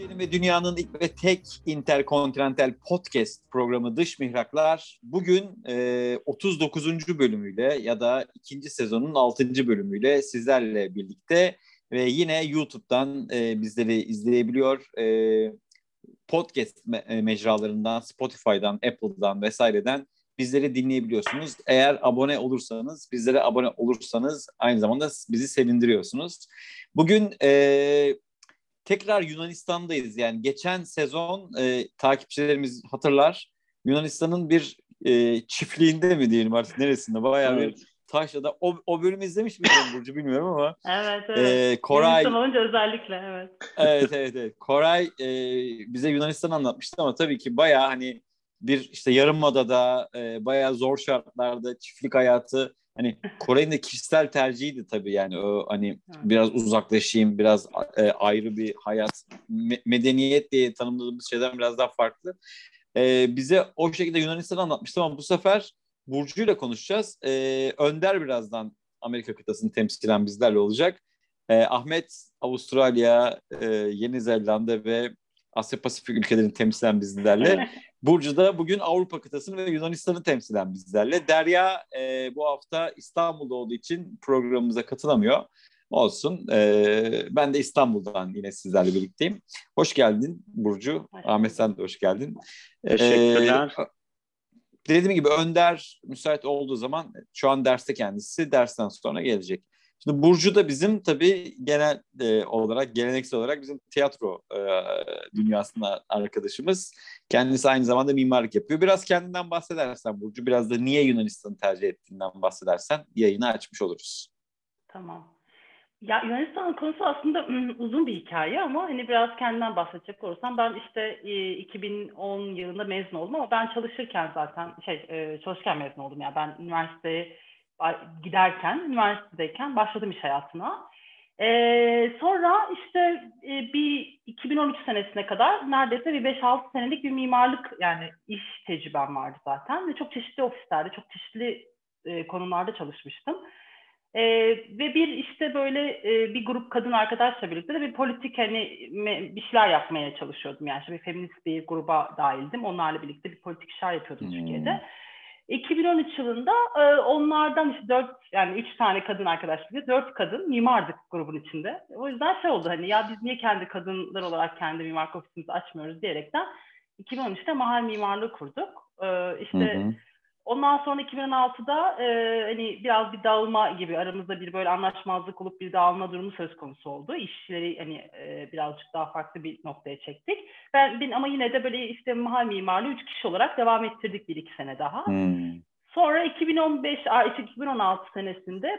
Türkiye'nin ve dünyanın ilk ve tek interkontinental podcast programı Dış Mihraklar bugün 39. bölümüyle ya da ikinci sezonun 6. bölümüyle sizlerle birlikte ve yine YouTube'dan bizleri izleyebiliyor. Podcast mecralarından, Spotify'dan, Apple'dan vesaireden bizleri dinleyebiliyorsunuz. Eğer abone olursanız, bizlere abone olursanız aynı zamanda bizi sevindiriyorsunuz. Bugün tekrar Yunanistan'dayız. Yani geçen sezon takipçilerimiz hatırlar. Yunanistan'ın bir çiftliğinde mi diyelim artık neresinde? Bayağı Evet. bir taşrada. O bölümü izlemiş miydin Burcu bilmiyorum ama. Evet. Koray. Yunanistan olunca özellikle evet. Evet. Koray bize Yunanistan anlatmıştı ama tabii ki bayağı hani bir işte yarımadada bayağı zor şartlarda çiftlik hayatı. Hani Koray'ın da kişisel tercihiydi tabii yani o hani biraz uzaklaşayım, biraz ayrı bir hayat, medeniyet diye tanımladığımız şeyden biraz daha farklı. Bize o şekilde Yunanistan'ı anlatmıştı ama bu sefer Burcu'yla konuşacağız. Önder birazdan Amerika kıtasını temsilen bizlerle olacak. Ahmet Avustralya, Yeni Zelanda ve Asya Pasifik ülkelerini temsilen bizlerle. Burcu da bugün Avrupa kıtasını ve Yunanistan'ı temsilen bizlerle. Derya bu hafta İstanbul'da olduğu için programımıza katılamıyor. Olsun. Ben de İstanbul'dan yine sizlerle birlikteyim. Hoş geldin Burcu. Ahmet sen de hoş geldin. Teşekkürler. Dediğim gibi Önder müsait olduğu zaman şu an derste kendisi. Dersten sonra gelecek. Şimdi Burcu da bizim tabii genel olarak, geleneksel olarak bizim tiyatro dünyasında arkadaşımız. Kendisi aynı zamanda mimarlık yapıyor. Biraz kendinden bahsedersen Burcu, biraz da niye Yunanistan'ı tercih ettiğinden bahsedersen yayını açmış oluruz. Tamam. Ya Yunanistan konusu aslında uzun bir hikaye ama hani biraz kendimden bahsedecek olursam ben işte 2010 yılında mezun oldum ama ben çalışırken zaten çalışırken mezun oldum. Yani ben üniversiteye üniversitedeyken başladım iş hayatına. Sonra işte bir 2013 senesine kadar neredeyse bir 5-6 senelik bir mimarlık yani iş tecrübem vardı zaten ve çok çeşitli ofislerde, çok çeşitli konularda çalışmıştım. Ve bir işte böyle bir grup kadın arkadaşla birlikte de bir politik hani bir şeyler yapmaya çalışıyordum. Yani işte bir feminist bir gruba dahildim. Onlarla birlikte bir politik işler yapıyordum Türkiye'de. 2013 yılında onlardan işte 3 tane kadın arkadaşla 4 kadın mimardık grubun içinde. O yüzden oldu hani ya biz niye kendi kadınlar olarak kendi mimarlık ofisimizi açmıyoruz diyerekten 2013'te Mahal Mimarlığı kurduk. Ondan sonra 2016'da hani biraz bir dağılma gibi aramızda bir böyle anlaşmazlık olup bir dağılma durumu söz konusu oldu. İşleri hani birazcık daha farklı bir noktaya çektik. Ama yine de böyle işte Mahal Mimarlığı 3 kişi olarak devam ettirdik 1-2 sene daha. Sonra 2016 senesinde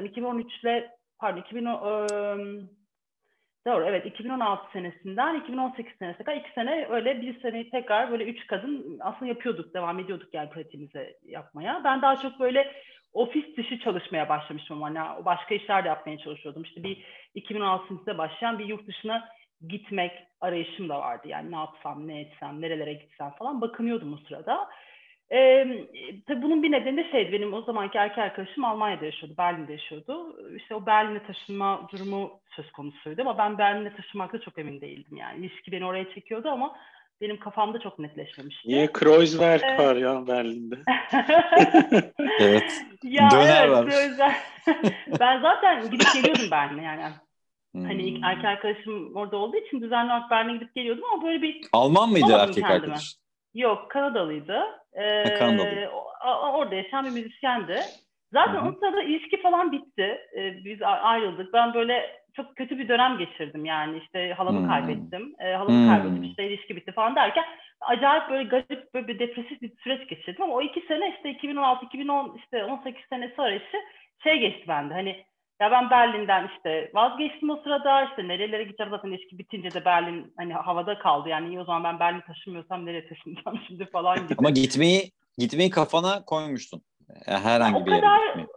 2016 senesinden 2018 senesine kadar 2 sene öyle bir sene tekrar böyle 3 kadın aslında devam ediyorduk yani pratiğimizi yapmaya. Ben daha çok böyle ofis dışı çalışmaya başlamıştım ama başka işler de yapmaya çalışıyordum. İşte bir 2016'da başlayan bir yurt dışına gitmek arayışım da vardı. Yani ne yapsam, ne etsem, nerelere gitsem falan bakınıyordum o sırada. Tabii bunun bir nedeni de benim o zamanki erkek arkadaşım Almanya'da yaşıyordu, Berlin'de yaşıyordu. İşte o Berlin'e taşınma durumu söz konusuydu ama ben Berlin'e taşınmakta çok emin değildim yani. İlişki beni oraya çekiyordu ama benim kafamda çok netleşmemişti. Niye? Kreuzberg var ya Berlin'de. Evet. Ya Döner evet, var. Kreuzberg. Ben zaten gidip geliyordum Berlin'e yani. Hani erkek arkadaşım orada olduğu için düzenli olarak Berlin'e gidip geliyordum ama böyle bir Alman mıydı erkek arkadaş? Yok, Kanadalıydı. Kanadalı. Orada yaşayan bir müzisyendi. Zaten o sırada ilişki falan bitti. Biz ayrıldık. Ben böyle çok kötü bir dönem geçirdim yani. İşte halamı kaybettim. Halamı kaybettim işte ilişki bitti falan derken acayip böyle garip böyle bir depresif bir süreç geçirdim ama o 2 sene işte 2016-2010 işte 18 senesi arası geçti bende. Hani ya ben Berlin'den işte vazgeçtim o sırada işte nerelere gideceğim zaten ilişki bitince de Berlin hani havada kaldı yani iyi o zaman ben Berlin taşımıyorsam nereye taşınacağım şimdi falan gibi. Ama gitmeyi kafana koymuştun. Herhangi bir yere gitmeyi.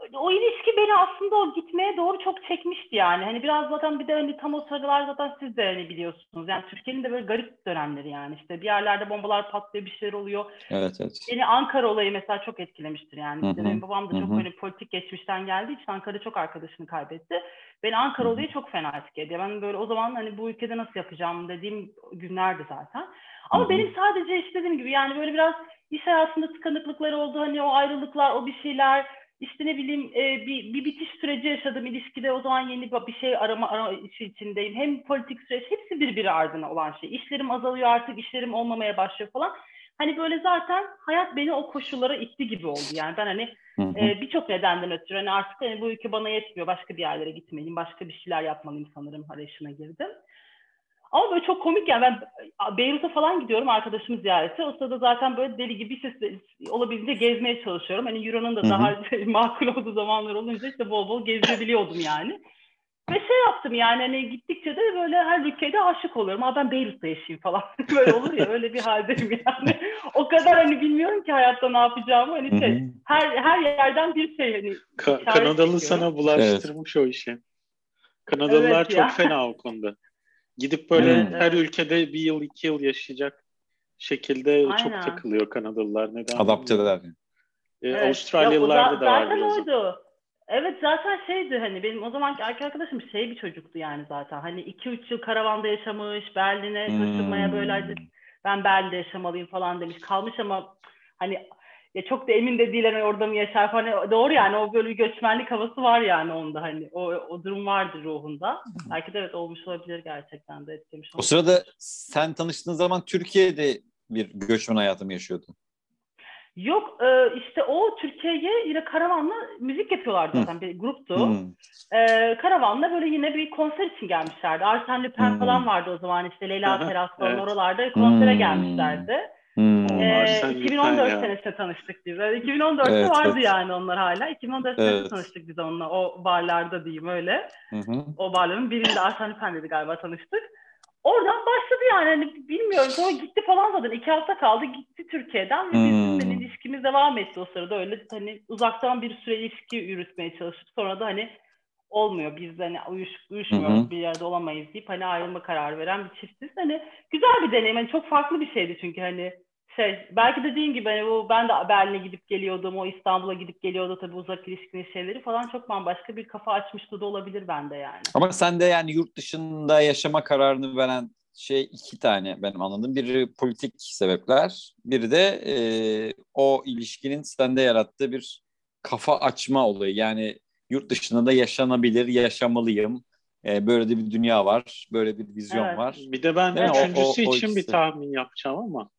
o ilişki beni aslında o gitmeye doğru çok çekmişti yani. Hani biraz zaten bir de hani tam o sıralar zaten siz de hani biliyorsunuz. Yani Türkiye'nin de böyle garip dönemleri yani. İşte bir yerlerde bombalar patlıyor, bir şeyler oluyor. Evet, evet. Beni Ankara olayı mesela çok etkilemiştir yani. Hı Bir de hı, benim babam da hı çok hı, böyle politik geçmişten geldiği için Ankara'da çok arkadaşını kaybetti. Beni Ankara hı hı, olayı çok fena etkiledi. Ben böyle o zaman hani bu ülkede nasıl yapacağım dediğim günlerdi zaten. hı Ama hı, benim sadece işte dediğim gibi yani böyle biraz iş hayatında tıkanıklıklar oldu. Hani o ayrılıklar, o bir şeyler. İşte ne bileyim bir bitiş süreci yaşadım ilişkide. O zaman yeni bir şey arama işi içindeyim. Hem politik süreç, hepsi birbiri ardına olan şey. İşlerim azalıyor artık, işlerim olmamaya başlıyor falan. Hani böyle zaten hayat beni o koşullara itti gibi oldu. Yani ben hani hı hı. birçok nedenden ötürü hani artık hani bu ülke bana yetmiyor. Başka bir yerlere gitmeliyim, başka bir şeyler yapmalıyım sanırım arayışına girdim. Ama böyle çok komik yani ben Beyrut'a falan gidiyorum arkadaşımı ziyarete. O sırada zaten böyle deli gibi olabildiğince gezmeye çalışıyorum. Hani Euro'nun Hı da hı. daha makul olduğu zamanlar olunca işte bol bol gezebiliyordum yani. Ve şey yaptım yani hani gittikçe de böyle her ülkede aşık oluyorum. Aa ben Beyrut'ta yaşayayım falan. Böyle olur ya öyle bir haldeyim yani. O kadar hani bilmiyorum ki hayatta ne yapacağımı. Hı Hani hı. her yerden bir şey hani işaret Kanadalı çekiyorum. sana Evet. bulaştırmış o işi. Kanadalılar Evet çok ya. fena o konuda. Gidip Evet böyle Hmm. her evet. ülkede bir yıl 2 yıl yaşayacak şekilde çok Aynen. takılıyor Kanadalılar. Neden bilmiyorum. Adapteler. Evet. Ya o Avustralyalılarda da var zaten biraz o. oydu. Evet zaten şeydi hani benim o zamanki erkek arkadaşım şey bir çocuktu yani zaten. Hani 2-3 yıl karavanda yaşamış, Berlin'e taşınmaya böyle Hmm. ben Berlin'de yaşamalıyım falan demiş. Kalmış ama hani ya çok da emin de değil hani orada mı yaşar falan. Hani doğru yani o böyle bir göçmenlik havası var yani onda hani o durum vardı ruhunda. Belki de evet olmuş olabilir gerçekten de etkilemiş O olabilir. sırada sen tanıştığın zaman Türkiye'de bir göçmen hayatı mı yaşıyordun? Yok işte o Türkiye'ye yine karavanla müzik yapıyorlardı Hı. zaten bir gruptu. Hmm. Karavanla böyle yine bir konser için gelmişlerdi. Arsène Lupin falan Hmm. vardı o zaman işte Leyla Aha, Teras falan evet. oralarda konsere Hmm. gelmişlerdi. O Hmm. Arsène Lupin 2014 ya. senesinde tanıştık biz. Yani 2014'te Evet, vardı evet. yani onlar hala. 2014 senesinde Evet. tanıştık biz onunla o barlarda diyeyim öyle. Hı hı. O barların birinde Arsène Lupin'deydi galiba tanıştık. Oradan başladı yani hani bilmiyorum sonra gitti falan zaten 2 hafta kaldı gitti Türkiye'den ve bizim Hmm. ilişkimiz devam etti o sırada öyle hani uzaktan bir süre ilişki yürütmeye çalıştık sonra da hani olmuyor biz hani Hı hı. uyuşmuyoruz bir yerde olamayız deyip hani ayrılma kararı veren bir çiftiz hani güzel bir deneyim hani çok farklı bir şeydi çünkü hani belki dediğin gibi hani bu ben de Berlin'e gidip geliyordum o İstanbul'a gidip geliyordu tabii uzak ilişkinin şeyleri falan çok bambaşka bir kafa açmıştı da olabilir bende yani. Ama sen de yani yurt dışında yaşama kararını veren şey iki tane benim anladığım. Biri politik sebepler, biri de o ilişkinin sende yarattığı bir kafa açma olayı. Yani yurt dışında da yaşanabilir, yaşamalıyım. Böyle de bir dünya var, böyle bir vizyon Evet. var. Bir de ben Değil mi? Evet. üçüncüsü O için bir ikisi. tahmin yapacağım ama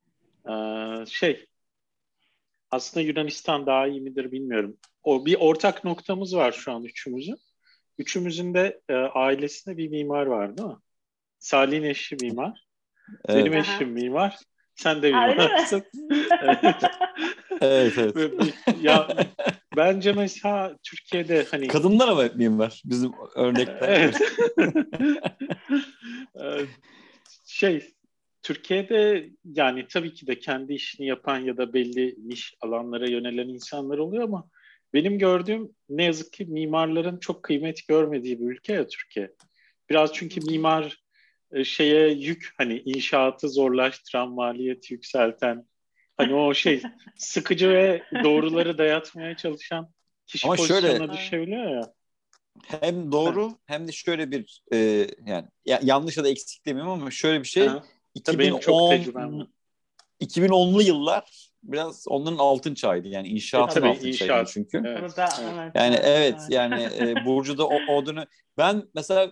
aslında Yunanistan daha iyi midir bilmiyorum. O bir ortak noktamız var şu an üçümüzün. Üçümüzün de ailesinde bir mimar var değil mi? Salih'in eşi mimar. Benim Evet. eşim Aha. mimar. Sen de Ha, öyle mi? mimarsın. Evet. Evet, evet. Ya bence mesela Türkiye'de hani Kadınlar ama miyim var bizim örnekte. evet. Ee, şey Türkiye'de yani tabii ki de kendi işini yapan ya da belli niş alanlara yönelen insanlar oluyor ama benim gördüğüm ne yazık ki mimarların çok kıymet görmediği bir ülke ya Türkiye. Biraz çünkü mimar şeye yük hani inşaatı zorlaştıran, maliyeti yükselten hani o sıkıcı ve doğruları dayatmaya çalışan kişi Ama şöyle pozisyonuna düşebiliyor ya. hem Ha, doğru hem de şöyle bir yani yanlış ya da eksik demiyorum ama şöyle bir şey ha. Tabii benim çok 2010 tecrübem var. 2010'lu yıllar biraz onların altın çağıydı. Yani inşaatın Tabii altın çağıydı inşaat. çünkü. Evet, Ama ben evet. evet Yani evet evet evet. yani Burcu'da o dönem ben mesela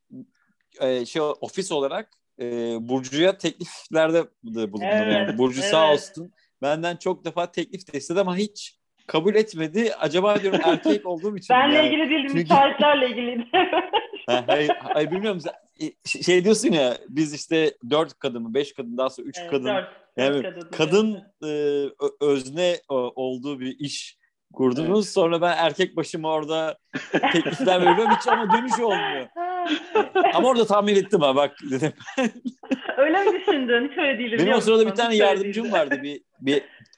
ofis olarak Burcu'ya tekliflerde de bulundum. Yani Evet, Burcu sağ evet. olsun benden çok defa teklif de istedi ama hiç kabul etmedi. Acaba diyorum erkek olduğum için mi Benle yani? ilgili değildi, Çünkü müteahhitlerle ilgiliydi. hayır bilmiyorum. Şey diyorsun ya biz işte 4 kadın mı 5 kadın daha sonra 3 kadın Dört yani kadındı evet. kadın özne olduğu bir iş kurdunuz. Evet. Sonra ben erkek başıma orada teklifler veriyorum hiç ama dönüş olmuyor. Ama orada tahmin ettim ha bak dedim. Öyle mi düşündün? Hiç öyle değildi Benim o biliyor sırada bir musun? tane Hiç öyle yardımcım değildi. vardı bir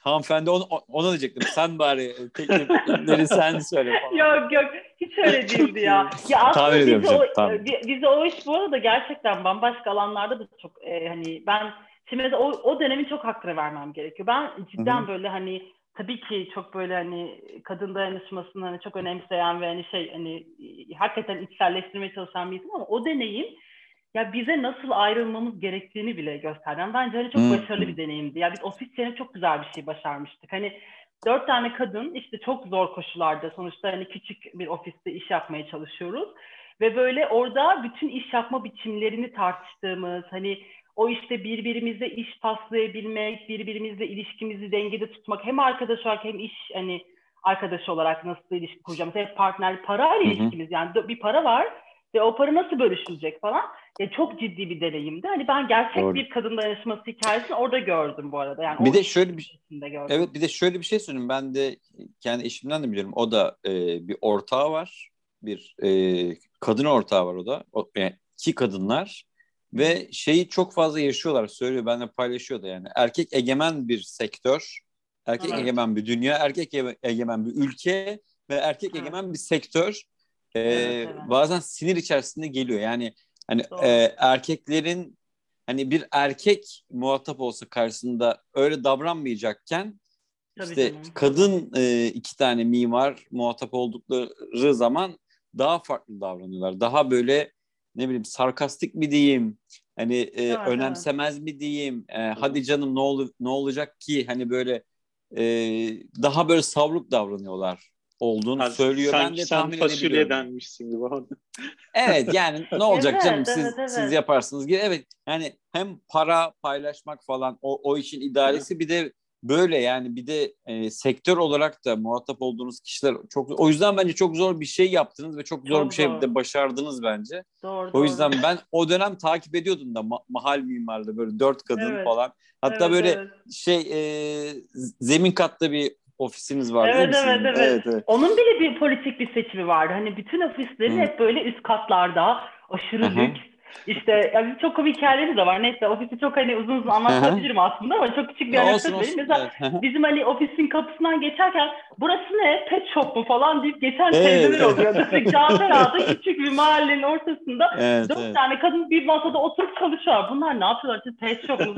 hanımefendi ona diyecektim. Sen bari teklifleri sen söyle falan. Yok hiç öyle değildi ya. Ya Tahmin aslında ediyorum canım. Tamam. bize o iş bu arada gerçekten bambaşka alanlarda da çok hani ben şimdi mesela o dönemin çok hakkını vermem gerekiyor. Ben cidden böyle hani tabii ki çok böyle hani kadın dayanışmasını hani çok önemseyen ve hani hani hakikaten içselleştirmeye çalışan bir insan ama o deneyim ya bize nasıl ayrılmamız gerektiğini bile gösteren bence hani çok başarılı bir deneyimdi. Ya biz ofisçilerin çok güzel bir şey başarmıştık. Hani 4 tane kadın işte çok zor koşullarda sonuçta hani küçük bir ofiste iş yapmaya çalışıyoruz. Ve böyle orada bütün iş yapma biçimlerini tartıştığımız hani o işte birbirimize iş paslayabilmek, birbirimizle ilişkimizi dengede tutmak hem arkadaş olarak hem iş hani arkadaş olarak nasıl ilişki kuracağımız hep partner parayla ilişkimiz yani bir para var ve o para nasıl bölüşülecek falan. Çok ciddi bir deneyimdi. Hani ben gerçek bir kadın dayanışması hikayesini orada gördüm bu arada. Yani bir o de şöyle bir gördüm. evet bir de şöyle bir şey söyleyeyim. Ben de kendi eşimden de biliyorum. O da bir ortağı var. Bir kadın ortağı var o da. Yani iki kadınlar ve şeyi çok fazla yaşıyorlar. Söylüyor, benimle paylaşıyor da yani. Erkek egemen bir sektör. Erkek egemen bir dünya. Erkek egemen bir ülke ve erkek egemen bir sektör. Bazen sinir içerisinde geliyor. Yani hani erkeklerin hani bir erkek muhatap olsa karşısında öyle davranmayacakken işte kadın iki tane mimar muhatap oldukları zaman daha farklı davranıyorlar. Daha böyle ne bileyim sarkastik mi diyeyim? Hani önemsemez mi diyeyim? Hadi canım ne olacak ki? Hani böyle daha böyle savruk davranıyorlar olduğunu söylüyor. Ben de Sen tahmin edebiliyorum. fasulyedenmişsin gibi. Evet yani ne olacak canım evet. siz yaparsınız gibi. Evet yani hem para paylaşmak falan o işin idaresi bir de böyle yani bir de sektör olarak da muhatap olduğunuz kişiler çok, o yüzden bence çok zor bir şey yaptınız ve çok zor bir şey de başardınız bence. O yüzden ben o dönem takip ediyordum da mahal mimarlı böyle 4 kadın falan. Hatta böyle zemin katta bir ofisiniz vardı değil mi sizin? Evet. Onun bile bir politik bir seçimi vardı. Hani bütün ofislerin hep böyle üst katlarda aşırı lüks. İşte yani çok komik hikayeleri de var. Neyse ofisi çok hani uzun anlatabilirim aslında ama çok küçük bir anekdot vereyim. Mesela bizim hani ofisin kapısından geçerken burası ne? Pet shop mu falan deyip geçen teyzeler oluyor. Cafera'da küçük bir mahallenin ortasında 4 tane kadın bir masada oturup çalışıyorlar. Bunlar ne yapıyorlar? Pet shop mu?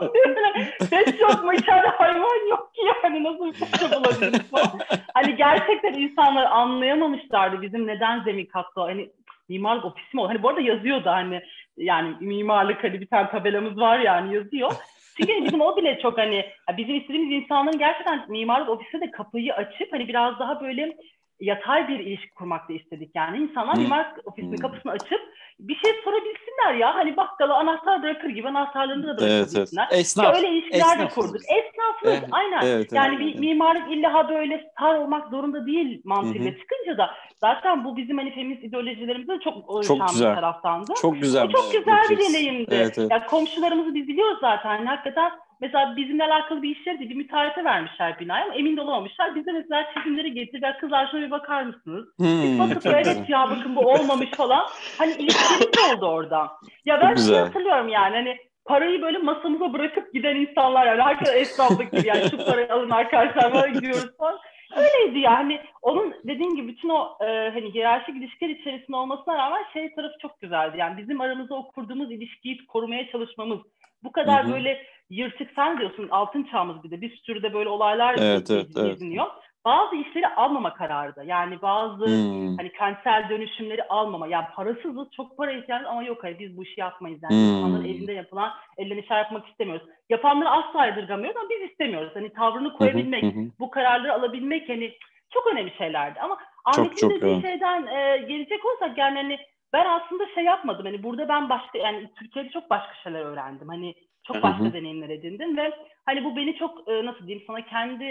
Pet shop mu? İçeride hayvan yok ki yani. Nasıl bir pet shop olabilir falan. Hani gerçekten insanlar anlayamamışlardı bizim neden zemin katta. Hani mimarlık ofisi mi? Hani bu arada yazıyor da hani yani mimarlık hani bir tane tabelamız var yani yazıyor. Çünkü bizim o bile çok hani bizim istediğimiz insanların gerçekten mimarlık ofisinde de kapıyı açıp hani biraz daha böyle yatay bir ilişki kurmak da istedik yani. İnsanlar mimarlık ofisinin kapısını açıp bir şey sorabilsinler ya. Hani bakkala anahtar bırakır gibi anahtarlarını da bırakabilsinler. Esnaf. Öyle ilişkiler de kurduk. Esnaflık aynen. Yani bir mimarlık illa böyle star olmak zorunda değil mantığıyla çıkınca da zaten bu bizim hani feminist ideolojilerimizde çok oluşan bir taraftandı. Çok güzel. O çok güzel bir deneyimdi. Yani komşularımızı biz biliyoruz zaten. Yani hakikaten mesela bizimle alakalı bir işleri de bir müteahhite vermişler binaya ama emin de olamamışlar. Bize mesela çizimleri getirip ya kızlar şuna bir bakar mısınız? Biz bakıp evet ya bakın bu olmamış falan. Hani ilişkimiz de oldu orada. Ya ben şey hatırlıyorum yani hani parayı böyle masamıza bırakıp giden insanlar yani herkes esnaflık gibi yani şu parayı alın arkadaşlar falan gidiyoruz falan. Öyleydi yani. Onun dediğim gibi bütün o hani hiyerarşik ilişkiler içerisinde olmasına rağmen şey tarafı çok güzeldi. Yani bizim aramızda o kurduğumuz ilişkiyi korumaya çalışmamız. Bu kadar böyle yırtık sen diyorsun altın çağımız bir de bir sürü de böyle olaylar geziniyor. Bazı işleri almama kararı da. Yani bazı hani kentsel dönüşümleri almama. Yani parasızız, çok para ihtiyacımız ama yok hayır biz bu işi yapmayız. Yani insanların evinde yapılan elden işler yapmak istemiyoruz. Yapanları asla yadırgamıyoruz ama biz istemiyoruz. Hani tavrını koyabilmek, bu kararları alabilmek hani çok önemli şeylerdi. Ama Ahmet'in dediği şeyden gelecek olsak yani hani ben aslında şey yapmadım. Hani burada ben başka yani Türkiye'de çok başka şeyler öğrendim. Hani çok başka deneyimler edindim ve hani bu beni çok nasıl diyeyim sana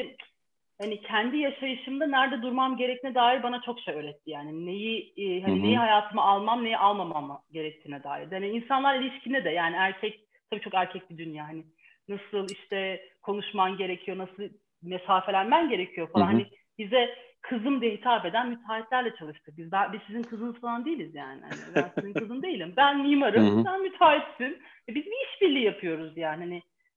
kendi yaşayışımda nerede durmam gerektiğine dair bana çok şey öğretti yani neyi hayatıma almam neyi almamam gerektiğine dair. Yani insanlar ilişkinde de yani tabii çok erkek bir dünya hani nasıl işte konuşman gerekiyor nasıl mesafelenmen gerekiyor falan hani bize kızım diye hitap eden müteahhitlerle çalıştık. Biz sizin kızınız falan değiliz yani. Hani ben sizin kızın değilim. Ben mimarım, sen müteahhitsin. Biz bir işbirliği yapıyoruz yani. Hani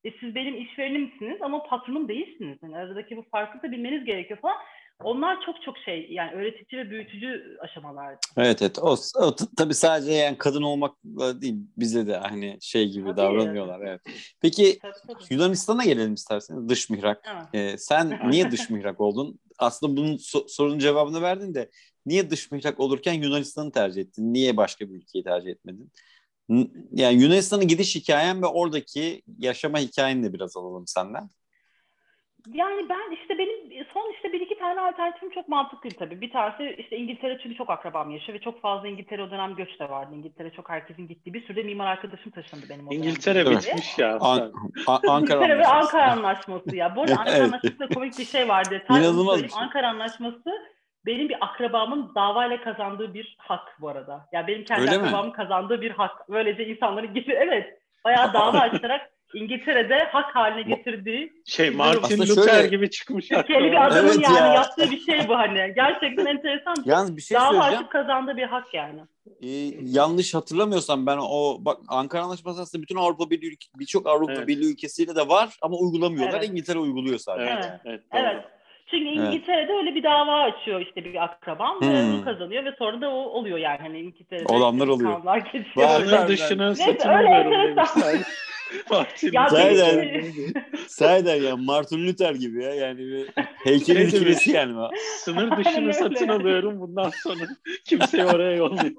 siz benim işverenimsiniz ama patronum değilsiniz. Yani aradaki bu farkı da bilmeniz gerekiyor falan. Onlar çok çok şey yani öğretici ve büyütücü aşamalardı. Evet. O tabii sadece yani kadın olmakla değil, bize de hani şey gibi Tabii. davranıyorlar. Evet. Peki Tabii. Yunanistan'a gelelim isterseniz. Dış mihrak. Evet. Sen niye dış mihrak oldun? Aslında bunun sorunun cevabını verdin de niye dış mihrak olurken Yunanistan'ı tercih ettin? Niye başka bir ülkeyi tercih etmedin? Yani Yunanistan'a gidiş hikayen ve oradaki yaşama hikayeni de biraz alalım senden. Yani ben işte benim son işte bir iki tane alternatifim çok mantıklıydı tabii. Bir tanesi işte İngiltere çünkü çok akrabam yaşıyor ve çok fazla İngiltere o dönem göç de vardı. İngiltere çok herkesin gittiği bir sürü de mimar arkadaşım taşındı benim o dönem. İngiltere bitmiş ya. Ankara İngiltere ve Anlaşması. Ankara Anlaşması ya. Bu arada Ankara Evet. Anlaşması'da komik bir şey var. Detay onu İnanılmaz söyleyeyim. bir şey. Ankara Anlaşması benim bir akrabamın davayla kazandığı bir hak bu arada. Yani benim kendi Öyle mi? akrabamın kazandığı bir hak. Böylece insanların gibi evet bayağı dava açarak İngiltere'de hak haline getirdiği Martin Aslında Luther şöyle- gibi çıkmış Türkiye'li bir aklına. adamın Evet yani ya. yaptığı bir şey bu hani. Gerçekten enteresan bir şey. Yalnız bir şey Dava söyleyeceğim. açıp kazandığı bir hak yani. Yanlış hatırlamıyorsam ben bak Ankara Anlaşması aslında bütün birçok Avrupa Evet. Birliği ülkesiyle de var ama uygulamıyorlar. Evet. İngiltere uyguluyor sadece. Evet, Yani. evet, Evet. doğru. Çünkü Evet. İngiltere'de öyle bir dava açıyor işte bir akrabam ve onu kazanıyor ve sonra da o oluyor yani hani İngiltere'de Olanlar işte oluyor. kanunlar geçiyor. Vay Sınır be. dışını Neyse satın öyle alıyorum enteresan. demişler. Martin Ya Luther benim Sahiden- özelliği. Sahiden ya Martin Luther gibi ya yani bir heykeli Şey dikilesi demiş. yani. Sınır dışını Aynen öyle. satın alıyorum bundan sonra kimseyi oraya yollayayım.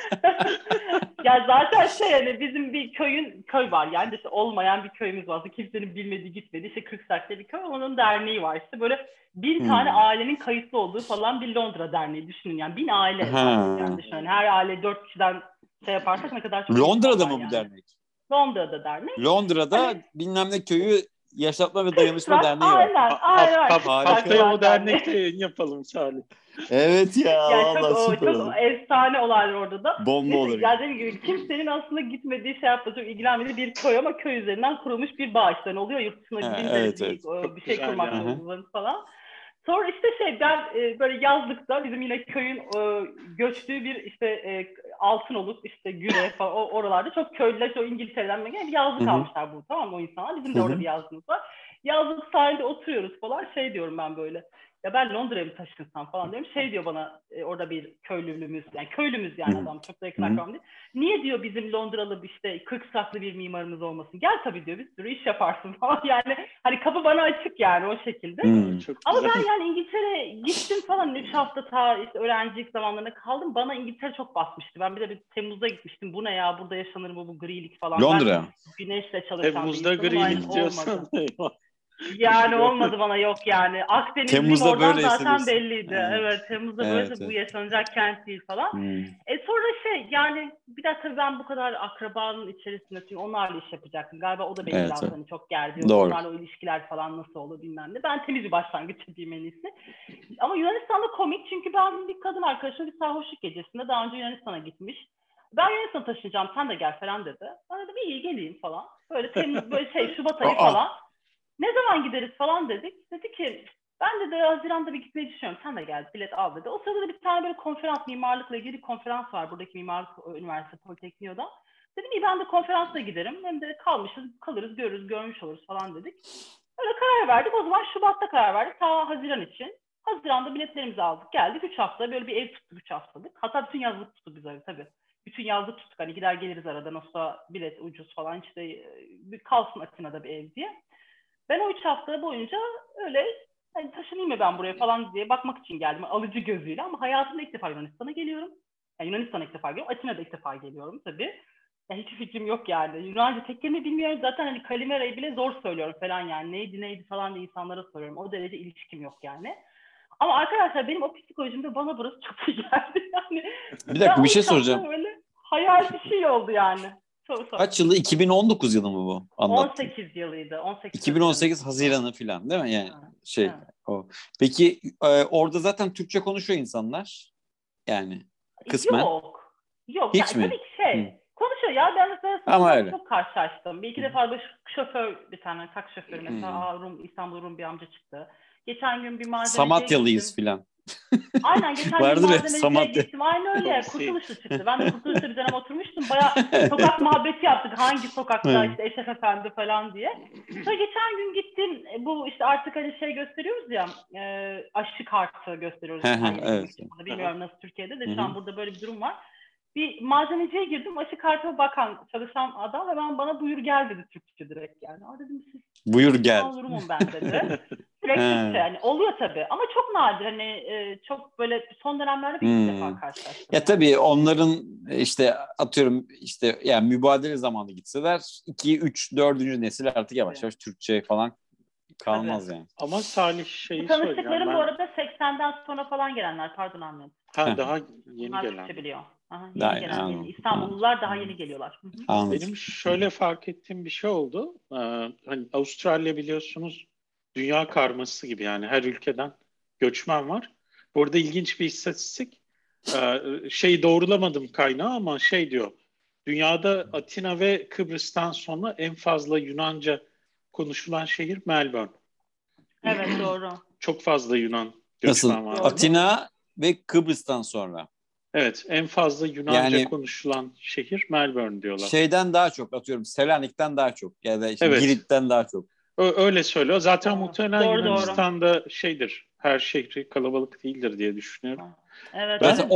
Ya zaten şey hani bizim bir köy var yani işte olmayan bir köyümüz var. Kimsenin bilmediği gitmediği işte Kırksak'ta bir köy onun derneği var işte böyle 1000 tane ailenin kayıtlı olduğu falan bir Londra derneği düşünün yani 1000 aile var yani düşünün her aile 4 kişiden şey yaparsak ne kadar çok Londra'da insan var mı bu yani. dernek? Londra'da dernek. Londra'da Hani, bilmem ne köyü yaşatma ve dayanışma Kırksak, derneği var. aynen. Haftaya o Kırksak dernekte yayın yapalım Salih. Evet ya yani vallahi süper çok olur. efsane olaylar orada da. Bomba olur. Ya dediğim gibi kimsenin aslında gitmediği şey yaptığı, çok ilgilenmediği bir köy ama köy üzerinden kurulmuş bir bağ işte. Ne oluyor yurt dışına gidince evet. bir şey güzel kurmak ya. zorundasınız falan. Sonra işte ben böyle yazlıkta bizim yine köyün göçtüğü bir işte Altınoluk işte Güre falan oralarda çok köylüler çok İngiltere'den gelen bir yazlık almışlar burada tamam mı o insanlar. Bizim de orada bir yazlığımız var. Yazlık sahilde oturuyoruz falan şey diyorum ben böyle. Ya ben Londra'ya mı taşınsam falan diyorum. Şey diyor bana orada bir köylümüz yani adam çok da yakın akrabam değil. Niye diyor bizim Londralı işte 40 saklı bir mimarımız olmasın. Gel tabii diyor bir sürü iş yaparsın falan. Yani hani kapı bana açık yani o şekilde. Çok Ama güzel. ben yani İngiltere'ye gittim falan 3 hafta ta işte öğrencilik zamanlarında kaldım. Bana İngiltere çok basmıştı. Ben bir Temmuz'da gitmiştim. Bu ne ya burada yaşanır mı bu grilik falan. Londra. Ben güneşle çalışan Temmuz'da bir insanım. grilik diyorsan. Yani olmadı bana yok yani. Akdenizliyim Temmuz'da oradan böyleyse zaten diyorsun. belliydi. Evet Temmuz'da böyleyse bu yaşanacak kent değil falan. Sonra yani bir de tabii ben bu kadar akrabanın içerisinde çünkü onlarla iş yapacaktım. Galiba o da beni biraz hani çok gerdi. Doğru. Onlarla o ilişkiler falan nasıl olur bilmem ne. Ben temiz bir başlangıç yapayım en iyisi. Ama Yunanistan'da komik çünkü ben bir kadın arkadaşımla bir sarhoşluk gecesinde daha önce Yunanistan'a gitmiş. Ben Yunanistan'a taşınacağım sen de gel falan dedi. Ben dedim iyi geleyim falan. Böyle Temmuz böyle Şubat ayı falan. Ne zaman gideriz falan dedik. Dedi ki ben de Haziran'da bir gitmeyi düşünüyorum. Sen de gel bilet al dedi. O sırada da bir tane böyle konferans mimarlıkla ilgili bir konferans var. Buradaki Mimarlık Üniversitesi Politekniğo'da. Dedim iyi ben de konferansla giderim. Hem de kalırız görmüş oluruz falan dedik. Öyle karar verdik. O zaman Şubat'ta karar verdik. Ta Haziran için. Haziran'da biletlerimizi aldık. Geldik 3 hafta. Böyle bir ev tuttuk 3 haftalık. Hatta bütün yazlık tuttuk biz öyle tabii. Bütün yazlık tuttuk. Hani gider geliriz arada. Nasıl bilet ucuz falan işte kalsın Atina'da bir ev diye. Ben o 3 hafta boyunca öyle hani taşınayım mı ben buraya falan diye bakmak için geldim. Alıcı gözüyle ama hayatımda ilk defa Yunanistan'a geliyorum. Yani Yunanistan'a ilk defa geliyorum. Atina'da ilk defa geliyorum tabii. Yani hiçbir fikrim yok yani. Yunanca tek kelime bilmiyorum. Zaten hani kalimerayı bile zor söylüyorum falan yani. Neydi falan diye insanlara soruyorum. O derece ilişkim yok yani. Ama arkadaşlar benim o psikolojimde bana burası çok iyi geldi. Yani bir dakika bir şey soracağım. Öyle hayal bir şey oldu yani. Kaç yılı? 2019 yılı mı bu? Anlattın. 18 yılıydı. 2018 Haziran'ı falan değil mi? Yani evet. o. Peki orada zaten Türkçe konuşuyor insanlar. Yani kısmen. Yok. Hiç yani mi? tabii ki konuşuyor ya ben mesela ama öyle. çok karşılaştım. Bir iki defa şoför bir tane taksi şoförü mesela İstanbul Rum bir amca çıktı. Geçen gün bir malzemeciye Samatyalıyız gittim. filan. Aynen geçen gün Vardır ya, malzemeciye Samatya. gittim. Aynen öyle. Kurtuluş'ta çıktı. Ben de Kurtuluş'ta bir dönem oturmuştum. Bayağı sokak muhabbeti yaptık. Hangi sokakta işte Eşref Efendi falan diye. Sonra geçen gün gittim. Bu işte artık hani şey gösteriyoruz ya. Aşı kartı gösteriyoruz. Her yere Evet. gitmek için. Bilmiyorum nasıl Türkiye'de de şu an burada böyle bir durum var. Bir malzemeciye girdim. Aşı kartıma bakan çalışan adam hemen bana buyur gel dedi Türkçe direkt yani. Dedim siz Buyur gel. Durumum ben dedi. Sürekli yani oluyor tabii ama çok nadir hani çok böyle son dönemlerde bir iki defa karşılaştım. Ya tabii onların işte atıyorum işte yani mübadele zamanı gitseler 2, 3, 4. nesil artık yavaş yavaş Türkçe falan kalmaz yani. Ama Salih şeyi söyleyeceğim. Tanıştıklarım bu arada 80'den sonra falan gelenler. Pardon Ahmet. Daha yeni Onlar gelen. Türkçe biliyor. Daha yeni gelen. Yeni. İstanbullular daha yeni geliyorlar. Benim şöyle fark ettiğim bir şey oldu. Hani Avustralya biliyorsunuz dünya karması gibi yani her ülkeden göçmen var. Bu arada ilginç bir istatistik. Doğrulamadım kaynağı ama şey diyor. Dünyada Atina ve Kıbrıs'tan sonra en fazla Yunanca konuşulan şehir Melbourne. Evet doğru. Çok fazla Yunan göçmen var. Atina ve Kıbrıs'tan sonra. Evet, en fazla Yunanca konuşulan şehir Melbourne diyorlar. Şeyden daha çok atıyorum Selanik'ten daha çok ya da işte Girit'ten daha çok. Öyle söylüyor. Zaten muhtemelen Yunanistan'da şeydir. Her şehri kalabalık değildir diye düşünüyorum. Evet. Zaten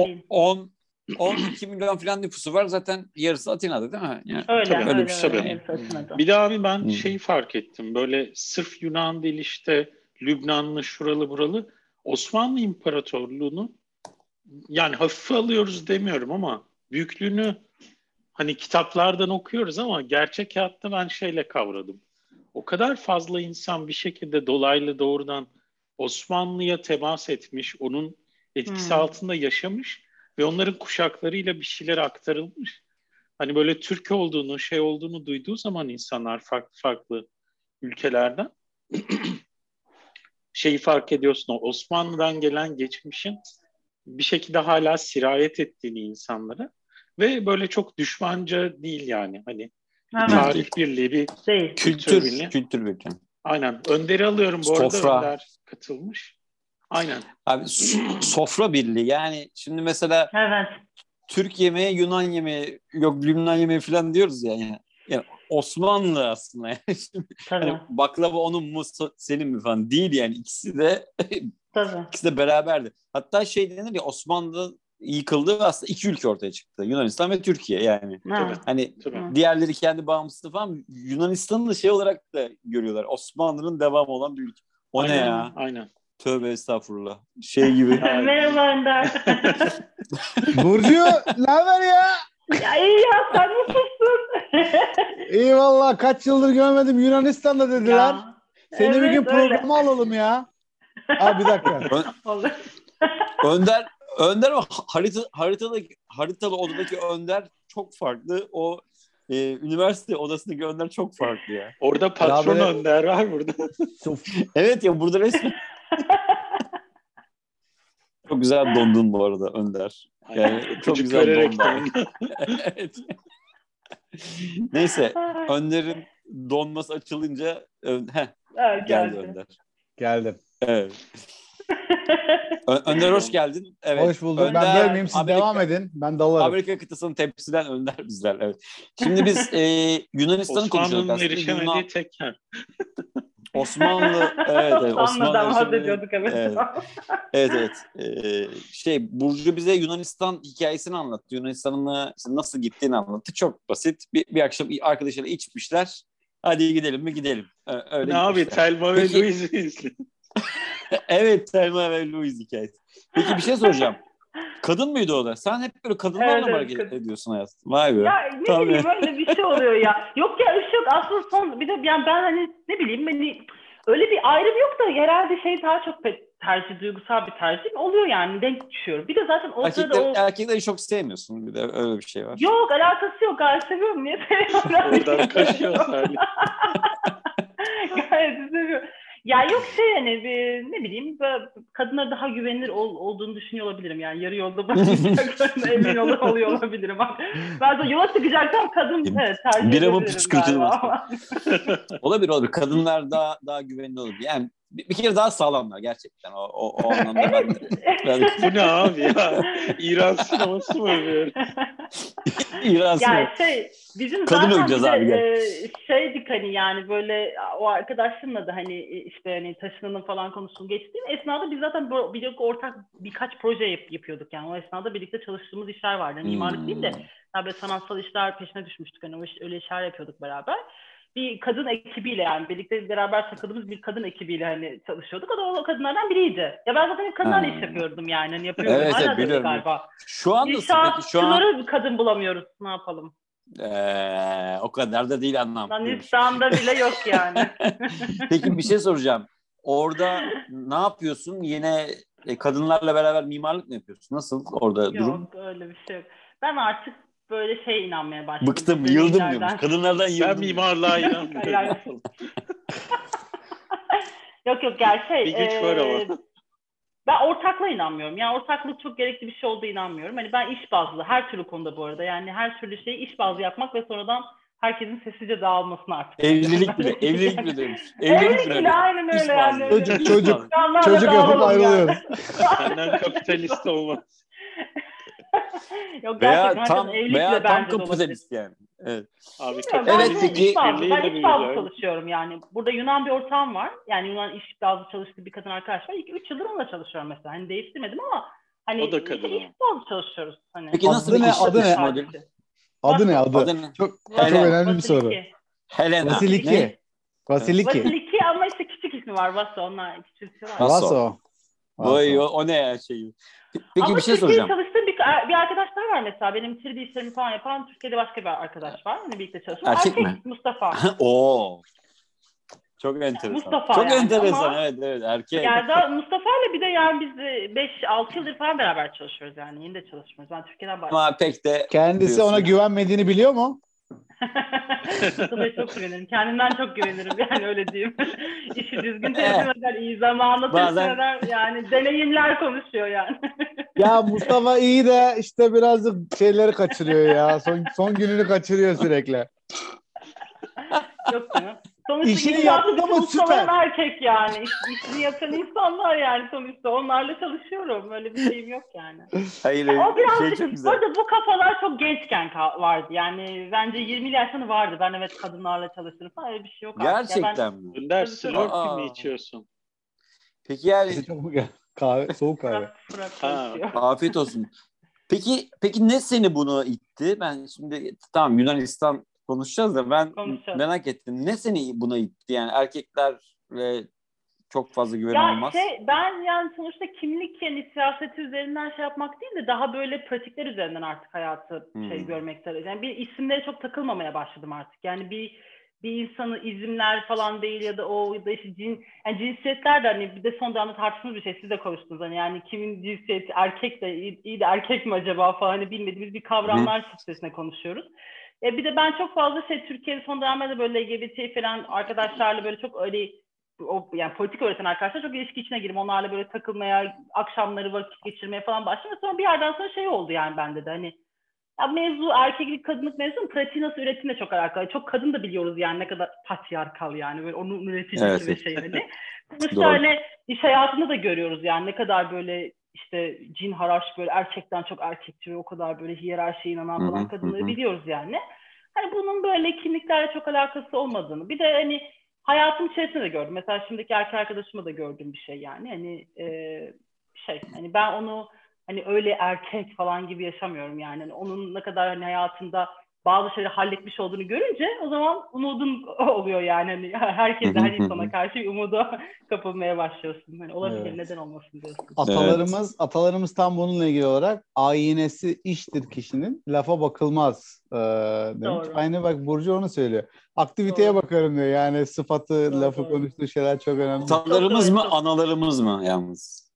12 milyon falan nüfusu var. Zaten yarısı Atina'da değil mi? Yani öyle. Bir de abi ben şeyi fark ettim. Böyle sırf Yunan değil işte Lübnanlı şuralı buralı Osmanlı İmparatorluğu'nu yani hafife alıyoruz demiyorum ama büyüklüğünü hani kitaplardan okuyoruz ama gerçek hayatta ben şeyle kavradım. O kadar fazla insan bir şekilde dolaylı doğrudan Osmanlı'ya temas etmiş, onun etkisi altında yaşamış ve onların kuşaklarıyla bir şeyler aktarılmış. Hani böyle Türk olduğunu, şey olduğunu duyduğu zaman insanlar farklı farklı ülkelerden şeyi fark ediyorsun. O Osmanlı'dan gelen geçmişin bir şekilde hala sirayet ettiğini insanlara ve böyle çok düşmanca değil yani. Hani tarih birliği, bir kültür birliği. Kültür birliği. Aynen. Önder'i alıyorum bu arada. Önder katılmış. Aynen. Abi sofra birliği yani şimdi mesela Türk yemeği, Yunan yemeği, yok Lübnan yemeği falan diyoruz ya yani. Yani Osmanlı aslında yani. Hani baklava onun mu senin mi falan değil yani ikisi de beraberdi. Hatta şey denir ya Osmanlı yıkıldı ve aslında iki ülke ortaya çıktı. Yunanistan ve Türkiye yani. Hani diğerleri kendi bağımsızlığı falan Yunanistan'ı da şey olarak da görüyorlar. Osmanlı'nın devamı olan bir ülke. Ne ya? Aynen. Tövbe estağfurullah. Şey gibi. Merhaba Önder. Burcu ne haber ya? Ya iyi ya sen nasılsın? İyi valla kaç yıldır görmedim Yunanistan'da dediler. Seni bir gün programa alalım ya. Bir dakika. Önder o haritalı odadaki Önder çok farklı. O üniversite odasındaki Önder çok farklı ya. Orada patron ya Önder var burada. Evet ya burada resmen. Çok güzel dondun bu arada Önder. Yani çok güzel dondun. Evet. Neyse Önder'in donması açılınca geldi Önder. Geldim. Evet. Önder hoş geldin. Evet. Hoş bulduk. Önder, ben bölmeyeyim siz devam edin. Ben dalarım. Amerika kıtasını temsilen Önder bizler. Evet. Şimdi biz Yunanistan'ı konuşuyorduk aslında. Osmanlı'nın erişemediği tek yer. Osmanlı evet Osmanlı'dan bahsediyorduk evet. Burcu bize Yunanistan hikayesini anlattı. Yunanistan'ın nasıl gittiğini anlattı. Çok basit. Bir akşam arkadaşlarıyla içmişler. Hadi gidelim mi gidelim. Öyle ne abi Thelma ve Louise'i izle. Evet Thelma ve Louise hikayesi. Peki bir şey soracağım. Kadın mıydı o da? Sen hep böyle kadınlarla mı hareket ediyorsun hayatım? Vay be. Ya ne bileyim öyle bir şey oluyor ya. Yok ya iş yok. Aslında bir de yani ben hani ne bileyim hani öyle bir ayrım yok da herhalde şey daha çok tercih, duygusal bir tercih oluyor yani denk düşüyorum. Bir de zaten o sırada erkekleri çok sevmiyorsun. Bir de öyle bir şey var. Yok alakası yok. Gayet seviyorum. Niye seviyorum? Oradan kaşıyor Salih. Gayet seviyorum. Ya yok hani ne bileyim kadınlara daha güvenilir olduğunu düşünüyor olabilirim. Yani yarı yolda bırakacaklarına emin oluyor olabilirim. Ben de yola çıkacaksam kadın tercih edebilirim galiba. Olabilir. Kadınlar daha güvenilir olur. Yani bir kere daha sağlamlar gerçekten. O anlamda ben de. Bu ne abi ya? İran sineması mı böyle? İran Yani sineması. bizim Kadın zaten öveceğiz bir abi, gel. de şeydik hani yani böyle o arkadaşımla da hani işte hani taşınanın falan konusunu geçtiğim esnada biz zaten ortak birkaç proje yapıyorduk yani o esnada birlikte çalıştığımız işler vardı. Yani mimarlık değil de daha böyle sanatsal işler peşine düşmüştük hani öyle işler yapıyorduk beraber. Bir kadın ekibiyle yani birlikte beraber takıldığımız bir kadın ekibiyle hani çalışıyorduk. O da o kadınlardan biriydi. Ya ben zaten hep kadınlarla iş yapıyordum yani. Hani yapıyorum. Evet, Hala da biliyorum. galiba. Şu anda İnşaatçıları kadın bulamıyoruz. Ne yapalım? O kadar da değil anlam. Yunanistan'da bile yok yani. Peki bir şey soracağım. Orada ne yapıyorsun? Yine kadınlarla beraber mimarlık mı yapıyorsun? Nasıl orada durum? Yok öyle bir şey yok. Ben artık böyle inanmaya başladım. Bıktım, yıldım diyormuş. Kadınlardan yıldım. Ben mimarlığa inanmıyorum. Yok gerçek. Bir güç var ama. Ben ortaklığa inanmıyorum. Yani ortaklık çok gerekli bir şey olduğu inanmıyorum. Hani ben iş bazlı her türlü konuda bu arada. Yani her türlü şeyi iş bazlı yapmak ve sonradan herkesin seslice dağılmasını artık. Evlilik bile demiş. Evlilik bile aynen öyle yani. Çocuk yapıp ayrılıyoruz. Senden kapitalist olmaz. Yok, veya tam kapitalist yani. Evet. Abi evet peki. Ben iş bazlı çalışıyorum yani. Burada Yunan bir ortağım var. Yani Yunan iş bazlı çalıştığı bir kadın arkadaş var. 3 yıldır onunla çalışıyorum mesela. Hani değiştirmedim ama hani o da kadın. iş bazlı çalışıyoruz. Hani. Peki nasıl bir iş modeli? Adı ne? Çok önemli bir soru. Helena. Vasiliki ama işte küçük ismi var. Vaso. Onlar küçük var. Vaso. O ne ya şey? Peki ama bir şey soracağım. Çalıştığım bir arkadaşlar var mesela. Benim 3D işlerimi falan yapan Türkiye'de başka bir arkadaş var. Hani birlikte çalışıyoruz. Erkek mi? Mustafa. Oo. Çok enteresan. Mustafa çok yani. enteresan ama, evet erkek. Yani daha Mustafa'yla bir de yani biz 5-6 yıldır falan beraber çalışıyoruz yani. Yeni de çalışmıyoruz. Ben Türkiye'den başladım. Ama pek de kendisi ona güvenmediğini biliyor mu? Mustafa'ya çok güvenirim. Kendimden çok güvenirim yani öyle diyeyim. İşi düzgün teslim eder, iyi zamanla teslim eder. Yani deneyimler konuşuyor yani. Ya Mustafa iyi de işte birazcık şeyleri kaçırıyor ya. Son gününü kaçırıyor sürekli. Yok canım. Sonuçta İşini yaptı ama süper. Erkek yani. İşini yapan insanlar yani sonuçta. Onlarla çalışıyorum. Öyle bir şeyim yok yani. Hayır. O birazcık, çok güzel. Orada bu kafalar çok gençken vardı. Yani bence 20 yaşında vardı. Ben evet kadınlarla çalışırım falan. Öyle bir şey yok. Gerçekten mi? Önder Slurpee mi içiyorsun? Peki yani. Kahve, soğuk kahve. Afiyet olsun. Peki ne seni buna itti? Ben şimdi tamam Yunanistan konuşacağız da ben merak ettim. Ne seni buna itti? Yani erkeklerle çok fazla güven olmaz. Ben yani sonuçta kimlik yani siyaseti üzerinden yapmak değil de daha böyle pratikler üzerinden artık hayatı görmekte. Yani bir isimlere çok takılmamaya başladım artık. Yani bir insanı izimler falan değil ya da işte cinsiyetler de hani bir de son dönemde tartıştığımız bir şey. Siz de konuştunuz hani yani kimin cinsiyeti erkek de iyi de erkek mi acaba falan hani bilmediğimiz bir kavramlar çizgisine konuşuyoruz. Bir de ben çok fazla Türkiye'de son dönemde böyle LGBT falan arkadaşlarla böyle çok öyle yani politik öğreten arkadaşlar çok ilişki içine girip onlarla böyle takılmaya, akşamları vakit geçirmeye falan başladım. Sonra bir yerden sonra oldu yani bende de hani ya mevzu erkeklik, kadınlık mevzu pratiği nasıl üretimle çok alakalı. Çok kadın da biliyoruz yani ne kadar patriarkal yani böyle onun üreticisi ve şey hani. Sonuçta hani iş hayatında da görüyoruz yani ne kadar böyle işte cin haraç böyle erkekten çok erkekçi ve o kadar böyle hiyerarşiye inanan falan kadınları biliyoruz yani. Hani bunun böyle kimliklerle çok alakası olmadığını bir de hani hayatım içerisinde de gördüm. Mesela şimdiki erkek arkadaşıma da gördüğüm bir şey yani. Hani hani ben onu hani öyle erkek falan gibi yaşamıyorum yani. Hani onun ne kadar hani hayatında bazı şeyleri halletmiş olduğunu görünce o zaman umudun oluyor yani. Hani herkese her insana karşı umuda kapılmaya başlıyorsun. Hani olabilir neden olmasın diyorsun. Atalarımız tam bununla ilgili olarak ayinesi iştir kişinin lafa bakılmaz demiş. Doğru. Aynı bak Burcu onu söylüyor. Aktiviteye bakarım diyor. Yani sıfatı, lafı konuştuğu şeyler çok önemli. Atalarımız mı, analarımız mı yalnız?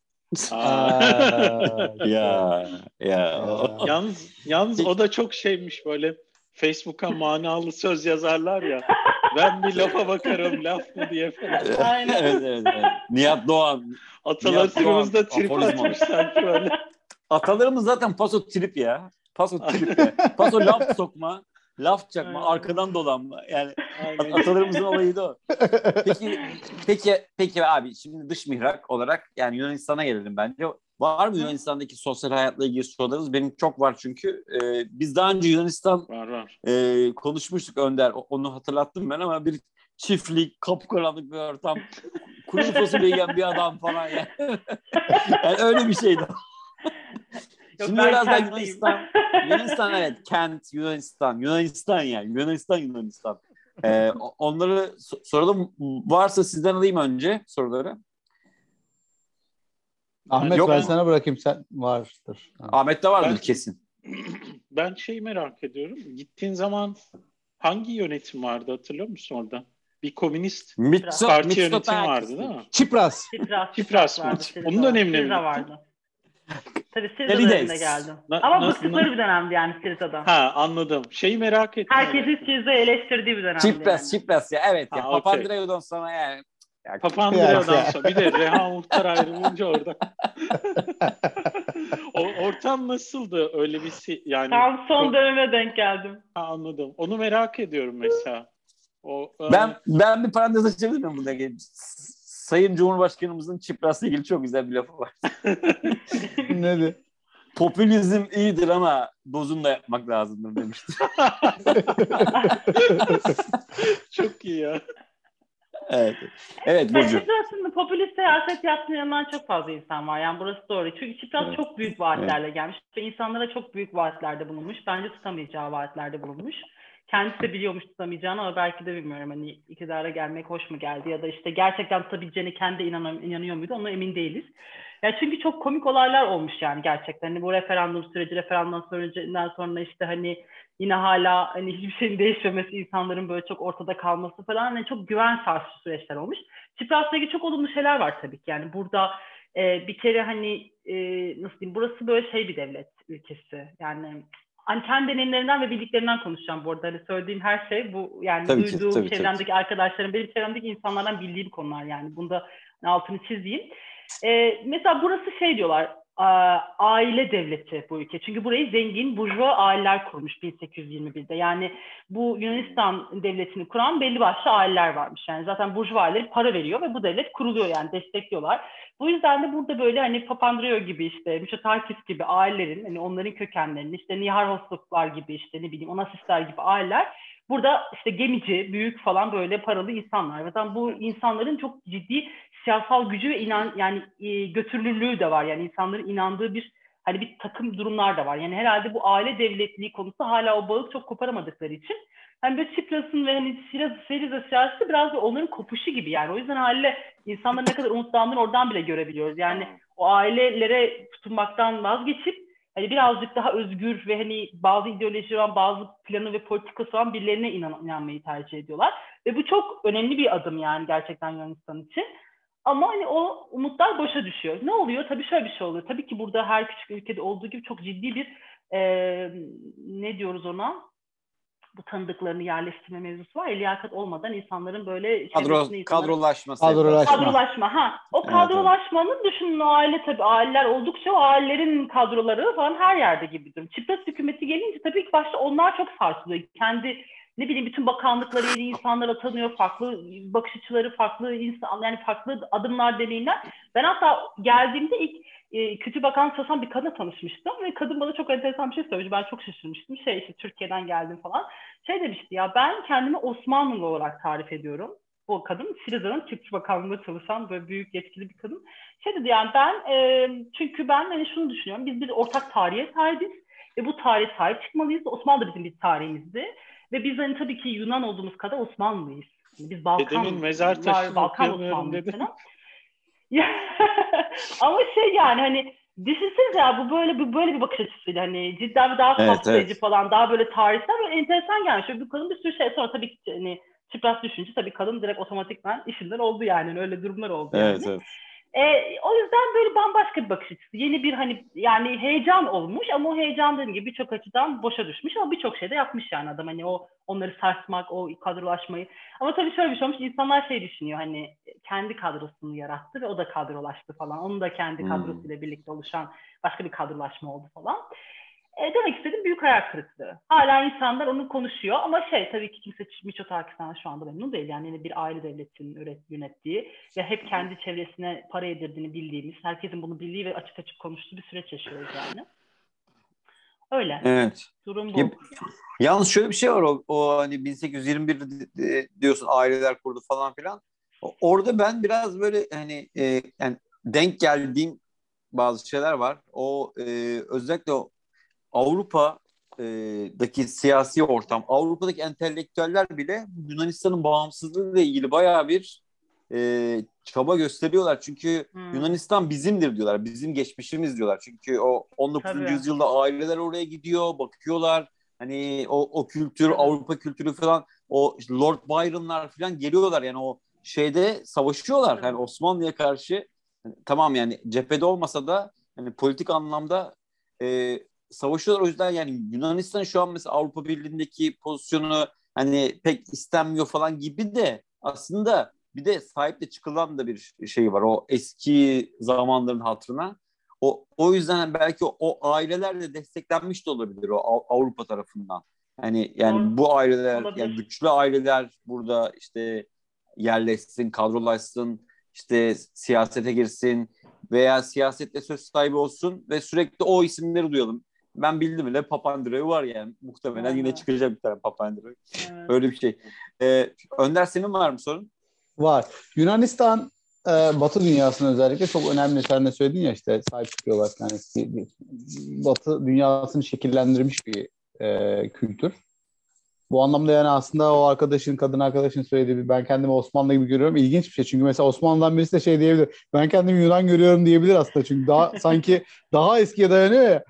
Ya. Yalnız o da çok şeymiş böyle Facebook'a manalı söz yazarlar ya. Ben bir lafa bakarım laf mı diye falan. Aynen. Evet. Nihat Doğan. Atalarımızda trip atmış sanki böyle. Atalarımız zaten paso trip ya. Paso laf sokma. Laf çakma, arkadan dolanma. Yani Aynen. atalarımızın olayı da o. Peki abi, şimdi dış mihrak olarak yani Yunanistan'a gelelim bence. Var mı Yunanistan'daki sosyal hayatla ilgili sorularınız? Benim çok var çünkü. Biz daha önce Yunanistan Var. konuşmuştuk Önder. Onu hatırlattım ben ama bir çiftlik, kapkaranlık bir ortam, kuru fasulye yiyen bir adam falan yani. Yani öyle bir şeydi. Şimdi biraz daha Yunanistan evet, kent, Yunanistan yani, Yunanistan. Onları soralım. Varsa sizden alayım önce soruları. Ahmet Yok ben mu? sana bırakayım, sen vardır. Ahmet'te vardır kesin. Ben merak ediyorum. Gittiğin zaman hangi yönetim vardı, hatırlıyor musun orada? Bir komünist parti yönetimi vardı değil mi? Çipras Çipras mı? Onun dönemine mi Siriza gittin? vardı. Tabii Siriza dönemine geldim. Ama bıktıkları bir dönemdi yani Siriza'dan. Ha, anladım. Merak ettim. Herkesin Siriza'yı eleştirdiği bir dönemdi. Çipras ya, evet ya. Ha, Papandreou'dan sonra yani. Papandreou'dan sonra bir de Reha Muhtar ayrılınca orada. Ortam nasıldı? Öyle bir yani. Tam son döneme denk geldim. Ha, anladım. Onu merak ediyorum mesela. Ben bir parantez açabilir miyim bunda? Sayın Cumhurbaşkanımızın Çipras'la ilgili çok güzel bir lafı var. Nedir? Popülizm iyidir ama dozunu da yapmak lazımdır demişti. Çok iyi ya. Evet Burcu. Çipras'ın popülist siyaset yapmayan çok fazla insan var. Yani burası doğru. Çünkü Çipras çok büyük vaatlerle gelmiş ve insanlara çok büyük vaatlerde bulunmuş. Bence tutamayacağı vaatlerde bulunmuş. Kendisi de biliyormuş tutamayacağını ama belki de bilmiyorum. Hani iktidara gelmek hoş mu geldi ya da işte gerçekten tutabileceğine kendi inanıyor muydu? Ona emin değiliz. Ya çünkü çok komik olaylar olmuş yani gerçekten. Hani bu referandum sürecinden sonra işte hani yine hala hani hiçbir şeyin değişmemesi, insanların böyle çok ortada kalması falan hani çok güven sarsıcı süreçler olmuş. Çipras'la ilgili çok olumlu şeyler var tabii ki. Yani burada bir kere hani nasıl diyeyim, burası böyle bir devlet ülkesi. Yani hani kendi deneyimlerinden ve bildiklerinden konuşacağım bu arada. Hani söylediğim her şey bu yani tabii duyduğum ki, çevremdeki arkadaşlarım, benim çevremdeki insanlardan bildiğim konular yani. Bunda altını çizeyim. Mesela burası diyorlar, aile devleti bu ülke. Çünkü burayı zengin burjuva aileler kurmuş 1821'de. Yani bu Yunanistan devletini kuran belli başlı aileler varmış. Yani zaten burjuva aileleri para veriyor ve bu devlet kuruluyor yani destekliyorlar. Bu yüzden de burada böyle hani Papandreou gibi işte Mitsotakis gibi ailelerin hani onların kökenlerini işte Niarhosluklar gibi işte ne bileyim Onasisler gibi aileler burada işte gemici, büyük falan böyle paralı insanlar. Zaten bu insanların çok ciddi siyasal gücü ve götürülürlüğü de var. Yani insanların inandığı bir hani bir takım durumlar da var. Yani herhalde bu aile devletliği konusu hala o bağı çok koparamadıkları için. Hani böyle Çipras'ın ve hani Siriza siyaseti biraz da onların kopuşu gibi yani. O yüzden haliyle insanların ne kadar umutlandığını oradan bile görebiliyoruz. Yani o ailelere tutunmaktan vazgeçip hani birazcık daha özgür ve hani bazı ideoloji olan, bazı planı ve politikası olan birilerine inanmayı tercih ediyorlar. Ve bu çok önemli bir adım yani gerçekten Yunanistan için. Ama hani o umutlar boşa düşüyor. Ne oluyor? Tabii şöyle bir şey oluyor. Tabii ki burada her küçük ülkede olduğu gibi çok ciddi bir ne diyoruz ona? Bu tanıdıklarını yerleştirme mevzusu var. Liyakat olmadan insanların böyle kadrolaşması. Kadrolaşma. O kadrolaşmanın düşünün, o aile tabii aileler oldukça o ailelerin kadroları falan her yerde gibi durum. Çipras hükümeti gelince tabii ilk başta onlar çok sarsılıyor. Kendi ne bileyim bütün bakanlıkları yeni insanlar atanıyor, farklı bakış açıları, farklı insan yani farklı adımlar, deneyimler. Ben hatta geldiğimde ilk Kültür Bakanlığı çalışan bir kadınla tanışmıştım ve kadın bana çok enteresan bir şey söylemiş. Ben çok şaşırmıştım. İşte Türkiye'den geldim falan. Demişti ya, ben kendimi Osmanlılı olarak tarif ediyorum. O kadın Siriza'nın Kültür Bakanlığı'nda çalışan böyle büyük yetkili bir kadın. Dedi yani ben çünkü ben hani şunu düşünüyorum. Biz bir ortak tarihe sahibiz ve bu tarihe sahip çıkmalıyız. Osmanlı bizim bir tarihimizdi. Ve biz hani tabii ki Yunan olduğumuz kadar Osmanlıyız. Yani biz Balkan Osmanlıyız falan. Ama yani hani düşünsenize ya, bu böyle bir bakış açısıyla hani cidden daha kapsayıcı falan, daha böyle tarihsel böyle enteresan gelmiş. Bu kadın bir sürü şey sonra tabii ki hani Çipras düşünce tabii kadın direkt otomatikman işinden oldu yani, öyle durumlar oldu yani. Evet. O yüzden böyle bambaşka bir bakış açısı. Yeni bir hani yani heyecan olmuş ama o heyecan dediğim gibi birçok açıdan boşa düşmüş ama birçok şey de yapmış yani adam, hani onları sarsmak, o kadrolaşmayı. Ama tabii şöyle bir şey olmuş, insanlar düşünüyor hani kendi kadrosunu yarattı ve o da kadrolaştı falan. Onun da kendi kadrosuyla birlikte oluşan başka bir kadrolaşma oldu falan. Demek istediğim büyük hayal kırıklığı. Hala insanlar onu konuşuyor ama tabii ki kimse Miçotakis'ten şu anda memnun değil. Yani bir aile devletinin yönettiği ve hep kendi çevresine para yedirdiğini bildiğimiz, herkesin bunu bildiği ve açık açık konuştuğu bir süreç yaşıyoruz yani. Öyle. Evet. Durum bu. Yalnız şöyle bir şey var, o hani 1821 diyorsun, aileler kurdu falan filan. Orada ben biraz böyle hani yani denk geldiğim bazı şeyler var. Özellikle o Avrupa'daki siyasi ortam, Avrupa'daki entelektüeller bile Yunanistan'ın bağımsızlığı ile ilgili bayağı bir çaba gösteriyorlar. Çünkü Yunanistan bizimdir diyorlar. Bizim geçmişimiz diyorlar. Çünkü o 19. yüzyılda aileler oraya gidiyor, bakıyorlar. Hani o kültür, Avrupa kültürü falan, o işte Lord Byron'lar falan geliyorlar. Yani o şeyde savaşıyorlar. Yani Osmanlı'ya karşı, tamam yani cephede olmasa da hani politik anlamda savaşıyorlar. O yüzden yani Yunanistan şu an mesela Avrupa Birliği'ndeki pozisyonu hani pek istenmiyor falan gibi de, aslında bir de sahip de çıkılan da bir şey var. O eski zamanların hatırına. O yüzden belki o aileler de desteklenmiş de olabilir o Avrupa tarafından. Yani bu aileler, olabilir. yani güçlü aileler burada işte yerleşsin, kadrolaşsın, işte siyasete girsin veya siyasette söz sahibi olsun ve sürekli o isimleri duyalım. Ben bildim bile Papandreou var yani. Muhtemelen yine çıkacak bir tane Papandreou. Evet. Öyle bir şey. Önder, senin var mı sorun? Var. Yunanistan Batı dünyasının özellikle çok önemli. Sen de söyledin ya, işte sahip çıkıyorlar. Yani Batı dünyasını şekillendirmiş bir kültür. Bu anlamda yani aslında o kadın arkadaşın söylediği, ben kendimi Osmanlı gibi görüyorum. İlginç bir şey. Çünkü mesela Osmanlı'dan birisi de şey diyebilir. Ben kendimi Yunan görüyorum diyebilir aslında. Çünkü daha sanki daha eskiye dayanıyor ya.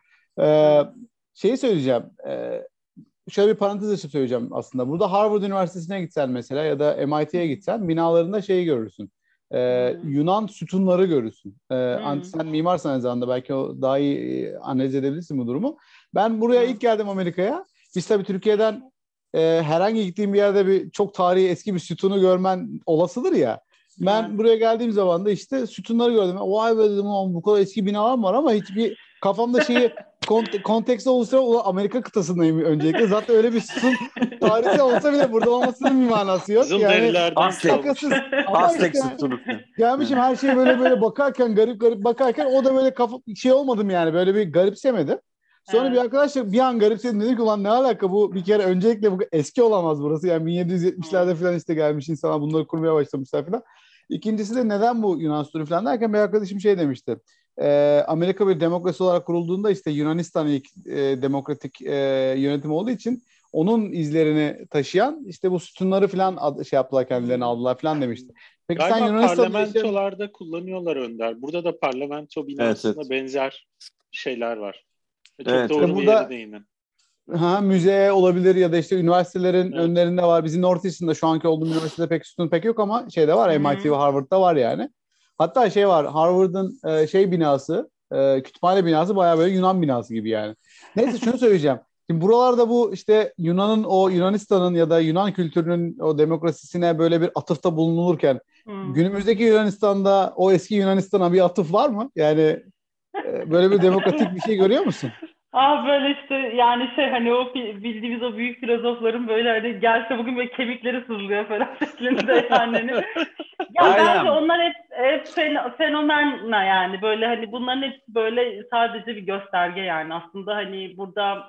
Şeyi söyleyeceğim. Şöyle bir parantez açıp söyleyeceğim aslında. Burada Harvard Üniversitesi'ne gitsen mesela ya da MIT'ye gitsen binalarında şeyi görürsün. Yunan sütunları görürsün. Sen mimarsan aynı zamanda, belki o daha iyi analiz edebilirsin bu durumu. Ben buraya ilk geldim Amerika'ya. Biz tabii Türkiye'den herhangi gittiğim bir yerde çok tarihi eski bir sütunu görmen olasıdır ya. Ben buraya geldiğim zaman da işte sütunları gördüm. Vay be dedim, bu kadar eski binalar var ama hiçbir kafamda şeyi kontekste olursa Amerika kıtasındayım öncelikle. Zaten öyle bir sütun tarihsel olsa bile burada olmasının bir manası yok. Yani alakasız. Ama işte gelmişim her şeye böyle bakarken, garip bakarken, o da böyle şey olmadım yani, böyle bir garipsemedim. Sonra bir arkadaşla bir an garipsedim, dedim ki ulan ne alaka bu, bir kere öncelikle bu eski olamaz burası. Yani 1770'lerde falan işte gelmiş insanlar bunları kurmaya başlamışlar falan. İkincisi de neden bu Yunan sütunu falan derken, bir arkadaşım şey demişti. Amerika bir demokrasi olarak kurulduğunda işte Yunanistan ilk demokratik yönetim olduğu için onun izlerini taşıyan işte bu sütunları falan şey yaptılar, kendilerini aldılar falan demişti. Peki Galiba sen Yunanistan'da parlamentolarda kullanıyorlar Önder. Burada da parlamento binasında benzer şeyler var. Çok doğru bir yere değindin. Müze olabilir ya da işte üniversitelerin önlerinde var. Bizim Northeastern'da şu anki olduğum üniversitede pek sütun pek yok ama şeyde var, MIT ve Harvard'da var yani. Hatta şey var, Harvard'ın binası, kütüphane binası bayağı böyle Yunan binası gibi yani. Neyse, şunu söyleyeceğim. Şimdi buralarda bu işte Yunanistan'ın ya da Yunan kültürünün o demokrasisine böyle bir atıfta bulunulurken günümüzdeki Yunanistan'da o eski Yunanistan'a bir atıf var mı? Yani böyle bir demokratik bir şey görüyor musun? Böyle işte yani hani o bildiğimiz o büyük filozofların böyle hani gelse bugün böyle kemikleri sızlıyor falan şeklinde yani. Ya bence onlar hep fenomen yani, böyle hani bunların hepsi böyle sadece bir gösterge yani. Aslında hani burada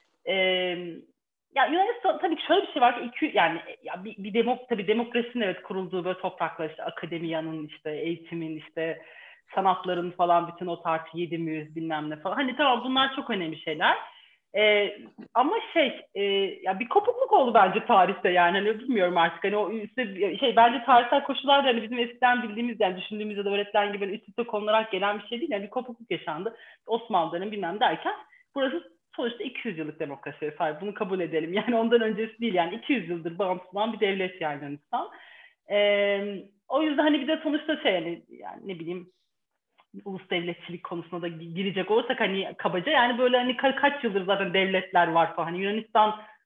ya Yunanistan tabii ki şöyle bir şey var ki yani ya tabii demokrasinin kurulduğu böyle topraklar, işte akademiyanın, işte eğitimin, işte sanatların falan, bütün o tartı 7 müyüz bilmem ne falan. Hani tamam, bunlar çok önemli şeyler. Ama ya bir kopukluk oldu bence tarihte yani. Hani bilmiyorum artık, hani o bence tarihsel koşullar da hani bizim eskiden bildiğimiz, yani düşündüğümüz ya da öğretilen gibi üst üste konularak gelen bir şey değil. Yani bir kopukluk yaşandı. Osmanlıların bilmem derken burası sonuçta 200 yıllık demokrasiye sahip. Bunu kabul edelim. Yani ondan öncesi değil yani. 200 yıldır bağımsız olan bir devlet yani Yunanistan. O yüzden hani bir de sonuçta yani ne bileyim, ulus devletçilik konusuna da girecek olursak hani kabaca, yani böyle hani kaç yıldır zaten devletler var falan. Hani Yunanistan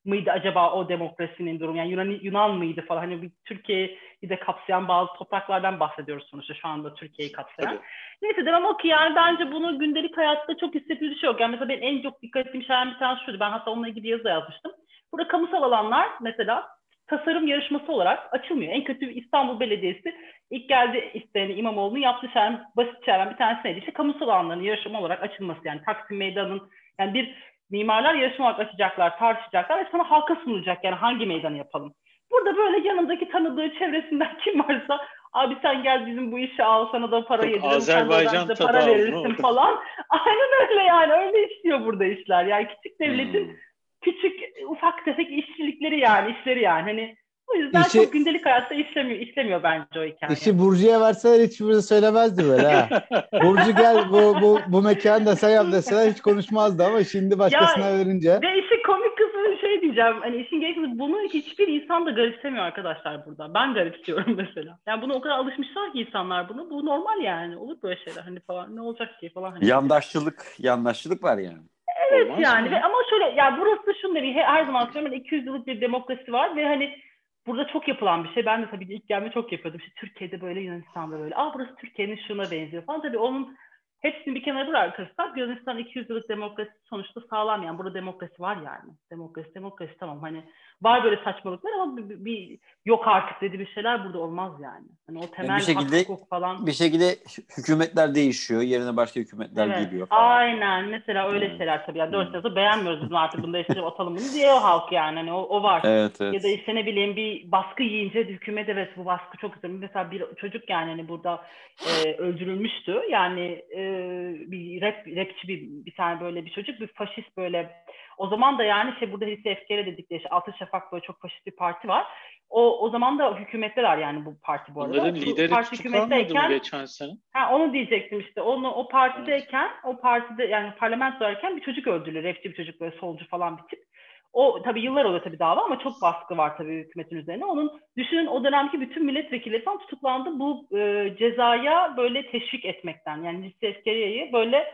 mıydı acaba o demokrasinin durumu? Yani Yunan mıydı falan. Hani bir Türkiye'yi de kapsayan bazı topraklardan bahsediyoruz sonuçta şu anda Türkiye'yi kapsayan. Tabii. Neyse devam o ki yani bence bunu gündelik hayatta çok hissettiği bir şey yok. Yani mesela benim en çok dikkat ettiğim şeylerden bir tanesi şuydu. Ben hatta onunla ilgili yazı da yazmıştım. Burada kamusal alanlar mesela tasarım yarışması olarak açılmıyor. En kötü İstanbul Belediyesi ilk geldi isteyeni İmamoğlu'nun yaptığı şeyler basit şeylerden bir tanesi neydi? İşte kamusal alanların yarışma olarak açılması yani Taksim Meydanı'nın yani bir mimarlar yarışma olarak açacaklar, tartışacaklar ve sonra halka sunulacak yani hangi meydanı yapalım. Burada böyle yanındaki tanıdığı çevresinden kim varsa abi sen gel bizim bu işi al sana da para yedirelim. Azerbaycan tadı para aldın verirsin falan. Aynen öyle yani öyle işliyor burada işler. Yani küçük devletin küçük ufak tefek işçilikleri yani işleri yani hani o yüzden çok gündelik hayatta işlemiyor bence o hikaye. İşi Burcu'ya verseler hiçbiri söylemezdi böyle ha. Burcu gel bu mekanı da sen yap deseler hiç konuşmazdı ama şimdi başkasına verince. Ve işin komik kısmı şey diyeceğim hani işin gereksiz bunu hiçbir insan da garipsemiyor arkadaşlar burada. Ben garipsiyorum mesela. Yani buna o kadar alışmışlar ki insanlar buna. Bu normal yani. Olur böyle şeyler hani falan ne olacak ki falan. Hani. Yandaşçılık var yani. Evet olmaz yani ama şöyle yani burası şunu dedi her zaman söylüyorum 200 yıllık bir demokrasi var ve hani burada çok yapılan bir şey. Ben de tabii ilk gelme çok yapıyordum. İşte Türkiye'de böyle Yunanistan'da böyle. Burası Türkiye'nin şuna benziyor falan. Tabii onun hepsini bir kenara bırakırsak Yunanistan 200 yıllık demokrasi sonuçta sağlam yani. Burada demokrasi var yani. Demokrasi tamam hani var böyle saçmalıklar ama bir yok artık dediği bir şeyler burada olmaz yani. Hani o temel hak hukuk falan. Bir şekilde hükümetler değişiyor. Yerine başka hükümetler geliyor falan. Aynen. Mesela öyle şeyler tabii. Yani 4 sene beğenmiyoruz biz artık bunu değiştirelim atalım bunu diye o halk yani. Hani o var. Evet. Ya da işte ne bileyim bir baskı yiyince hükümet evet bu baskı çok güzel. Mesela bir çocuk yani hani burada öldürülmüştü. Yani bir rapçi bir tane böyle bir çocuk bir faşist böyle o zaman da yani burada Hulusi Efkere dedikleri Altın Şafak böyle çok faşist bir parti var. O zaman da hükümetteler yani bu parti bu arada. Onların lideri tutuklanmadı mı geçen sene? Onu diyecektim işte. O partideyken, o partide yani parlamentodayken bir çocuk öldürülüyor. Rapçi bir çocuk böyle solcu falan bir tip. O tabii yıllar oluyor tabii dava ama çok baskı var tabii hükümetin üzerine. Onun düşünün o dönemki bütün milletvekilleri falan tutuklandı bu cezaya böyle teşvik etmekten. Yani Hulusi Eskeriye'yi böyle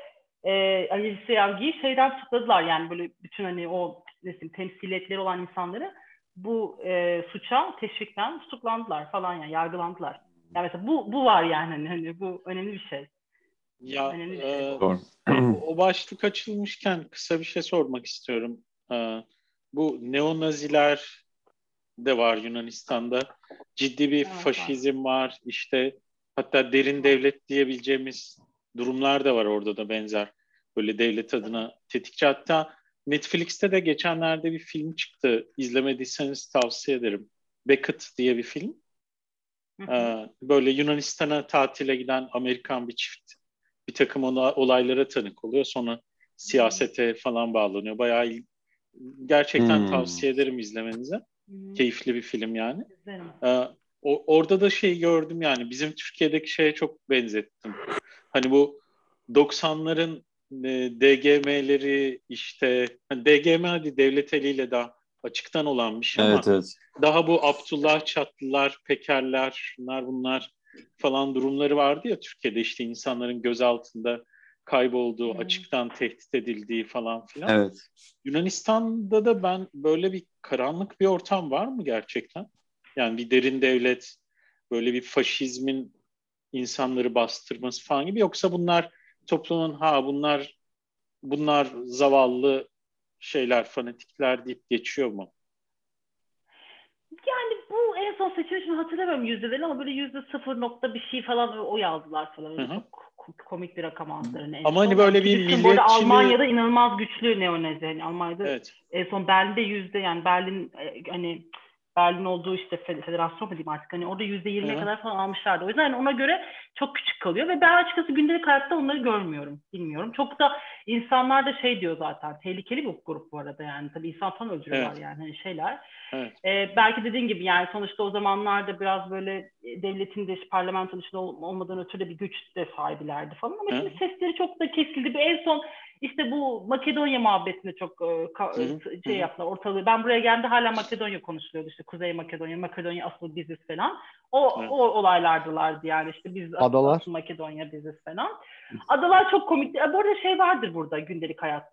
Hulusi Yavgi'yi şeyden tutukladılar yani böyle bütün hani o temsiliyetleri olan insanları bu suça teşvikten tutuklandılar falan yani yargılandılar. Yani mesela bu var yani hani bu önemli bir şey. Ya o başlık açılmışken kısa bir şey sormak istiyorum. Bu neonaziler de var Yunanistan'da. Ciddi bir faşizm var. İşte hatta derin devlet diyebileceğimiz durumlar da var orada da benzer. Böyle devlet adına tetikçi. Hatta Netflix'te de geçenlerde bir film çıktı. İzlemediyseniz tavsiye ederim. Beckett diye bir film. Böyle Yunanistan'a tatile giden Amerikan bir çift bir takım olaylara tanık oluyor. Sonra siyasete falan bağlanıyor. Bayağı gerçekten tavsiye ederim izlemenize. Keyifli bir film yani. Orada da şey gördüm yani bizim Türkiye'deki şeye çok benzettim. Hani bu 90'ların DGM'leri işte hani DGM hadi devlet eliyle daha açıktan olan bir şey ama daha bu Abdullah Çatlılar, Pekerler, şunlar bunlar falan durumları vardı ya Türkiye'de işte insanların gözaltında kaybolduğu, açıktan tehdit edildiği falan filan. Evet. Yunanistan'da da ben böyle bir karanlık bir ortam var mı gerçekten? Yani bir derin devlet, böyle bir faşizmin insanları bastırması falan gibi yoksa bunlar toplumun bunlar zavallı şeyler, fanatikler deyip geçiyor mu? Yani bu en son seçim için hatırlamıyorum yüzdeleri ama böyle %0 bir şey falan oy aldılar falan. Öyle çok komik bir rakam aldılar. Ama hani böyle bir milliyetçiliği... Almanya'da inanılmaz güçlü neonazi. Yani Almanya'da en son Berlin'de yani Berlin hani Berlin olduğu işte federasyon mu diyeyim artık hani orada %20'ye kadar falan almışlardı. O yüzden yani ona göre çok küçük kalıyor ve ben açıkçası gündelik hayatta onları görmüyorum. Bilmiyorum. Çok da insanlar da şey diyor zaten. Tehlikeli bir grup bu arada yani. Tabii insan falan öldürüyorlar yani hani şeyler. Belki dediğin gibi yani sonuçta o zamanlarda biraz böyle devletin de parlamento dışında olmadan ötürü de bir güç de sahibilerdi falan ama şimdi sesleri çok da kesildi. En son işte bu Makedonya muhabbetinde çok yaptılar ortalığı. Ben buraya geldiğimde hala Makedonya konuşuluyordu işte Kuzey Makedonya asıl biziz falan. O olaylardılardı yani işte biz asıl Makedonya biziz falan. Adalar çok komik. Bu arada şey vardır burada gündelik hayatta.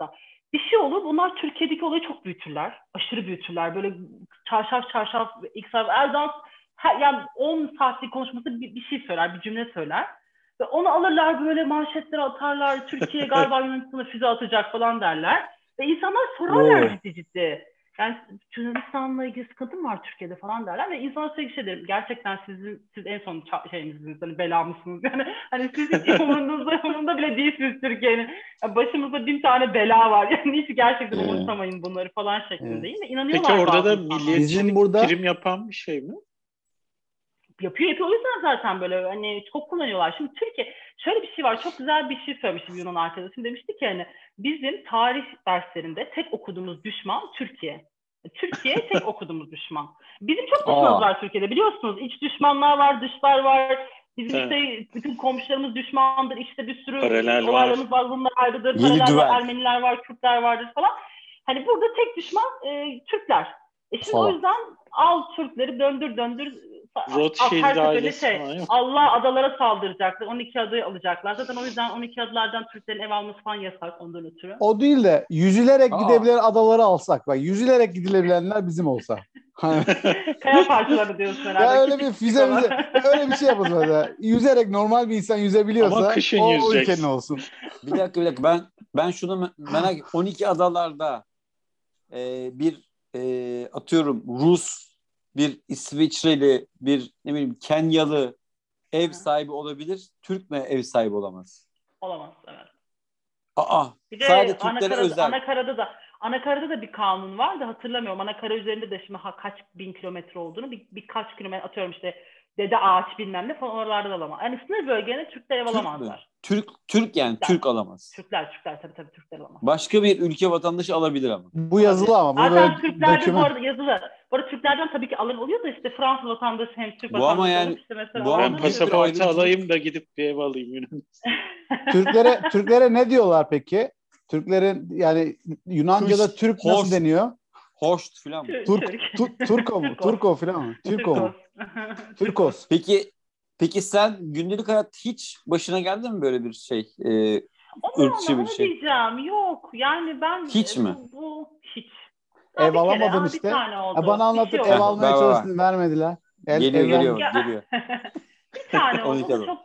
Bir şey olur. Bunlar Türkiye'deki olayı çok büyütürler. Aşırı büyütürler. Böyle çarşaf ilk saat Erdoğan yani 10 saatlik konuşması bir şey söyler, bir cümle söyler. Ve onu alırlar böyle manşetlere atarlar. Türkiye galiba Yunanistan'a füze atacak falan derler. Ve insanlar sorarlar ciddi. Yani Yunanistan'la ilgili sıkıntı mı var Türkiye'de falan derler. Ve insanlar sürekli şey derim. Gerçekten siz en son şeyinizsiniz. Hani bela mısınız? Yani hani siz hiç umurunda bile değilsiniz Türkiye'nin. Yani başımızda 1000 tane bela var. Yani hiç gerçekten umursamayın bunları falan şeklindeyim. Ve inanıyorlar. Peki orada da insanlar. milliyetçilik burada prim yapan bir şey mi? Yapıyor. O yüzden zaten böyle hani çok kullanıyorlar. Şimdi Türkiye şöyle bir şey var. Çok güzel bir şey söylemişti Yunan arkadaşım. Demişti ki hani bizim tarih derslerinde tek okuduğumuz düşman Türkiye. Türkiye tek okuduğumuz düşman. Bizim çok düşmanımız var Türkiye'de biliyorsunuz. İç düşmanlar var, dışlar var. Bizim işte bütün komşularımız düşmandır. İşte bir sürü olaylarımız var. Bunlar ayrıdır. Paralel var, Ermeniler var, Kürtler vardır falan. Hani burada tek düşman Türkler. Şimdi o yüzden al Türkleri döndür Rothschild ailesi Allah adalara saldıracaklar. 12 adayı alacaklar. Zaten o yüzden 12 adalardan Türklerin ev alması falan yasak ondan ötürü. O değil de yüzülerek gidebilen adaları alsak. Bak yüzülerek gidilebilenler bizim olsa. Kaya parçaları diyorsun herhalde. Ya öyle bir füze öyle bir şey yapalım mesela. Yüzerek normal bir insan yüzebiliyorsa o ülkenin olsun. Bir dakika. Ben şunu merak 12 adalarda bir atıyorum Rus, bir İsviçreli, bir ne bileyim Kenyalı ev sahibi olabilir. Türk mü ev sahibi olamaz? Olamaz, evet. Bir de sadece Türklere özel. Anakarada da bir kanun var da hatırlamıyorum. Anakara üzerinde de şimdi kaç bin kilometre olduğunu birkaç kilometre atıyorum işte Dede Ağaç bilmem ne falan oralarda da alamaz. Yani sınır bölgelerinde Türkler ev alamazlar. Türk yani Türk alamaz. Türkler tabii Türkler alamaz. Başka bir ülke vatandaşı alabilir ama. Bu yazılı ama. Zaten Türklerde bu arada yazılı. Bu arada Türklerden tabii ki alan oluyor da işte Fransız vatandaşı hem Türk vatandaşı yani, olup işte mesela. Ben pasaportu alayım da gidip bir ev alayım Yunanistan'a. Türklere ne diyorlar peki? Türklerin yani Yunanca'da Türk nasıl deniyor? Hoşt filan mı? Turko mu? Turko filan mı? Türko mu? Türkos. Peki sen gündelik hayat hiç başına geldi mi böyle bir şey? Irkçı bir şey. Diyeceğim. Yok. Yani ben hiç mi? Hiç. Ev alamadın işte. Bana anlatıp ev almaya çalıştın vermediler. Geliyor. Bir tane oldu.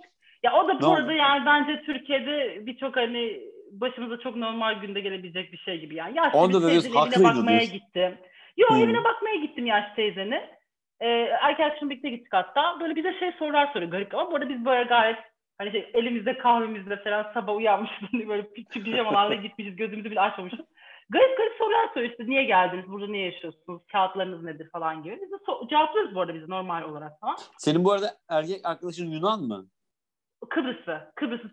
O da bu arada yani bence Türkiye'de birçok hani başımıza çok normal günde gelebilecek bir şey gibi yani. Yaşlı bir teyzenin evine bakmaya gittim. Evine bakmaya gittim yaşlı teyzenin. Arkadaşımla birlikte gittik hatta. Böyle bize sorular soruyor garip ama bu arada biz böyle gayet hani elimizde kahvemizde falan sabah uyanmışız. Böyle pijamalarla gitmişiz. Gözümüzü bile açmamışız. Garip sorular soruyor işte. Niye geldiniz? Burada niye yaşıyorsunuz? Kağıtlarınız nedir falan gibi. Biz de cevaplıyoruz bu arada biz normal olarak falan. Senin bu arada erkek arkadaşın Yunan mı? Kıbrıs'ı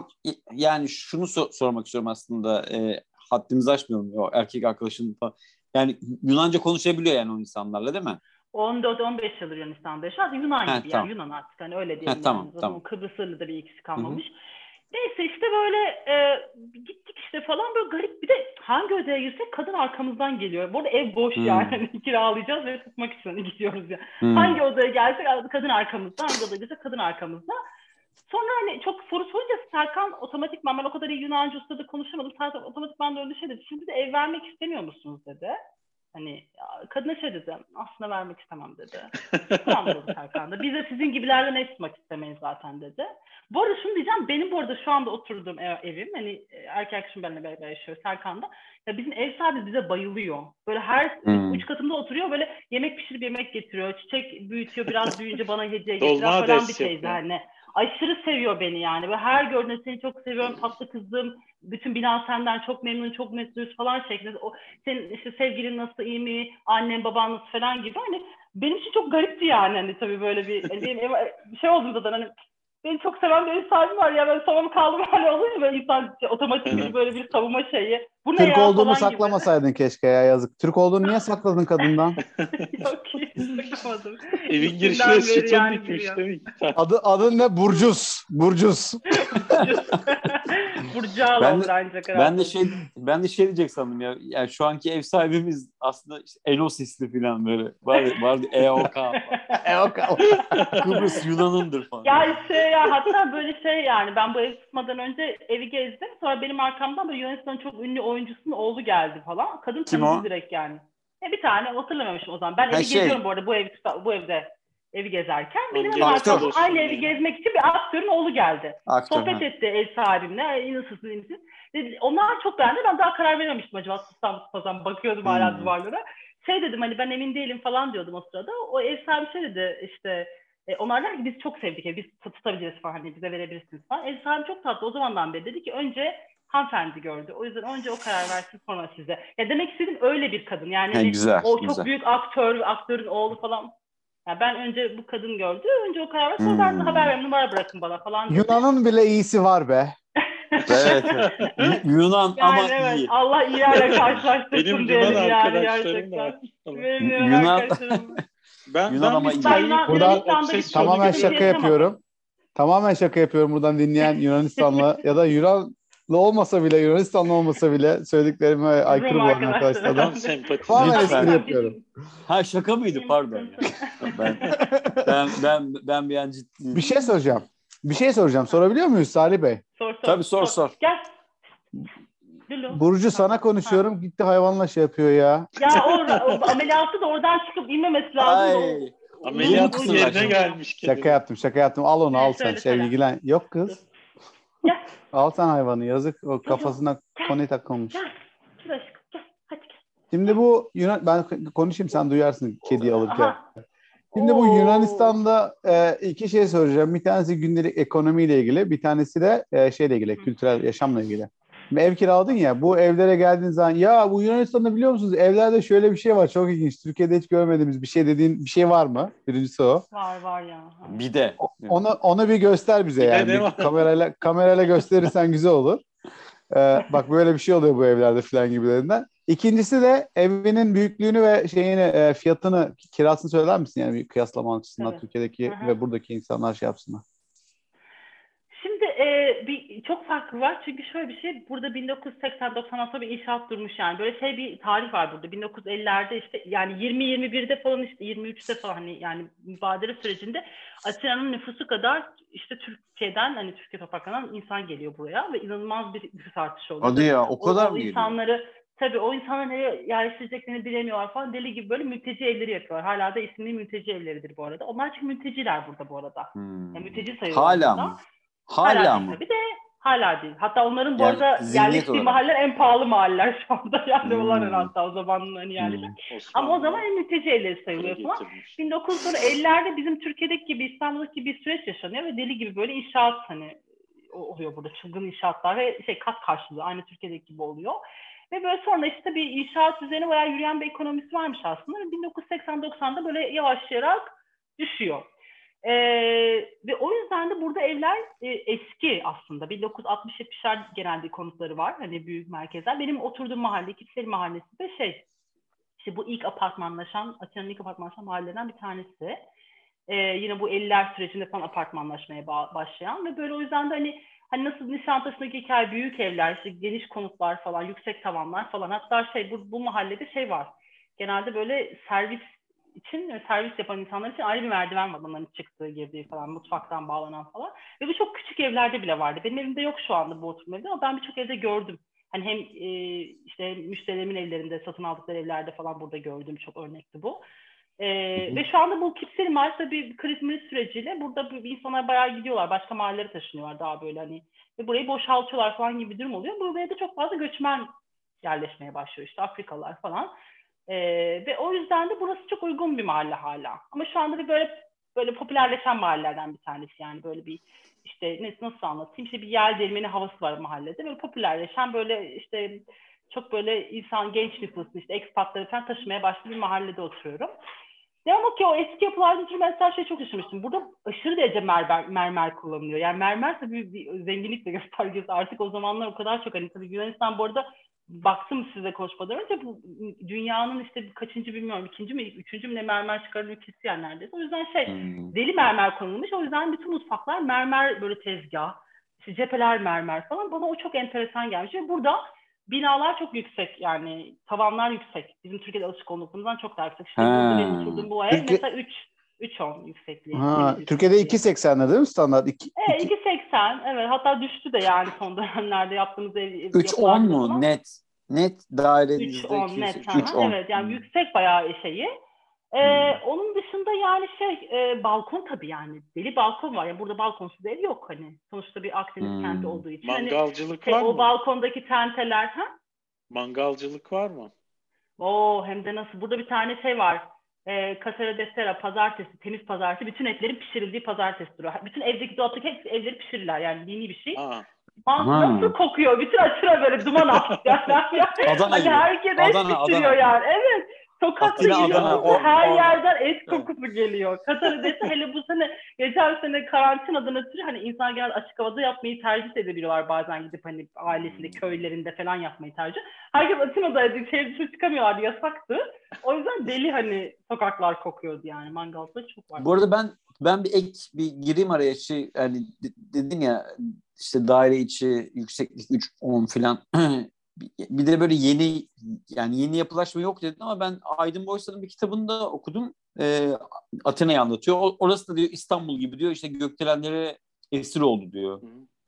yani şunu sormak istiyorum aslında. Haddimizi aşmayalım. O erkek arkadaşın falan. Yani Yunanca konuşabiliyor yani o insanlarla değil mi? 14-15 yıldır Yunanistan'da yaşıyor. Yunan gibi yani Yunan artık hani öyle diyelim. Tamam. Kıbrıs'lı da bir ikisi kalmamış. Hı-hı. Neyse işte böyle gittik işte falan böyle garip bir de hangi odaya girsek kadın arkamızdan geliyor. Bu arada ev boş yani hani kiralayacağız ve tutmak için gidiyoruz ya. Hangi odaya gelsek kadın arkamızda, hangi odaya girsek kadın arkamızda. Sonra hani çok soru sorunca Serkan otomatikman ben o kadar iyi Yunanca ustada konuşamadım. Serkan otomatikman da öyle şey dedi. Siz de ev vermek istemiyor musunuz dedi. Hani kadına şey dedi. Aslında vermek istemem dedi. Tamam dedi Serkan da. Biz de sizin gibilerden ev tutmak istemeyiz zaten dedi. Bu arada şunu diyeceğim. Benim bu arada şu anda oturduğum evim. Hani erkek arkadaşım benimle beraber yaşıyor Serkan'da. Ya bizim ev sahibi bize bayılıyor. Böyle her 3 katımda oturuyor. Böyle yemek pişirip yemek getiriyor. Çiçek büyütüyor. Biraz büyüyünce bana hediye getiriyor falan bir teyze hani. Aşırı seviyor beni yani. Ve her gördüğünde seni çok seviyorum, tatlı kızım. Bütün bina senden çok memnun, çok mutluyuz falan şeklinde. Senin işte sevgilin nasıl, iyi mi, annen, baban nasıl falan gibi. Hani benim için çok garipti yani. Hani tabii böyle bir şey oldu zaten hani beni çok seven bir ev sahibi var ya ben savunma kaldım hani olur ya böyle insan otomatik böyle bir savunma şeyi. Bu Türk ne olduğunu saklamasaydın keşke ya yazık. Türk olduğunu niye sakladın kadından? Yok saklamadım. Evin girişine sütun dikmiş değil mi? Adın ne? Burcus. Furcalı olur ancak herhalde. Ben de şey diyecek sandım ya. Yani şu anki ev sahibimiz aslında işte Enosisli falan böyle. Vardı EOK falan. EOK. Kıbrıs Yunan'ındır falan. Ya hatta böyle yani ben bu evi tutmadan önce evi gezdim. Sonra benim arkamdan böyle Yunanistan'ın çok ünlü oyuncusunun oğlu geldi falan. Kadın tanıdı direkt yani. Bir tane hatırlamamışım o zaman. Ben evi geziyorum bu arada bu evde evi gezerken. Benim arkamdan aynı evi gezmek için bir aktörün oğlu geldi. Sohbet etti ev sahibimle. Nasılsın? Onlar çok beğendi. Ben daha karar verememiştim acaba tutsam bakıyordum hala duvarlara. Dedim hani ben emin değilim falan diyordum o sırada. O ev sahibi dedi işte onlardan ki biz çok sevdik biz tutabiliriz falan hani bize verebilirsiniz falan. Ev sahibi çok tatlı o zamandan beri dedi ki önce hanımefendi gördü. O yüzden önce o karar versin sonra size. Ya demek istediğim öyle bir kadın. Yani güzel, o çok büyük aktörün oğlu falan. Yani ben önce bu kadın gördü. Önce o karar versin. Sonra ben haber verin numara bırakın bana falan dedi. Yunan'ın bile iyisi var be. Evet. Yunan yani ama evet, iyi. Allah iyilerle karşılaştırsın benim diyelim Yunan yani gerçekten. Benim Yunan arkadaşlarım. Ben ama buradan tamamen şaka yapıyorum. Tamamen şaka yapıyorum buradan dinleyen Yunanistanlı ya da Yunanlı olmasa bile Yunanistanlı olmasa bile söylediklerime aykırı bulan arkadaşlardan tamamen espri yapıyorum. Şaka mıydı pardon ya. Ben bir an ciddi. Bir şey soracağım. Sorabiliyor muyuz Salih Bey? Tabii sor. Gel. Burcu sana konuşuyorum. Gitti hayvanla şey yapıyor ya. Ya o ameliyatı da oradan çıkıp inmemesi lazım. Ameliyatın yerine gelmiş. Şaka yaptım. Al onu al sen. İlgilen. Yok kız. Gel. Al sen hayvanı. Yazık. O kafasına koni takılmış. Gel. Gel. Hadi gel. Şimdi bu ben konuşayım sen duyarsın kediyi alırken. Şimdi bu Yunanistan'da iki şey soracağım. Bir tanesi gündelik ekonomiyle ilgili, bir tanesi de şeyle ilgili, kültürel yaşamla ilgili. Şimdi ev kiraladın ya, bu evlere geldiğin zaman ya bu Yunanistan'da biliyor musunuz evlerde şöyle bir şey var çok ilginç. Türkiye'de hiç görmediğimiz bir şey dediğin bir şey var mı? Birincisi o. Var ya. Bir de. Onu bir göster bize yani. Kamerayla gösterirsen güzel olur. Bak böyle bir şey oluyor bu evlerde falan gibilerinden. İkincisi de evinin büyüklüğünü ve fiyatını, kirasını söyler misin? Yani bir kıyaslama açısından Türkiye'deki ve buradaki insanlar şey yapsınlar. Şimdi çok farklı var. Çünkü şöyle bir şey, burada 1980-90'dan bir inşaat durmuş yani. Böyle bir tarih var burada. 1950'lerde işte yani 20-21'de falan işte 23'te falan hani yani mübadele sürecinde Atina'nın nüfusu kadar işte Türkiye'den hani Türkiye topraklarından insan geliyor buraya ve inanılmaz bir nüfus artışı oluyor. Hadi ya o kadar mı geliyor? Tabii o insanlar nereye yerleştireceklerini bilemiyorlar falan. Deli gibi böyle mülteci evleri yapıyorlar. Hala da isimli mülteci evleridir bu arada. Onlar çünkü mülteciler burada bu arada. Yani mülteci sayıyorlar hala burada. mı? Hala mı? Tabii de hala değil. Hatta onların bu arada yerleştiği mahalleler en pahalı mahalleler şu anda. Yani onlar hatta o zamanın hani yerleşik. Ama o zaman en mülteci evleri sayılıyor falan. 1950'lerde bizim Türkiye'deki gibi İstanbul'daki gibi bir süreç yaşanıyor ve deli gibi böyle inşaat hani oluyor burada. Çılgın inşaatlar ve kat karşılığı aynı Türkiye'deki gibi oluyor. Ve böyle sonra işte bir inşaat üzerine bayağı yürüyen bir ekonomisi varmış aslında. 1980-90'da böyle yavaşlayarak düşüyor. Ve o yüzden de burada evler eski aslında. 1960-70'ler genelde konutları var. Hani büyük merkezler. Benim oturduğum mahalle, Kipseli Mahallesi de işte bu ilk apartmanlaşan, Atina'nın ilk apartmanlaşan mahallelerinden bir tanesi. Yine bu 50'ler sürecinde falan apartmanlaşmaya başlayan ve böyle o yüzden de hani nasıl Nişantaşı'ndaki hikaye büyük evler, işte geniş konutlar falan, yüksek tavanlar falan. Hatta bu mahallede var. Genelde böyle servis yapan insanlar için ayrı bir merdiven var. Onların çıktığı, girdiği falan, mutfaktan bağlanan falan. Ve bu çok küçük evlerde bile vardı. Benim evimde yok şu anda bu oturma evde ama ben birçok evde gördüm. Hani hem işte müşterilerimin evlerinde, satın aldıkları evlerde falan burada gördüğüm çok örnekti bu. Ve şu anda bu Kipseli Mahallesi bir kriz süreciyle burada insanlar bayağı gidiyorlar. Başka mahallelere taşınıyorlar daha böyle hani. Ve burayı boşaltıyorlar falan gibi bir durum oluyor. Buraya da çok fazla göçmen yerleşmeye başlıyor. İşte Afrikalılar falan. Ve o yüzden de burası çok uygun bir mahalle hala. Ama şu anda bir böyle popülerleşen mahallelerden bir tanesi yani böyle bir işte nasıl anlatayım işte bir yel değirmeni havası var mahallede. Böyle popülerleşen böyle işte çok böyle genç nüfusu işte ekspatları falan taşımaya başladığı bir mahallede oturuyorum. Ama ki o eski yapılarda mesela çok şaşırmıştım. Burada aşırı derece mermer kullanılıyor. Yani mermer tabii bir zenginlik de göstergesi. Artık o zamanlar o kadar çok hani tabii Yunanistan bu arada baktım size konuşmadan önce bu dünyanın işte kaçıncı bilmiyorum ikinci mi üçüncü mü ne mermer çıkarır ülkesi yani neredeyse. O yüzden deli mermer kullanılmış. O yüzden bütün mutfaklar mermer böyle tezgah. İşte cepheler mermer falan. Bana o çok enteresan gelmiş. Ve burada binalar çok yüksek, yani tavanlar yüksek. Bizim Türkiye'de alışık olduğumuzdan çok daha yüksek. İşte burada benim oturduğum bu ev mesela 3.10 yüksekliği. Türkiye'de 2.80'de değil mi standart? 2.80, evet, hatta düştü de yani son dönemlerde yaptığımız ev 3.10 mu? falan. Net dairenizde 3.10 net. 3.10. Evet, yani yüksek bayağı şeyi. Onun dışında yani balkon tabii, yani deli balkon var. Yani burada balkonsuz ev yok hani. Sonuçta bir Akdeniz kenti olduğu için. Mangalcılık var mı? O balkondaki tenteler. Mangalcılık var mı? Hem de nasıl. Burada bir tane var. Casera de Sera, pazartesi, temiz pazartesi. Bütün etlerin pişirildiği pazartesidir o. Bütün evdeki dolaptaki hepsi evleri pişirirler. Yani dini bir şey. Nasıl kokuyor? Bütün açıra böyle duman atıyor. Adana hani gibi. herkes et pişiriyor yani. Evet. Sokakta yürüyorsunuz, her yerden et kokusu geliyor. Katar'da hele bu sene, geçen sene karantinadan ötürü hani insan genelde açık havada yapmayı tercih edebiliyorlar, bazen gidip hani ailesinde, köylerinde falan yapmayı tercih. Herkes Atina'daydı, şehir dışına çıkamıyorlardı, yasaktı. O yüzden deli hani sokaklar kokuyordu yani, mangalda çok var. Bu arada ben bir gireyim araya, yani dedin ya işte daire içi yükseklik 3.10 falan. Bir de böyle yeni yapılaşma yok dedin ama ben Aydın Boysal'ın bir kitabında okudum. Atina'yı anlatıyor. Orası da diyor İstanbul gibi diyor, işte gökdelenlere esir oldu diyor.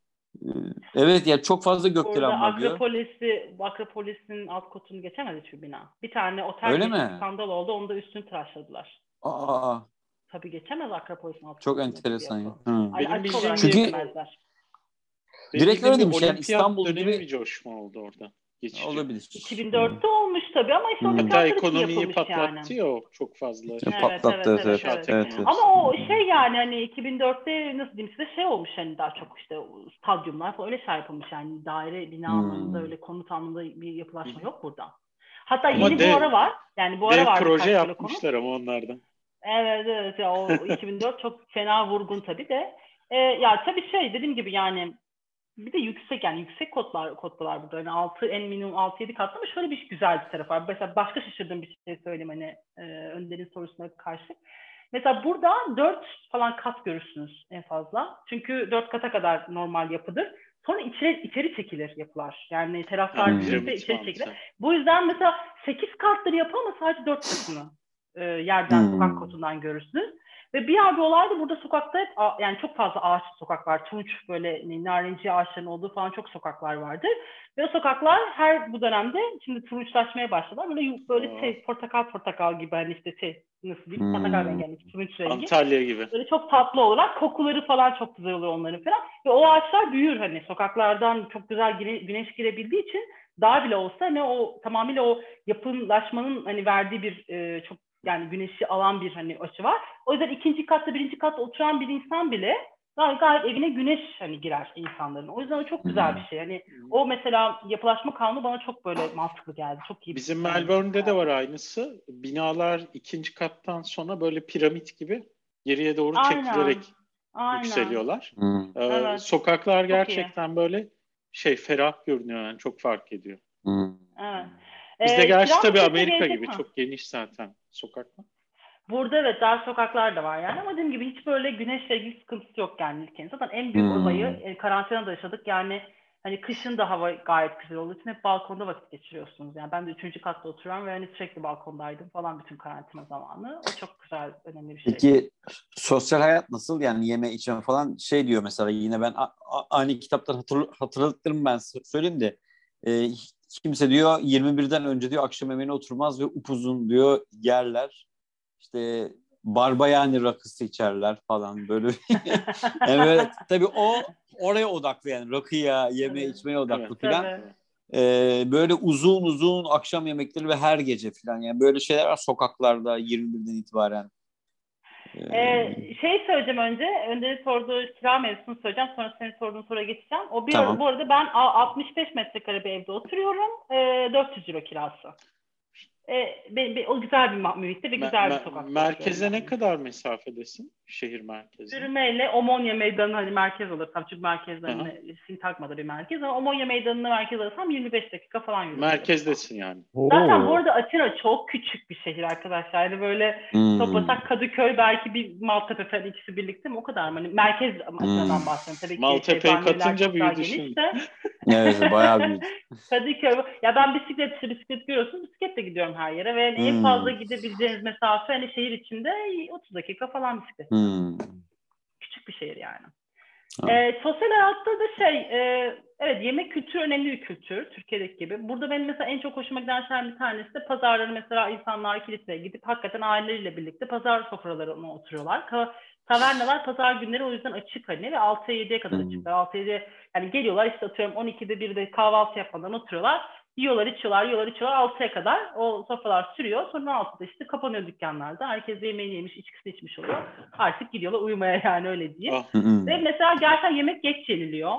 Evet ya, çok fazla gökdelen var diyor. Akropolis'in alt kotunu geçemedi şu bina. Bir tane otel Öyle geçti, mi? skandal oldu. Onu da üstünü tıraşladılar. Tabii geçemez Akropolis'in alt kotunu. Çok enteresan ya. Benim bildiğim çünkü direkt öyle demiş yani, İstanbul dönemi gibi bir coşma oldu orada. Geçici. Olabilir. 2004'te olmuş tabii ama işte hatta ekonomiyi patlattı ya o çok fazla. Patlattı evet. Ama o yani hani 2004'te nasıl diyeyim size olmuş hani, daha çok işte stadyumlar falan öyle yapılmış yani, daire bina anlamında öyle konut anlamında bir yapılaşma yok burada. Hatta ama yeni bu ara var. Yani bu ara var proje yapmışlar ama onlardan. Evet ya, o 2004 çok fena vurgun tabii de. Ya tabii dediğim gibi yani, bir de yüksek kodlar burada. Yani en minimum 6-7 katlı, ama şöyle bir güzel bir tarafı var. Mesela başka şaşırdığım bir şey söyleyeyim hani Önder'in sorusuna karşı. Mesela burada 4 falan kat görürsünüz en fazla. Çünkü 4 kata kadar normal yapıdır. Sonra içeri çekilir yapılar. Yani teraslar büyürse içeri çekilir. Bu yüzden mesela 8 katlı yapı ama sadece 4 katını yerden, sokak kotundan görürsünüz. Ve bir abi olay da burada sokakta yani çok fazla ağaçlı sokak var. Tunç böyle narenci ağaçların olduğu falan çok sokaklar vardır. Ve o sokaklar bu dönemde şimdi turunçlaşmaya başladılar. Böyle portakal gibi hani işte nasıl diyeyim, portakal rengi, yani turunç rengi. Antalya gibi. Böyle çok tatlı olarak kokuları falan çok güzel oluyor onların falan. Ve o ağaçlar büyür hani, sokaklardan çok güzel güneş girebildiği için daha bile olsa o tamamıyla o yapılaşmanın hani verdiği bir çok yani güneşi alan bir hani açı var. O yüzden ikinci katta, birinci katta oturan bir insan bile gayet evine güneş hani girer insanların. O yüzden o çok güzel bir şey. Yani o mesela yapılaşma kanunu bana çok böyle mantıklı geldi. Çok iyi. Bizim Melbourne'de de var aynısı. Binalar ikinci kattan sonra böyle piramit gibi geriye doğru çekilerek yükseliyorlar. Evet. Sokaklar gerçekten böyle ferah görünüyor yani, çok fark ediyor. Evet. Bizde gerçi tabii Amerika gibi çok geniş zaten sokaklar. Burada evet dar sokaklar da var yani, ama dediğim gibi hiç böyle güneşle ilgili sıkıntısı yok yani ülkenin. Zaten en büyük olayı karantinada yaşadık yani, hani kışın da hava gayet güzel olduğu için hep balkonda vakit geçiriyorsunuz. Yani ben de 3. katta oturan ve hani sürekli balkondaydım falan bütün karantina zamanı. O çok güzel, önemli bir şey. Peki sosyal hayat nasıl? Yani yeme içme falan diyor mesela, yine ben aynı kitaptan hatırlattırım ben söyleyeyim de. Kimse diyor 21'den önce diyor akşam yemeğine oturmaz ve upuzun diyor yerler. İşte barbayani rakısı içerler falan böyle. Evet tabii oraya odaklı yani, rakıya, yeme içmeye odaklı falan. Böyle uzun akşam yemekleri ve her gece falan, yani böyle şeyler var sokaklarda 21'den itibaren. Söyleyeceğim önce. Önder'in sorduğu kira mevzusunu söyleyeceğim. Sonra senin sorduğun soruya geçeceğim. Tamam. Bu arada ben 65 metrekare bir evde oturuyorum. 400 euro kirası. O güzel bir mühitte ve güzel bir sokak. Merkeze ne kadar mesafedesin? Şehir merkezine. Yürümeyle Omonya Meydanı hani merkez alırsam, çünkü merkezlerine Sintagma'da bir merkez, ama Omonya Meydanı'nı merkez alırsam 25 dakika falan yürüyorum. Merkezdesin yani. Zaten bu arada Atina çok küçük bir şehir arkadaşlar. Yani böyle Topatak, Kadıköy, belki bir Maltepe falan, ikisi birlikte mi? O kadar mı? Hani merkez Atina'dan bahsediyorum. Tabii ki Maltepe'yi katınca büyüdü şimdi. Evet, bayağı büyüdü. Kadıköy. Ya ben bisiklet görüyorsunuz. Bisikletle gidiyorum her yere ve en fazla gidebileceğiniz mesafe hani şehir içinde 30 dakika falan bisiklet. Küçük bir şehir yani. Sosyal hayatta da evet, yemek kültürü önemli bir kültür Türkiye'deki gibi. Burada benim mesela en çok hoşuma giden şeylerden bir tanesi de pazarları, mesela insanlar kiliseye gidip hakikaten aileleriyle birlikte pazar sofralarına oturuyorlar. Tavernalar pazar günleri o yüzden açık hani ve 6'ya 7'ye kadar açıklar. 6'ya 7'ye yani geliyorlar, işte atıyorum 12'de 1'de kahvaltı yapmadan oturuyorlar. Yiyorlar içiyorlar 6'ya kadar o sofralar sürüyor. Sonra 6'da işte kapanıyor dükkanlarda. Herkes yemeğini yemiş, içkisini içmiş oluyor. Artık gidiyorlar uyumaya, yani öyle diyeyim. Ve mesela gerçekten yemek geç yeniliyor.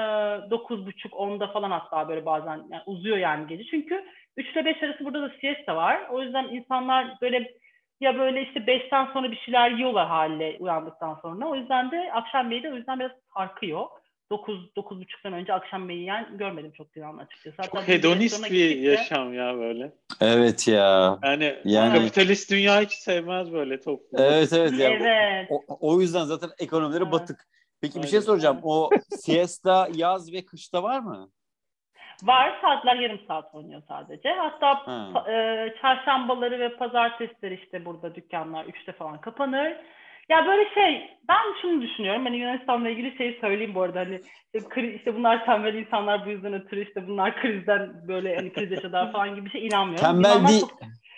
9.30-10'da falan, hatta böyle bazen yani uzuyor yani gece. Çünkü 3 ile 5 arası burada da siesta var. O yüzden insanlar böyle ya böyle işte 5'ten sonra bir şeyler yiyorlar haliyle uyandıktan sonra. O yüzden de akşam yemeği de o yüzden biraz sarkıyor. 9-9.30'dan önce akşam yemeği yiyen görmedim çok Dilan'la açıkçası. Hatta çok hedonist bir yaşam ya böyle. Evet ya. Yani kapitalist dünya hiç sevmez böyle toplum. Evet ya. Evet. O yüzden zaten ekonomileri batık. Peki bir şey soracağım. O siesta yaz ve kışta var mı? Var, saatler yarım saat oynuyor sadece. Hatta çarşambaları ve pazartesileri işte burada dükkanlar 3'te falan kapanır. Ya böyle ben şunu düşünüyorum. Hani Yunanistan'la ilgili şeyi söyleyeyim bu arada. Hani işte bunlar tembel insanlar, bu yüzden ötürü işte bunlar krizden böyle hani kriz yaşadılar falan gibi bir şey inanmıyorum. Tembel değil.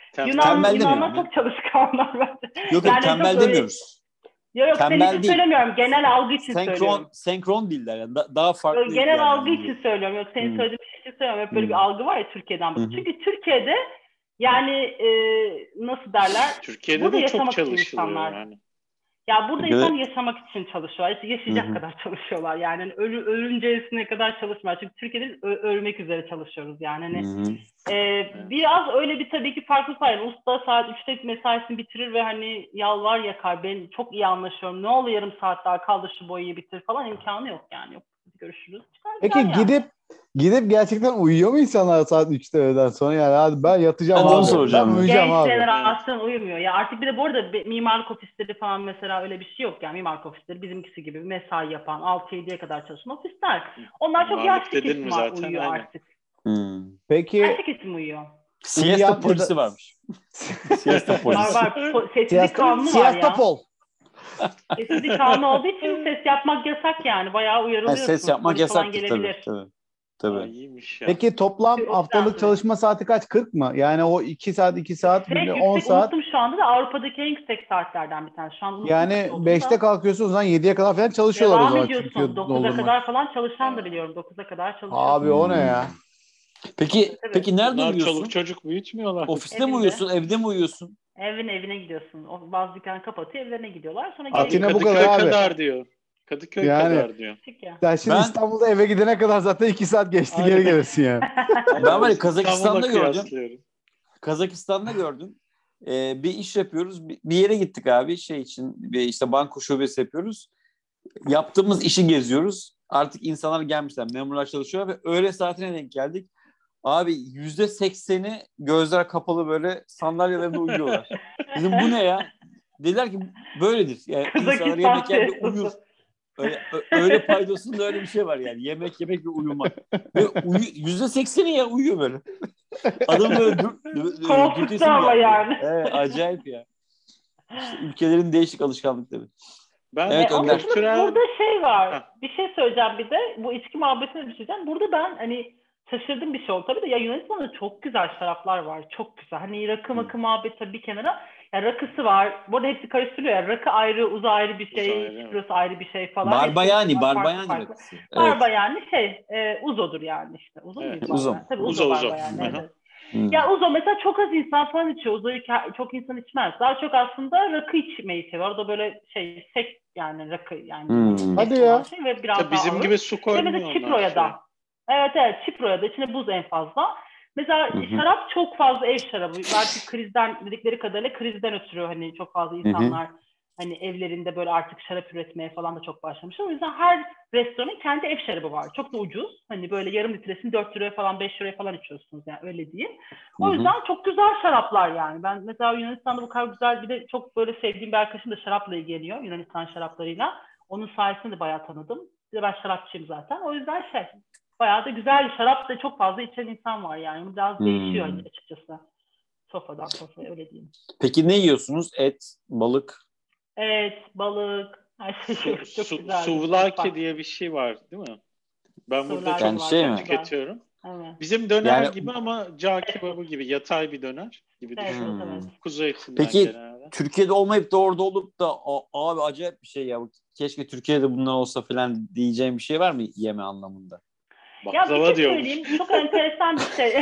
Yunanlar çok çalışkanlar bence. Yok yani tembel demiyoruz. Yok senin için söylemiyorum. Genel algı için söylüyorum. Senkron diller yani. Daha farklı. Genel algı için söylüyorum. Yok senin söylediğin şey için söylüyorum. Hep böyle bir algı var ya Türkiye'den bakın. Çünkü Türkiye'de yani nasıl derler? Türkiye'de burada de yaşamak çok için insanlar. yani. Ya burada insan yaşamak için çalışıyorlar. Yaşayacak kadar çalışıyorlar. Yani ölüncesine kadar çalışmıyorlar. Çünkü Türkiye'de ölmek üzere çalışıyoruz. Yani hani biraz öyle bir tabii ki farklı var. Usta saat 3'te mesaisini bitirir ve hani yalvar yakar. Ben çok iyi anlaşıyorum. Ne olur yarım saat daha kaldı şu boyayı bitir falan, imkanı yok yani. Yok, görüşürüz. Peki yani. Gidip gerçekten uyuyor mu insanlar saat 3'te öğleden sonra? Yani hadi ben yatacağım abi. Ben uyuyacağım abi. Genç jenerasyon uyumuyor. Ya artık bir de bu arada mimarlık ofisleri falan mesela öyle bir şey yok. Yani mimarlık ofisleri bizimkisi gibi mesai yapan 6-7'ye kadar çalışan ofisler. Onlar çok yaşlı kesim uyuyor artık. Peki. Yaşlı kesim uyuyor. Siesta polisi varmış. Siesta polisi. Var. Sessizlik kanunu var ya. Siestapol. Sessizlik kanunu olduğu için ses yapmak yasak yani. Bayağı uyarılıyorsun. Ses yapmak yasak tabii. İyiymiş ya. Peki toplam haftalık çalışma saati kaç? 40 mı? Yani o 2 saat, günde 10 saat. Unuttum şu anda da Avrupa'daki en yüksek saatlerden bir tanesi. Şu an yani 5'te kalkıyorsun, o zaman 7'ye kadar falan çalışıyorlar o zaman. Devam ediyorsun. 9'a kadar falan çalışan da biliyorum. 9'a kadar çalışıyorsun. Abi o ne ya? Peki nerede uyuyorsun? Çoluk çocuk büyütmüyorlar. Ofiste mi uyuyorsun? Evde mi uyuyorsun? Evine gidiyorsun. Bazı dükkan kapatıyor, evlerine gidiyorlar. Sonra Atina bu kadar diyor. Kadıköy kadar diyor. Sen şimdi İstanbul'da eve gidene kadar zaten 2 saat geçti, geri gelirsin yani. Ben var ya Kazakistan'da gördüm. Kazakistan'da gördüm. Bir iş yapıyoruz. Bir yere gittik abi için. İşte banko şubesi yapıyoruz. Yaptığımız işi geziyoruz. Artık insanlar gelmişler. Memurlar çalışıyor ve öğle saatine denk geldik. Abi %80'i gözler kapalı böyle sandalyelerinde uyuyorlar. Dedim bu ne ya? Dediler ki böyledir. Yani insanlar yemek yerde uyur. Öyle paydosunda öyle bir şey var yani. Yemek ve uyumak. Ve %80'i ya uyuyor böyle. Adam böyle korkuttu ama yani. Evet, acayip ya. İşte ülkelerin değişik alışkanlıkları. Ama burada var. Bir şey söyleyeceğim bir de. Bu içki muhabbetine bir şey diyeceğim. Burada ben hani şaşırdığım bir şey oldu. Tabii de ya Yunanistan'da çok güzel şaraplar var. Çok güzel. Hani rakı muhabbet tabii bir kenara. Ya rakısı var. Bu arada hepsi karıştırılıyor. Yani rakı ayrı, uza ayrı bir şey, şifrosu ayrı bir şey falan. Barbayani rakısı. Barbayani uzodur yani işte. Uzo muydu? Uzo. Tabii uzo barbayani. Evet. Ya uzo mesela çok az insan falan içiyor. Uzo'yu çok insan içmez. Daha çok aslında rakı içmeyi seviyor. Orada böyle sek yani rakı yani. Hadi ya. Ve biraz bizim gibi su koymuyor onlar. Çipro'ya da. Evet Çipro'ya da içine buz en fazla. Mesela Hı hı. şarap çok fazla ev şarabı. Belki krizden dedikleri kadarıyla krizden ötürü hani çok fazla insanlar hani evlerinde böyle artık şarap üretmeye falan da çok başlamış. O yüzden her restoranın kendi ev şarabı var. Çok da ucuz. Hani böyle yarım litresini 4 liraya falan 5 liraya falan içiyorsunuz yani öyle diyeyim. O yüzden çok güzel şaraplar yani. Ben mesela Yunanistan'da bu kadar güzel bir de çok böyle sevdiğim bir arkadaşım da şarapla ilgileniyor. Yunanistan şaraplarıyla. Onun sayesinde de bayağı tanıdım. Bir de ben şarapçıyım zaten. O yüzden bayağı da güzel şarap da çok fazla içen insan var yani. Biraz değişiyor hani açıkçası. Sofradan sofraya öyle diyeyim. Peki ne yiyorsunuz? Et, balık? Evet, balık, her şey çok güzel. Souvlaki diye bir şey var değil mi? Ben burada Souvlaki çok Yani şey mi? tüketiyorum. Evet. Bizim döner Yani- gibi ama cağ kebabı gibi yatay bir döner gibi Evet, düşünün. evet. Kuzu etinden Peki genelde. Türkiye'de olmayıp da orada olup da abi acayip bir şey ya. Keşke Türkiye'de bunlar olsa falan diyeceğim bir şey var mı yeme anlamında? Ya bir Baklava şey diyormuş. söyleyeyim, çok enteresan bir şey.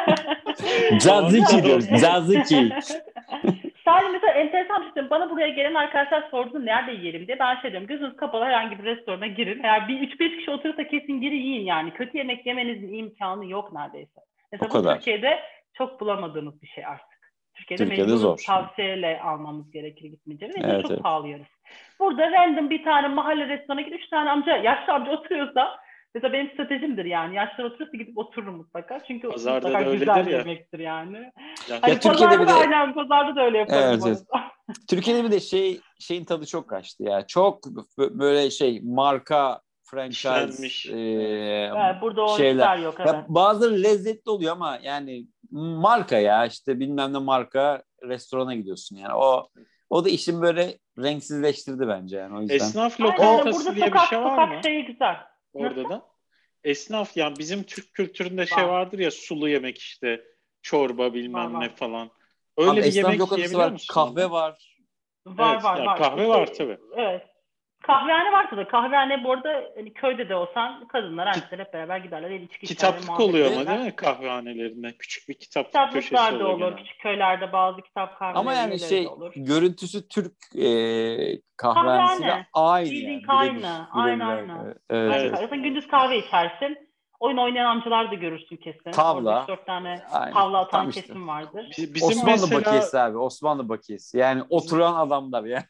Caziki diyoruz, caziki. Sadece mesela enteresan bir şey söyleyeyim. Bana buraya gelen arkadaşlar sordu nerede yiyelim diye. Ben şey diyorum, gözünüz kapalı herhangi bir restorana girin. Eğer bir 3-5 kişi oturursa kesin girin yiyin yani. Kötü yemek yemenizin imkanı yok neredeyse. Mesela O bu kadar. Türkiye'de çok bulamadığımız bir şey artık. Türkiye'de Türkiye'de mecbur zor. tavsiyeyle almamız gerekir gitmeyince. Ve Evet, çok evet. pahalı yeriz. Burada random bir tane mahalle restorana gidip 3 tane amca, yaşlı amca oturuyorsa mesela benim stratejimdir yani. Yaşlılar oturuyorsa gidip otururum mutlaka. Çünkü Pazarda mutlaka da güzel öyledir ya. yemektir yani. Ya Hani Türkiye'de pazarda bir da de aynen pazarda da öyle yaparım evet, bu evet. arada. Türkiye'de bir de şeyin tadı çok kaçtı ya. Çok böyle marka franchise İşlenmiş. Evet, burada o şeyler. işler yok Ya evet. bazıları lezzetli oluyor ama yani marka ya işte bilmem ne marka restorana gidiyorsun yani. O da işin böyle renksizleştirdi bence yani o yüzden. Esnaf Aynen öyle. lokantası Burada diye bir şey sokak var mı sokak şeyi güzel. orada Nasıl? da? Esnaf yani bizim Türk kültüründe şey Var. vardır ya sulu yemek işte çorba Var bilmem ne var. falan. Abi Öyle bir esnaf yemek lokantası yiyebiliyor var, musun kahve orada? var. Var Evet var yani var. kahve var tabii. Evet. Kahvehane varsa da kahvehane bu arada hani köyde de olsan kadınlar erkekler hep beraber giderler. El içki içerler, Kitaplık muhabbet oluyor ama ederler. değil mi kahvehanelerinde? Küçük bir kitaplık köşesi Kitaplıklar da oluyor olur. genelde. Küçük köylerde bazı kitap Ama kahveleri yani üyeleri de olur. görüntüsü Türk kahvehanesiyle Kahvehane. aynı Bildiğin yani aynı. Aynı birebir aynı. aynı. Evet, Aynı. evet. Evet. Zaten gündüz kahve içersin. Oyun oynayan amcalar da görürsün kesin. Orada Tavla 3-4 tane aynen tavla atan tam işte. kesim vardır. Bizim Osmanlı mesela bakiyesi abi, Osmanlı bakiyesi. Yani oturan adamlar ya.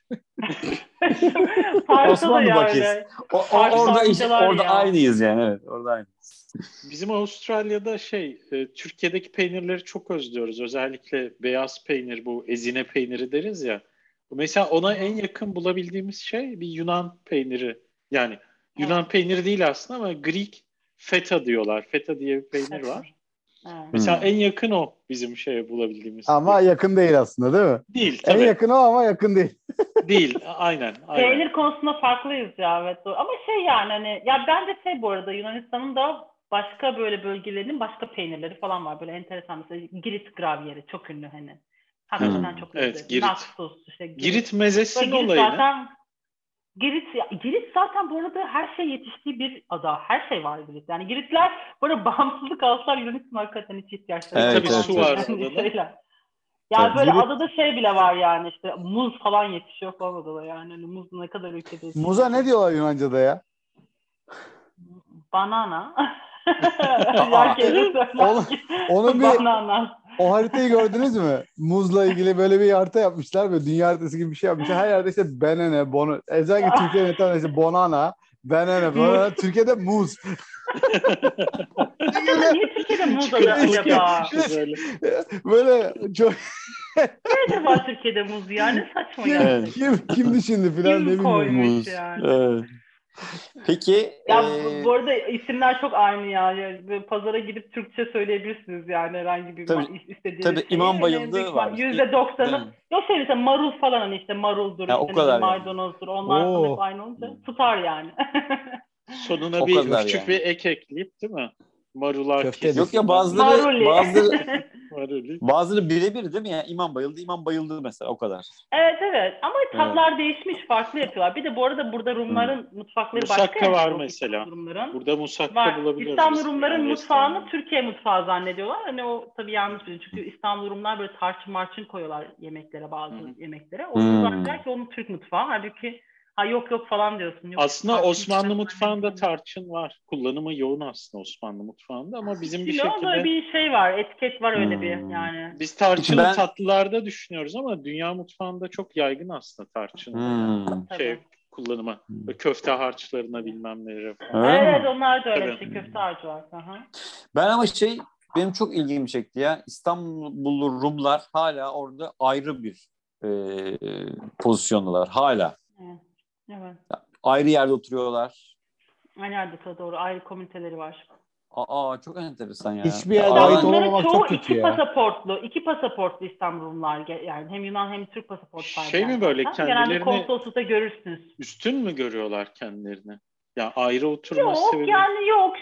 Parkta da Osmanlı ya bakiyesi. öyle. Orada Amcalar orada ya. aynıyız yani, evet, orada aynıyız. bizim Avustralya'da Türkiye'deki peynirleri çok özlüyoruz. Özellikle beyaz peynir bu ezine peyniri deriz ya. Mesela ona en yakın bulabildiğimiz şey bir Yunan peyniri. Yani Yunan Evet. peyniri değil aslında ama Greek feta diyorlar. Feta diye bir peynir Evet. var. Evet. Mesela en yakın o bizim bulabildiğimiz. Ama yakın değil aslında değil mi? Değil En tabii. yakın o ama yakın değil. Değil. Aynen. Peynir konusunda farklıyız ya evet. Ama yani hani ya bence bu arada Yunanistan'ın da başka böyle bölgelerinin başka peynirleri falan var. Böyle enteresan mesela Girit gravyeri çok ünlü hani. Hakikaten çok Evet, lezzetli. Girit. Naxos işte Girit. Girit Böyle mezesinin Girit olayını. zaten Girit zaten bu arada her şey yetiştiği bir ada. Her şey var Girit. Yani Giritler böyle bağımsızlık alsalar Yunanistan hakikaten hiç ihtiyaçları Evet, Tabii falan su evet, var evet. yani adada. şeyler. Yani böyle Girit, adada bile var yani işte muz falan yetişiyor falan adada yani. Hani muz ne kadar ülkede yetişiyor. muza ne diyorlar Yunanca'da ya? Banana. Aa, Herkes de Onun, söyler ki onun bir banana. o haritayı gördünüz mü? Muzla ilgili böyle bir harita yapmışlar ve dünya haritası gibi bir şey yapmışlar. Her yerde işte banana, özellikle Türkiye'de tamam işte banana, banana, Muz. Türkiye'de muz. Acaba niye Türkiye'de muz adı Çikolatası acaba? yapmışlar böyle. Böyle çok Ne acaba Türkiye'de muz ya? Ne saçma Evet. gerçekten. kim düşündü falan Kim ne bilmiyorum. koymuş muz. yani? Evet. Peki Ya bu arada isimler çok aynı ya. Yani böyle pazara gidip Türkçe söyleyebilirsiniz yani herhangi bir tabii istediğiniz şeyi. İmam Hani büyük Bayıldığı var. ihtimal Değil %90'ı mi? yok mesela marul falan hani işte maruldur Ha, işte o ne bileyim kadar yani. maydanozdur onlar falan hep Oo. aynı olunca tutar yani. Sonuna O bir kadar küçük yani. bir ek ekleyip değil mi? Marular Köfte Yok kesip ya bilmem ne. Maruli. Maruli. bazıları birebir değil mi ya? İmam Bayıldı mesela, o kadar. Evet ama Evet. tatlar değişmiş farklı yapıyorlar. Bir de bu arada burada Rumların mutfakları başka Musakka yani var bu mesela. İstanbul Rumların. Burada musakka Var. bulabiliyoruz İstanbul biz Rumların Yunan mutfağını restoranında. Türkiye mutfağı zannediyorlar. Hani o tabii yanlış bir şey. Çünkü İstanbul Rumlar böyle tarçın marçın koyuyorlar yemeklere bazı yemeklere. O yüzden zannediyorlar ki onun Türk mutfağı. Halbuki Ha yok falan diyorsun. Yok, Aslında tarçın Osmanlı içmem mutfağında önemli. tarçın var. Kullanımı yoğun aslında Osmanlı mutfağında ama bizim bir Şimdi o böyle şekilde bir şey var, etiket var öyle bir Hmm. yani. biz Peki tarçını ben tatlılarda düşünüyoruz ama dünya mutfağında çok yaygın aslında tarçının Tabii. kullanımı. Böyle köfte harçlarına bilmem nelere falan. öyle Evet mi? onlar da öyle bir Tabii. şey. Köfte harcı var. Aha. Ben ama benim çok ilgimi çekti ya. İstanbullu Rumlar hala orada ayrı bir e, pozisyondalar. Hala. Evet. Ayrı yerde oturuyorlar. Aynı yerde doğru. Ayrı komüniteleri var. Aa çok enteresan ya. Hiçbir yerde Ya ait Aradan bunların olamamak çoğu çok kötü ya. iki pasaportlu İstanbullular yani hem Yunan hem Türk pasaportu Şey sahibi mi böyle zaten. Genelde kendilerini konsoloslukta görürsünüz. üstün mü görüyorlar kendilerini? Ya ayrı oturma Yok sebebi. yani yok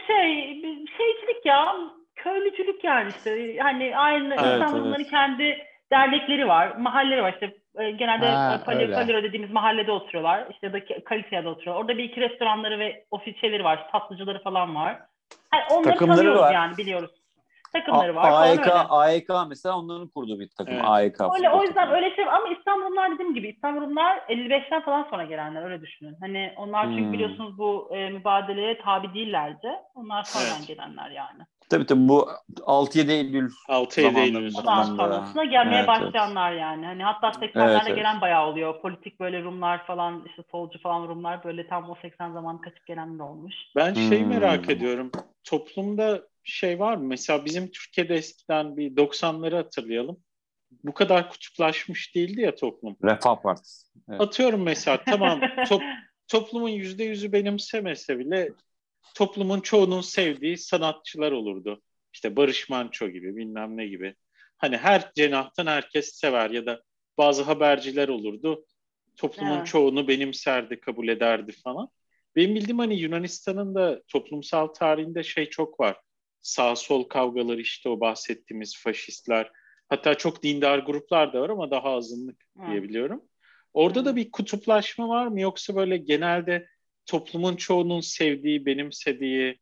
şeycilik ya köylücülük yani işte hani aynı Ha, evet İstanbulluların evet. kendi dernekleri var, mahalleleri var işte genelde Ha öyle. Paliro dediğimiz mahallede oturuyorlar işte ya da Kalisya'da oturuyorlar. Orada bir iki restoranları ve ofis şeyleri var, tatlıcıları falan var. Hani onları Takımları tanıyoruz var. yani biliyoruz. Takımları var falan AEK, öyle. AEK mesela onların kurduğu bir takım. evet. AEK Öyle o futbol yüzden takımı. öyle şey ama İstanbullular dediğim gibi İstanbullular 55'ten falan sonra gelenler öyle düşünün. Hani onlar çünkü Hmm. biliyorsunuz bu mübadeleye tabi değillerdi. Onlar sonradan Evet. gelenler yani. Tabii bu 6-7 Eylül 6-7 Eylül zamanlarında Ondan falan sonrası. da. sonrasına gelmeye Evet evet. başlayanlar yani. Hani hatta Evet 80'lerde evet. gelen bayağı oluyor. Politik böyle Rumlar falan işte solcu falan Rumlar böyle tam o 80 zaman kaçıp gelenler olmuş. Ben merak Hmm. ediyorum. Toplumda şey var mı? Mesela bizim Türkiye'de eskiden bir 90'ları hatırlayalım. Bu kadar kutuplaşmış değildi ya toplum. Refah Partisi. Evet. Atıyorum mesela tamam toplumun %100'ü benimsemese bile toplumun çoğunun sevdiği sanatçılar olurdu. İşte Barış Manço gibi bilmem ne gibi. Hani her cenahtan herkes sever ya da bazı haberciler olurdu. Toplumun Evet. çoğunu benimserdi, kabul ederdi falan. Benim bildiğim hani Yunanistan'ın da toplumsal tarihinde şey çok var. Sağ sol kavgaları işte o bahsettiğimiz faşistler. Hatta çok dindar gruplar da var ama daha azınlık Evet. diyebiliyorum. Orada da Evet. bir kutuplaşma var mı yoksa böyle genelde toplumun çoğunun sevdiği, benimsediği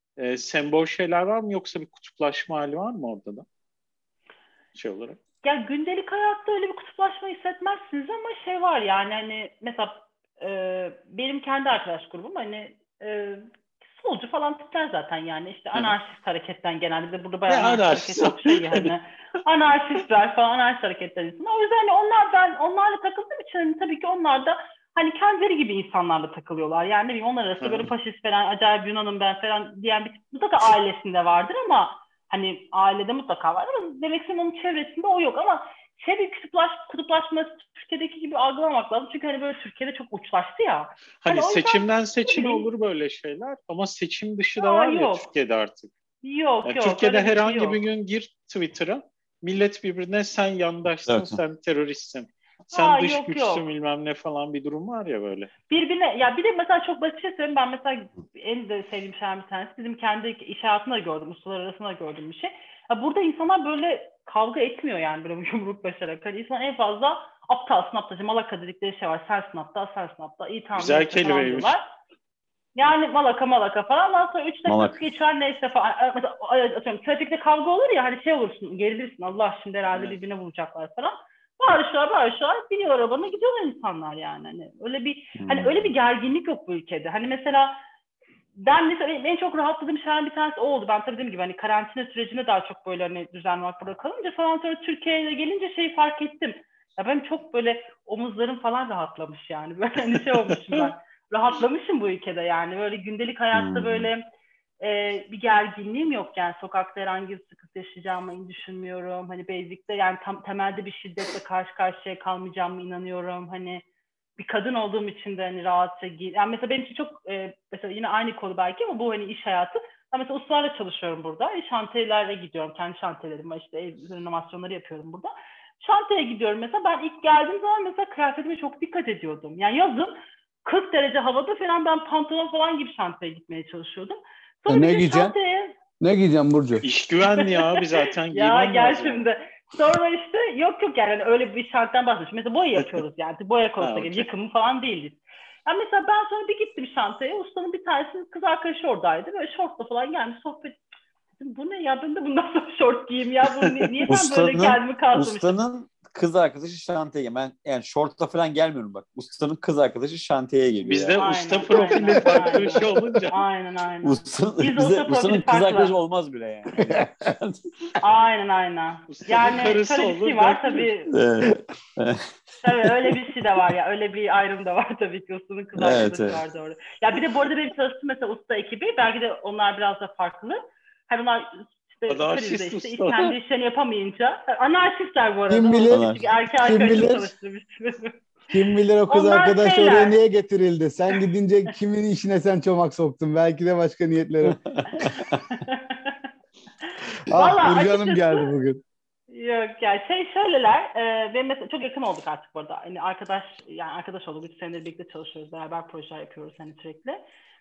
sembol şeyler var mı yoksa bir kutuplaşma hali var mı orada da şey olarak? Ya gündelik hayatta öyle bir kutuplaşma hissetmezsiniz ama şey var yani hani mesela benim kendi arkadaş grubum hani solcu falan tipler zaten yani işte Hı. anarşist hareketten genelde de burada bayağı Ne anarşist hareket ararsın? çok şey yani anarşistler falan anarşist hareketler insan. O yüzden hani onlarla takıldığım için hani tabii ki onlar da hani kendileri gibi insanlarla takılıyorlar. Yani ne bileyim onlar arasında böyle faşist falan acayip Yunan'ım ben falan diyen bir tip mutlaka ailesinde vardır ama hani ailede mutlaka var ama demek ki onun çevresinde o yok ama şey bir kutuplaşması Türkiye'deki gibi algılamak lazım. Çünkü hani böyle Türkiye'de çok uçlaştı ya. Hani Hani o yüzden seçimden ne seçime bileyim olur böyle şeyler ama seçim dışı da var ya yok. Türkiye'de artık. Yok Yani yok Türkiye'de öyle bir şey herhangi bir yok. gün gir Twitter'a millet birbirine sen yandaşsın, Evet. sen teröristsin, sen dış Yok güçsün yok. bilmem ne falan bir durum var ya böyle. Birbirine ya bir de mesela çok basit şey söyleyeyim ben mesela en de sevdiğim şeylerden bir tanesi bizim kendi iş hayatında da gördüm ustalar arasında da gördüğüm bir şey. Ya burada insanlar böyle kavga etmiyor yani böyle yumruk başarak. Hani insan en fazla aptalsın aptalsın malaka dedikleri şey var. Sensin aptal sensin aptal iyi tamam Güzel neyse falan kelimeymiş. diyorlar. Yani malaka falan. Ondan sonra 3 dakika Malak. geçer neyse falan. Mesela atıyorum trafikte kavga olur ya hani şey olursun gerilirsin. Allah şimdi herhalde Evet. birbirine vuracaklar falan. Bağırışlar biniyor arabana gidiyorlar insanlar yani. Hani öyle bir gerginlik yok bu ülkede. Hani mesela ben mesela en çok rahatladığım şeylerden bir tanesi o oldu. Ben tabii dediğim gibi hani karantina sürecinde daha çok böyle hani düzen var burada kalınca falan sonra Türkiye'ye gelince şeyi fark ettim. Ya benim çok böyle omuzlarım falan rahatlamış yani. Böyle hani şey olmuşum ben. Rahatlamışım bu ülkede yani. Böyle gündelik hayatta böyle bir gerginliğim yok yani. Sokakta herhangi bir sıkıntı yaşayacağımı düşünmüyorum. Hani basic'te yani temelde bir şiddetle karşı karşıya kalmayacağımı inanıyorum. Hani bir kadın olduğum için de hani rahatça yani mesela benim için çok mesela yine aynı konu belki ama bu hani iş hayatı. Ben mesela ustalarla çalışıyorum burada. Şantiyelere gidiyorum. Kendi şantiyelerim var. İşte ev renovasyonları yapıyorum burada. Şantiyeye gidiyorum mesela. Ben ilk geldiğim zaman mesela kıyafetime çok dikkat ediyordum. Yani yazın 40 derece havada falan ben pantolon falan gibi şantiyeye gitmeye çalışıyordum. Sonra bir Ne gün giyeceksin? şantiyeye Ne giyeceksin Burcu? İş güvenliği abi zaten ya giymen gel lazım onu. şimdi. Sonra işte yok yani hani öyle bir şarttan bahsediyoruz. Mesela boya yapıyoruz yani. Boya Ha konusunda gibi okey. yıkımı falan değiliz. Yani mesela ben sonra bir gittim şantiyeye. Ustanın bir tanesi kız arkadaşı oradaydı. Böyle şortla falan gelmiş sohbet dedim. Bu ne ya? Ben de bundan sonra şort giyeyim ya. Niye ben böyle kendimi kazmışım? Ustanın kız arkadaşı şantiyeye. Ben yani şortla falan gelmiyorum bak. Ustanın kız arkadaşı şantiyeye geliyor. Bizde yani. usta profili farklı bir şey olunca. Aynen. Ustanın kız arkadaşı olmaz bile yani. Aynen. Ustanın Yani karısı şöyle bir olur, şey var bekliyor. tabii. Tabii öyle bir şey de var ya. Öyle bir ayrım da var tabii ki. Ustanın kız arkadaşı var doğru. Ya bir de bu arada benim çalıştığım mesela usta ekibi. Belki de onlar biraz da farklı. Hani onlar işte krizde işte kendi işlerini yapamayınca. Anarşistler bu arada. Kim bilir? Çünkü erkek arkadaşım çalıştırmış. Kim bilir o kız onlar arkadaş şeyler. oraya niye getirildi? Sen gidince kimin işine sen çomak soktun? Belki de başka niyetleri. Vallahi Burcu geldi bugün. Yok yani şöyleler. Benim mesela çok yakın olduk artık bu arada. Hani arkadaş olduk. 3 senedir birlikte çalışıyoruz. Beraber projeler yapıyoruz hani sürekli.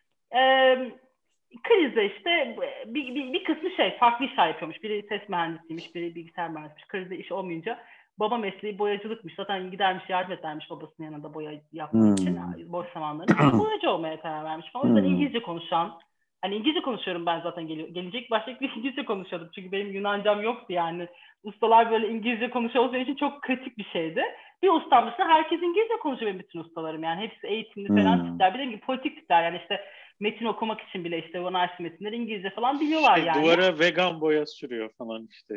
Krizde işte bir kısmı farklı işler yapıyormuş. Biri ses mühendisiymiş, biri bilgisayar mühendisiymiş. Krizde iş olmayınca baba mesleği boyacılıkmış. Zaten gidermiş yardım edermiş babasının yanında boya yapmak için boş zamanlarında. Boyacı olmaya karar vermiş. O yüzden İngilizce konuşan, hani İngilizce konuşuyorum ben zaten gelecek başta İngilizce konuşuyordum. Çünkü benim Yunancam yoktu yani. Ustalar böyle İngilizce konuşuyor için çok kritik bir şeydi. Bir ustam dışında herkes İngilizce konuşuyor benim bütün ustalarım yani. Hepsi eğitimli falan tipler. Bir de politik tipler yani işte metin okumak için bile işte anarşi metinleri İngilizce falan biliyorlar yani. Duvara vegan boya sürüyor falan işte.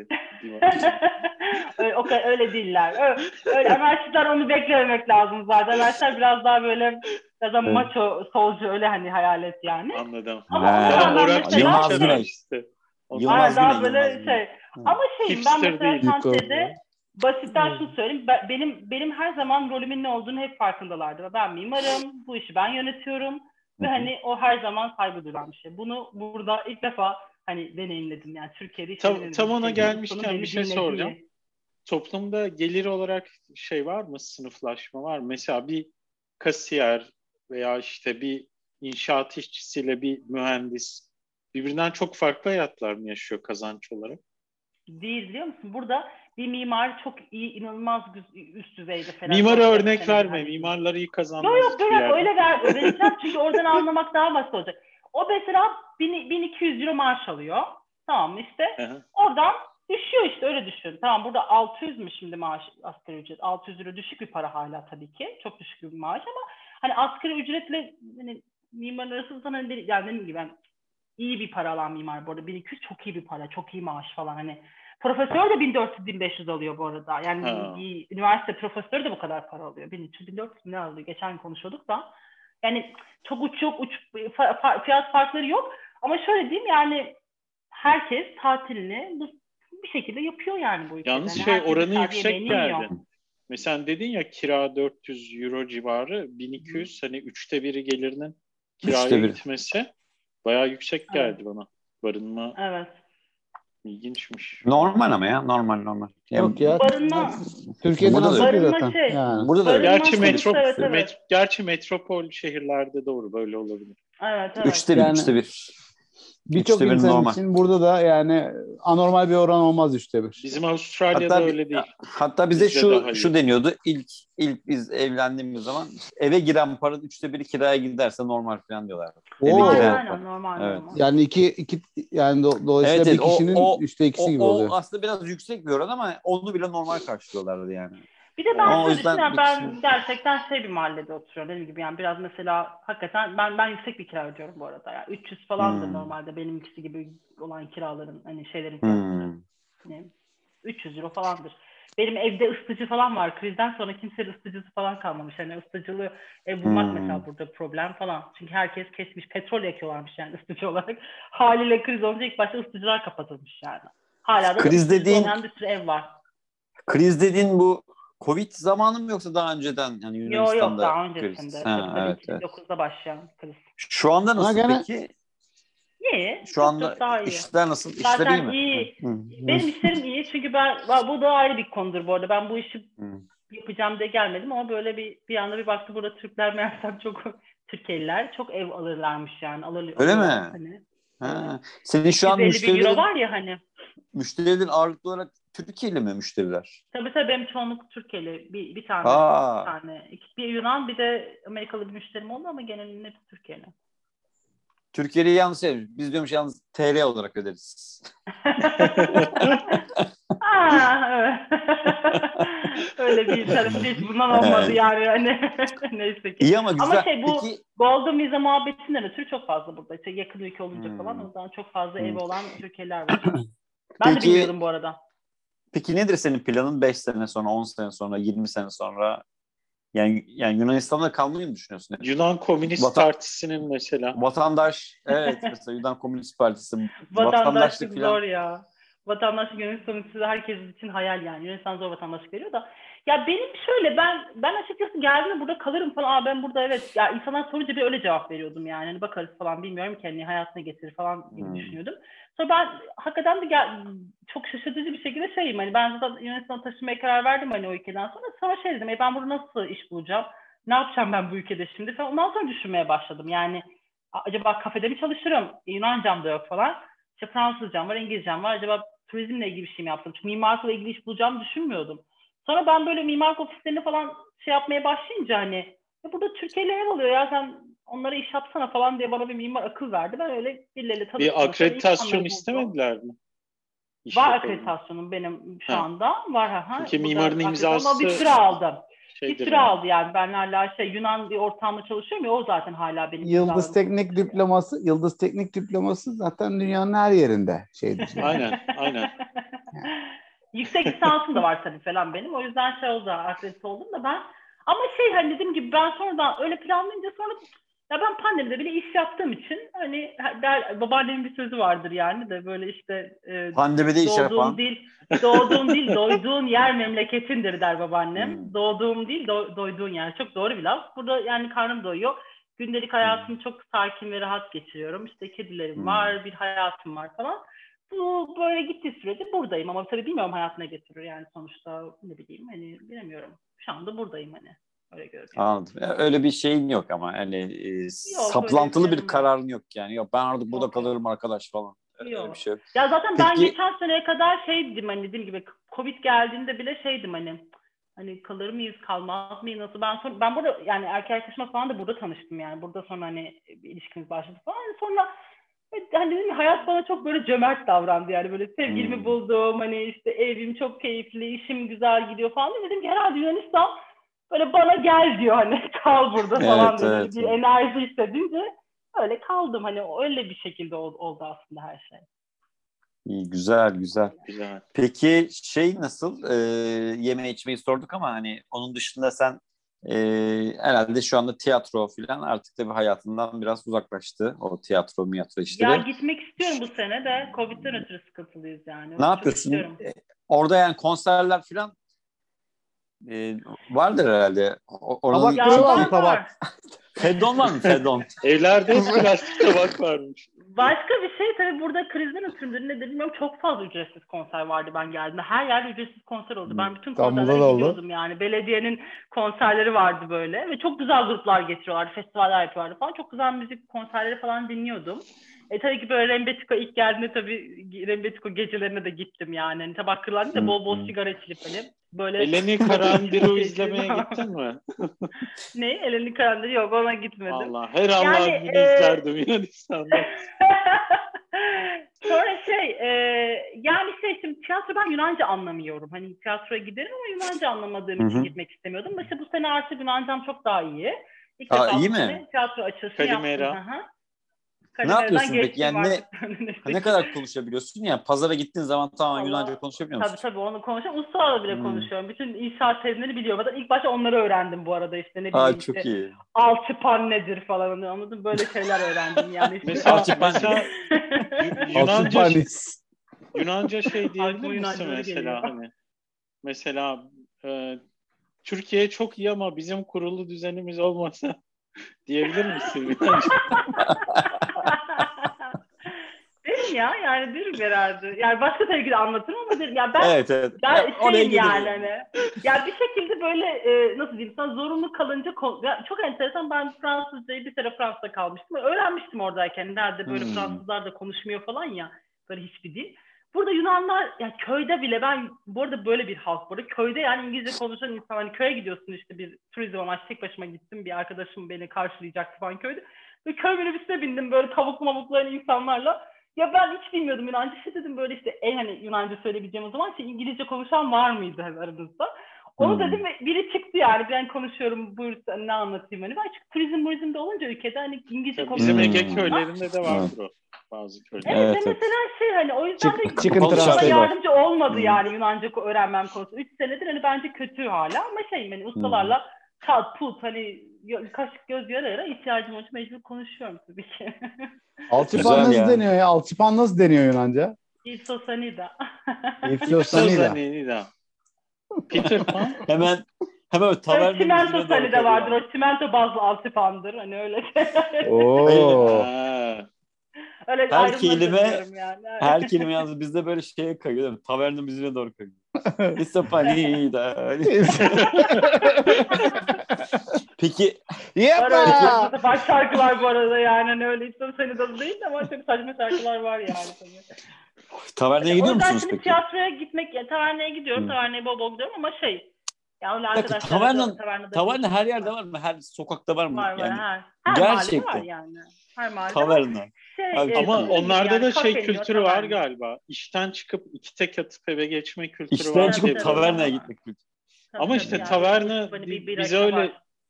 öyle değiller. Öyle anarşistler onu beklememek lazım zaten. Anarşistler biraz daha böyle biraz da macho, solcu öyle hani hayal et yani. Anladım. Ama Yılmaz Güney. Yılmaz daha böyle Ama ben mesela şantiyede basitten şunu söyleyeyim. Benim her zaman rolümün ne olduğunu hep farkındalardı. Ben mimarım, bu işi ben yönetiyorum. Ve hani o her zaman saygı duyulan bir şey. Bunu burada ilk defa hani deneyimledim. Yani Türkiye'de hiç tam ona gelmişken bir şey soracağım. Toplumda gelir olarak var mı? Sınıflaşma var mı? Mesela bir kasiyer veya işte bir inşaat işçisiyle bir mühendis birbirinden çok farklı hayatlar mı yaşıyor kazanç olarak? Değil biliyor musun? Burada bir mimar çok iyi, inanılmaz üst düzeyde falan. Mimara örnek verme. Mimarları iyi kazanmaz. Yok öyle vereceğim. Çünkü oradan anlamak daha basit olacak. O mesela 1200 euro maaş alıyor. Tamam mı işte? Oradan düşüyor işte öyle düşün. Tamam burada 600 mü şimdi maaş asgari ücret? 600 euro düşük bir para hala tabii ki. Çok düşük bir maaş ama hani asgari ücretle hani mimar arasında sana yani dediğim gibi iyi bir para alan mimar bu arada. 1200 çok iyi bir para. Çok iyi maaş falan hani. Profesör de 1400-1500 alıyor bu arada. Yani üniversite profesörü de bu kadar para alıyor. 1300-1400 ne alıyor? Geçen konuşuyorduk da. Yani çok uç fiyat farkları yok. Ama şöyle diyeyim yani herkes tatilini bir şekilde yapıyor yani bu ülkede. Yalnız yani oranı yüksek geldi. Mesela dedin ya kira 400 euro civarı 1200 hani 1/3 gelirinin kiraya gitmesi bayağı yüksek geldi bana. Barınma. Evet. İlginçmiş. Normal ama ya normal. Yok ya. Barınma. Türkiye'de nasıl zaten? Yani. Burada da gerçi metropol şehirlerde doğru böyle olabilir. Evet. 1/3. Birçok insan normal. için burada da yani anormal bir oran olmaz 1/3. Bizim Avustralya'da öyle değil. Hatta bize şu deniyordu. İlk biz evlendiğimiz zaman eve giren paranın 1/3 kiraya giderse normal falan diyorlar. Aynen normal. Evet. Yani iki yani dolayısıyla bir kişinin 2/3 gibi oluyor. O aslında biraz yüksek bir oran ama onu bile normal karşılıyorlardı yani. Bir de ben şöyle düşünüyorum. Ben gerçekten bir mahallede oturuyorum. Dediğim gibi yani biraz mesela hakikaten ben yüksek bir kira ödüyorum bu arada. Yani 300 falandır normalde benimkisi gibi olan kiraların hani şeylerin fiyatları. Yani 300 euro falandır. Benim evde ısıtıcı falan var. Krizden sonra kimsenin ısıtıcısı falan kalmamış. Hani ısıtıcılı ev bulmak mesela burada problem falan. Çünkü herkes kesmiş. Petrol yakıyorlarmış yani ısıtıcı olarak. Haliyle kriz olunca ilk başta ısıtıcılar kapatılmış yani. Hala da ısıtıcı olmayan bir sürü ev var. Kriz dediğin bu Covid zamanı mı yoksa daha önceden yani Yunanistan'da? Yok daha öncesinde. Tabii 2009'da başlayan kriz. Şu anda nasıl peki? İyi. Şu anda daha iyi. İşler nasıl? Zaten iyi. Benim işlerim iyi çünkü bu da ayrı bir konudur bu arada. Ben bu işi yapacağım diye gelmedim ama böyle bir anda bir baktım burada Türkler meğersem çok Türkiye'liler çok ev alırlarmış yani. Öyle mi? Hani. Senin şu an müşterilerin euro var ya hani. Müşterilerin ağırlıklı olarak Türkiye'li mi müşteriler? Tabii benim çoğunluk Türkiye'li. Bir tane. Bir Yunan bir de Amerikalı bir müşterim oldu ama genelinde hepsi Türkiye'li. Türkiye'yi yanlış söylemiş. Biz diyormuş yalnız TL olarak öderiz. Evet. Öyle bir talep hiç bundan olmadı yani. Hani neyse ki. İyi ama güzel. Ama bu Peki... Golden Visa muhabbetinden ötürü çok fazla burada. İşte yakın ülke olunca falan. O yüzden çok fazla evi olan Türkiye'liler var. Ben de bilmiyordum bu arada. Peki nedir senin planın 5 sene sonra, 10 sene sonra, 20 sene sonra? Yani Yunanistan'da kalmayı mı düşünüyorsun? Yunan Komünist Partisi'nin mesela. Vatandaş, evet mesela Yunan Komünist Partisi. Vatandaşlık zor ya. Vatandaşlık Yunanistan için herkes için hayal yani. Yunanistan zor vatandaşlık veriyor da. Ya benim şöyle ben açıkçası geldiğimde burada kalırım falan. Ben burada evet. Ya insanlar sorunca bir öyle cevap veriyordum yani. Hani bakarız falan bilmiyorum ki hani hayatına getirir falan gibi düşünüyordum. Sonra ben hakikaten de çok şaşırtıcı bir şekilde şeyim. Hani ben zaten Yunanistan'a taşınmaya karar verdim hani o ülkeden sonra. Sonra şey dedim. Ben burada nasıl iş bulacağım? Ne yapacağım ben bu ülkede şimdi falan. Ondan sonra düşünmeye başladım. Yani acaba kafede mi çalışırım? Yunancam da yok falan. İşte Fransızcam var, İngilizcem var. Acaba turizmle ilgili bir şey mi yaptım? Çünkü mimarlıkla ilgili iş bulacağımı düşünmüyordum. Sonra ben böyle mimarlık ofislerini falan şey yapmaya başlayınca hani burada Türkiye'yle ev alıyor ya sen onlara iş yapsana falan diye bana bir mimar akıl verdi. Ben öyle birileriyle tanıştım. Bir akreditasyon istemediler mi? Var akreditasyonum benim şu anda. Var. Çünkü mimarın imzası... Ama bir süre aldım. Bir süre aldı yani. Ben hala Yunan bir ortamda çalışıyorum ya o zaten hala benim Yıldız Teknik diploması zaten dünyanın her yerinde şeydir. Yani. Aynen. Yüksek lisansım da var tabii falan benim. O yüzden oldu, akredite oldum da ben. Ama hani dediğim gibi ben sonradan öyle planlayınca sonra ya ben pandemide bile iş yaptığım için hani babaannemin bir sözü vardır yani de böyle işte pandemide iş yapan. Doğduğun değil doyduğun yer memleketindir der babaannem. Doğduğum değil doyduğun yer. Çok doğru bir laf. Burada yani karnım doyuyor. Gündelik hayatımı çok sakin ve rahat geçiriyorum. İşte kedilerim var, bir hayatım var falan. Bu böyle gittiği sürece buradayım ama tabii bilmiyorum hayatına getirir yani sonuçta ne bileyim hani bilemiyorum. Şu anda buradayım hani. Öyle görünüyor. Anladım. Öyle bir şeyin yok ama hani saplantılı bir kararın yok yani. Yok ben artık burada kalırım arkadaş falan. Öyle bir şey yok. Ya zaten ben geçen seneye kadar şeydim hani dediğim gibi Covid geldiğinde bile şeydim hani kalır mıyız kalmaz mıyız nasıl ben burada yani erkek arkadaşımla falan da burada tanıştım yani. Burada sonra hani bir ilişkimiz başladı falan. Yani sonra hani dedim ya, hayat bana çok böyle cömert davrandı yani böyle sevgilimi buldum hani işte evim çok keyifli işim güzel gidiyor falan dedim ki herhalde Yunanistan böyle bana gel diyor hani kal burada falan diyor. Evet. Bir enerji hissedince öyle kaldım hani öyle bir şekilde oldu aslında her şey. İyi, güzel. Peki nasıl yeme içmeyi sorduk ama hani onun dışında sen herhalde şu anda tiyatro falan artık da bir hayatından biraz uzaklaştı o tiyatro işleri. Ya gitmek istiyorum bu sene de Covid'den ötürü sıkıntılıyız yani. Ne yapıyorsun? Orada yani konserler falan vardır herhalde. Tabak. Fedon var mı? Fedon. Evlerde plastik tabak varmış. Başka bir şey tabii burada krizden ötürü ne de bilmiyorum çok fazla ücretsiz konser vardı ben geldiğimde. Her yerde ücretsiz konser oldu. Ben bütün konserlere gidiyordum yani. Belediyenin konserleri vardı böyle ve çok güzel gruplar getiriyorlardı. Festivaller yapıyorlardı falan. Çok güzel müzik konserleri falan dinliyordum. Tabii ki böyle Rembetiko ilk geldiğinde tabii Rembetiko gecelerine de gittim yani. Hani tabak kırlarında da bol bol sigara içilip böyle. Eleni Karandiru izlemeye gittin mi? Ne? Eleni Karandiru yok ona gitmedim. Allah her Allah'ın günü izlerdim Yunanistan'da. Sonra yani şimdi tiyatro ben Yunanca anlamıyorum. Hani tiyatroya giderim ama Yunanca anlamadığım için gitmek istemiyordum. İşte bu sene artık Yunancam çok daha iyi. İlk defa iyi bu mi? sene tiyatro açılışını yaptım. Ne yapıyorsun peki? Yani ne kadar konuşabiliyorsun ya? Pazara gittiğin zaman tamam Yunanca konuşabiliyor musun? Tabii onu konuşuyorum. Ustalarla bile konuşuyorum. Bütün inşaat terimlerini biliyorum. Hatta ilk başta onları öğrendim bu arada işte ne bileyim çok işte. iyi. Alçıpan nedir falan anladın böyle şeyler öğrendim yani. Işte. mesela Yunanca diyebilir misin mesela hani? Mesela Türkiye çok iyi ama bizim kurulu düzenimiz olmasa diyebilir misin Yunanca? Derim ya yani derim herhalde. Yani başka tabii ki de anlatırım ama derim ya ben evet. Ben yani hani. Ya bir şekilde böyle nasıl diyeyim sana zorunlu kalınca çok enteresan ben Fransızcayı bir sene Fransa'da kalmıştım. Öğrenmiştim oradayken. Nerede böyle Fransızlar da konuşmuyor falan ya. Böyle hiçbir dil. Burada Yunanlar ya köyde bile ben bu arada böyle bir halk burada. Köyde yani İngilizce konuşan insan hani köye gidiyorsun işte bir turizm amaçlı tek başıma gittim. Bir arkadaşım beni karşılayacaktı falan köyde. Ve köy minibüsüne bindim böyle tavuklu mavuklu insanlarla. Ya ben hiç bilmiyordum Yunanca. İşte dedim böyle işte hani Yunanca söyleyebileceğim o zaman İngilizce konuşan var mıydı aranızda? Onu dedim ve biri çıktı yani. Ben konuşuyorum buyur ne anlatayım hani. Ben çünkü turizmde olunca ülkede hani İngilizce Bizim konuşuyorum. Ege köylerinde de vardır o. Bazı köyler. Evet, mesela hani o yüzden de bana yardımcı olmadı yani Yunanca öğrenmem konusunda. 3 senedir hani bence kötü hala ama hani ustalarla çat put hani kaşık göz yara ihtiyacım olunca mecbur konuşuyorum tabii ki. Alçıpan nasıl deniyor ya? Alçıpan nasıl deniyor Yunanca? İpsosanida. İpsosanida. Peter Pan. Hemen taverna çimento sanida vardır. O çimento bazlı alçıpandır. Hani öyle şey. Oo. Öyle her kelime yalnız bizde böyle şeye kayıyor değil mi? Taverna müziğine doğru kayıyor. İpsosanida. Peki Baş şarkılar bu arada yani hani öyle İpsosanida değil ama çok saçma şarkılar var yani tabii. Taverneye gidiyor musunuz peki? Tiyatroya gitmek, taverneye gidiyorum. Taverneye bol gidiyorum ama ya öyle taverna her yerde var mı? Her sokakta var mı? Var yani, her gerçekten. mahallede var yani. Her mahallede taverna. Ama onlarda yani, da kültürü var galiba. İşten çıkıp iki tek atıp eve geçme kültürü var. İşten çıkıp tavernaya gitmek kültürü. Ama işte taverna bize öyle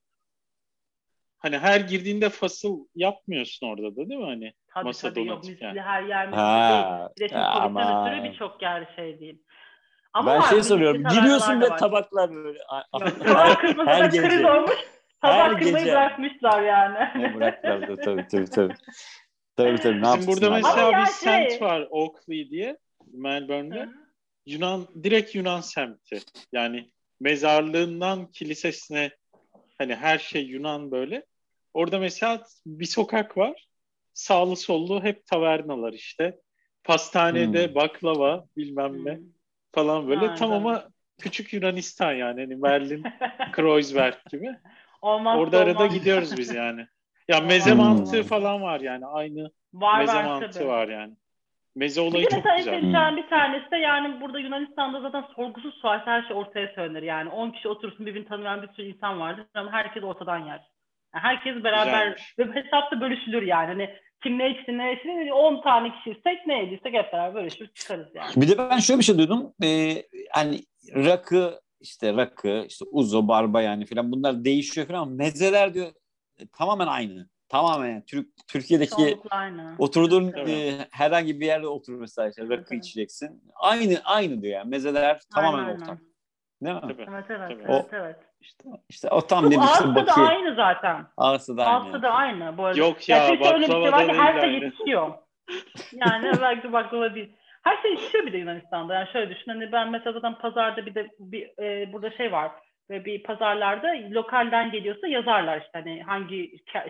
hani her girdiğinde fasıl yapmıyorsun orada da değil mi hani? Masa donatıp yani. Her yer müzikli değil. Bir de şimdi Covid'den ötürü birçok yer değil. Ama ben soruyorum. Giriyorsun ve tabaklar böyle. Tabak kırmızı kriz olmuş. Tabak kırmayı bırakmışlar yani. Bıraktılar tabii. Tabii. Bizim burada mesela bir semt var Oakley diye Melbourne'de. Direkt Yunan semti. Yani mezarlığından kilisesine hani her şey Yunan böyle. Orada mesela bir sokak var. Sağlı sollu hep tavernalar işte. Pastanede baklava bilmem ne falan böyle. Tam ama küçük Yunanistan yani. Hani Berlin, Kreuzberg gibi. Orada arada gidiyoruz biz yani. Ya meze mantığı falan var yani. Aynı meze mantığı var yani. Meze olayı çok güzel. Bir tanesi de yani burada Yunanistan'da zaten sorgusuz sualsiz her şey ortaya söylenir yani. 10 kişi otursun birbirini tanıyan bir sürü insan vardır ama herkes ortadan yer. Yani herkes beraber ve hesapta bölüşülür yani. Hani kim ne içti 10 tane kişiysek ne yediysek hep beraber bölüşür çıkarız yani. Bir de ben şöyle bir şey duydum. Hani rakı işte uzo, barba yani filan bunlar değişiyor filan ama mezeler diyor tamamen aynı. Tamamen yani Türkiye'deki oturduğun herhangi bir yerde otur mesela işte, rakı içeceksin. Aynı diyor yani. Mezeler tamamen ortak. Değil mi? Evet. İşte o tam dedik işte Ağızda da aynı zaten. Ağızda da aynı bu arada. Yok ya baklava da değil. Her şey yetişiyor. Yani belki baklava değil. Her şey yetişiyor bir de Yunanistan'da. Yani şöyle düşün. Hani ben mesela zaten pazarda burada var. Ve bir pazarlarda lokalden geliyorsa yazarlar işte hani hangi